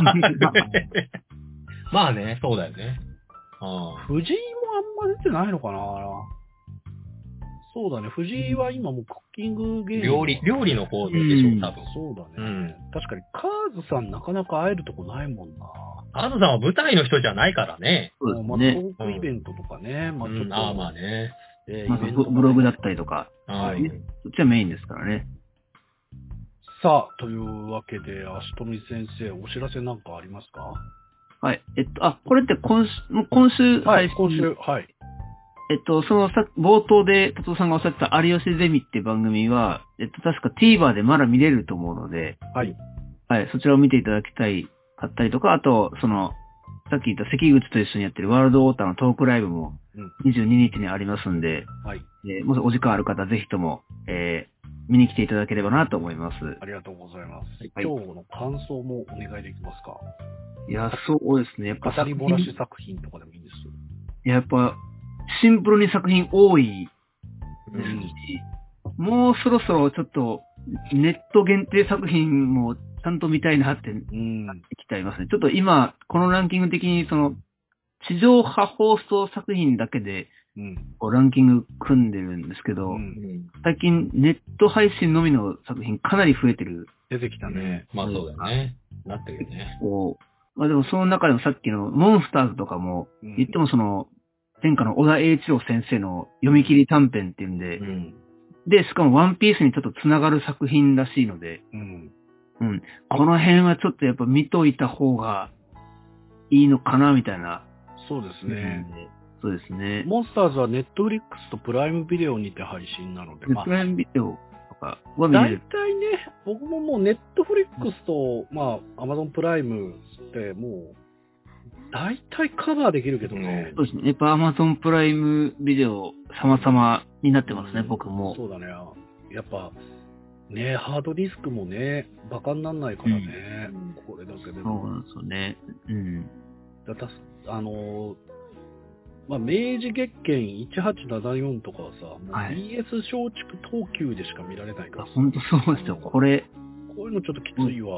まあね、そうだよね。 藤井もあんま出てないのかな。そうだね。藤井は今もうクッキングゲーム。 料理の方でしょ、多分。 そうだね。確かにカーズさんなかなか会えるとこないもんな。 カーズさんは舞台の人じゃないからね。 そうですね。トークイベントとかね。 まあちょっと。まあね。 ブログだったりとか。 はい。 そっちはメインですからね。 さあ、というわけで、足富先生、お知らせなんかありますか？ はい。これって今週、 はい、今週、はい。 その冒頭で達夫さんがおっしゃってた有吉ゼミっていう番組は、確か TVer でまだ見れると思うので、 はい。 はい、そちらを見ていただきたいかったりとか、あと、さっき言った関口と一緒にやってるワールドウォーターのトークライブも22日にありますんで、 はい。 もしお時間ある方、ぜひとも、見に来ていただければなと思います。 ありがとうございます。はい、今日の感想もお願いできますか？ いや、そうですね。やっぱ語り漏らし作品とかでもいいんですよ。 いや、やっぱ、シンプルに作品多いですし、もうそろそろちょっと、ネット限定作品もちゃんと見たいなってなってきてありますね。ちょっと今、このランキング的に地上波放送作品だけで、ランキング組んでるんですけど、最近ネット配信のみの作品かなり増えてる。 出てきたね。 まあそうだよね。なってるよね。 まあでもその中でもさっきのモンスターズとかも、言っても天下の小田栄一郎先生の読み切り短編っていうんで、で、しかもワンピースにちょっと繋がる作品らしいので、この辺はちょっとやっぱ見といた方がいいのかなみたいな。 そうですね。 そうですね。 モンスターズはネットフリックスとプライムビデオにて配信なので、 プライムビデオとかは見れる。大体ね、僕ももうネットフリックスと、アマゾンプライムってもう、大体カバーできるけどね。 そうですね。やっぱアマゾンプライムビデオ様々になってますね、僕も。 そうだね。やっぱ、ね、ハードディスクもね、バカになんないからね。これだけでも。 そうなんですよね。 明治月券1874とかはさ、もう BS 松竹東急でしか見られないから。 本当そうですよ、こういうのちょっときついわ。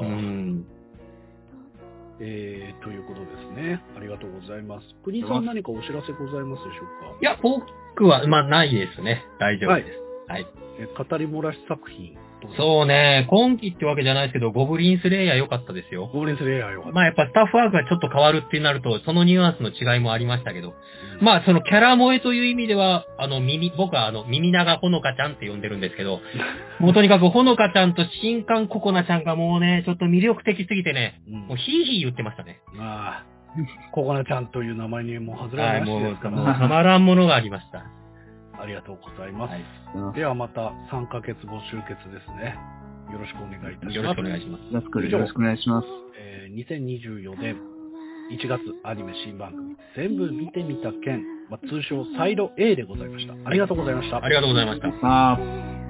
ということですね。ありがとうございます。国さん何かお知らせございますでしょうか？ いや、僕は、ないですね。大丈夫です。はい。 語り漏らし作品。 そうね、今期ってわけじゃないですけど、ゴブリンスレイヤー良かったですよ。 ゴブリンスレイヤー良かった。 やっぱスタッフワークがちょっと変わるってなると、そのニュアンスの違いもありましたけど、そのキャラ萌えという意味では、僕は耳長ほのかちゃんって呼んでるんですけど、もうとにかくほのかちゃんと新刊ココナちゃんがもうね、ちょっと魅力的すぎてね、もうヒーヒー言ってましたね。 ココナちゃんという名前にも外れましたですから、 もうたまらんものがありました。 ありがとうございます。ではまた3ヶ月後集結ですね。よろしくお願いいたします。 よろしくお願いします。 よろしくお願いします。 2024年1月アニメ新番組、全部見てみた件、通称サイド A でございました。ありがとうございました。 ありがとうございました。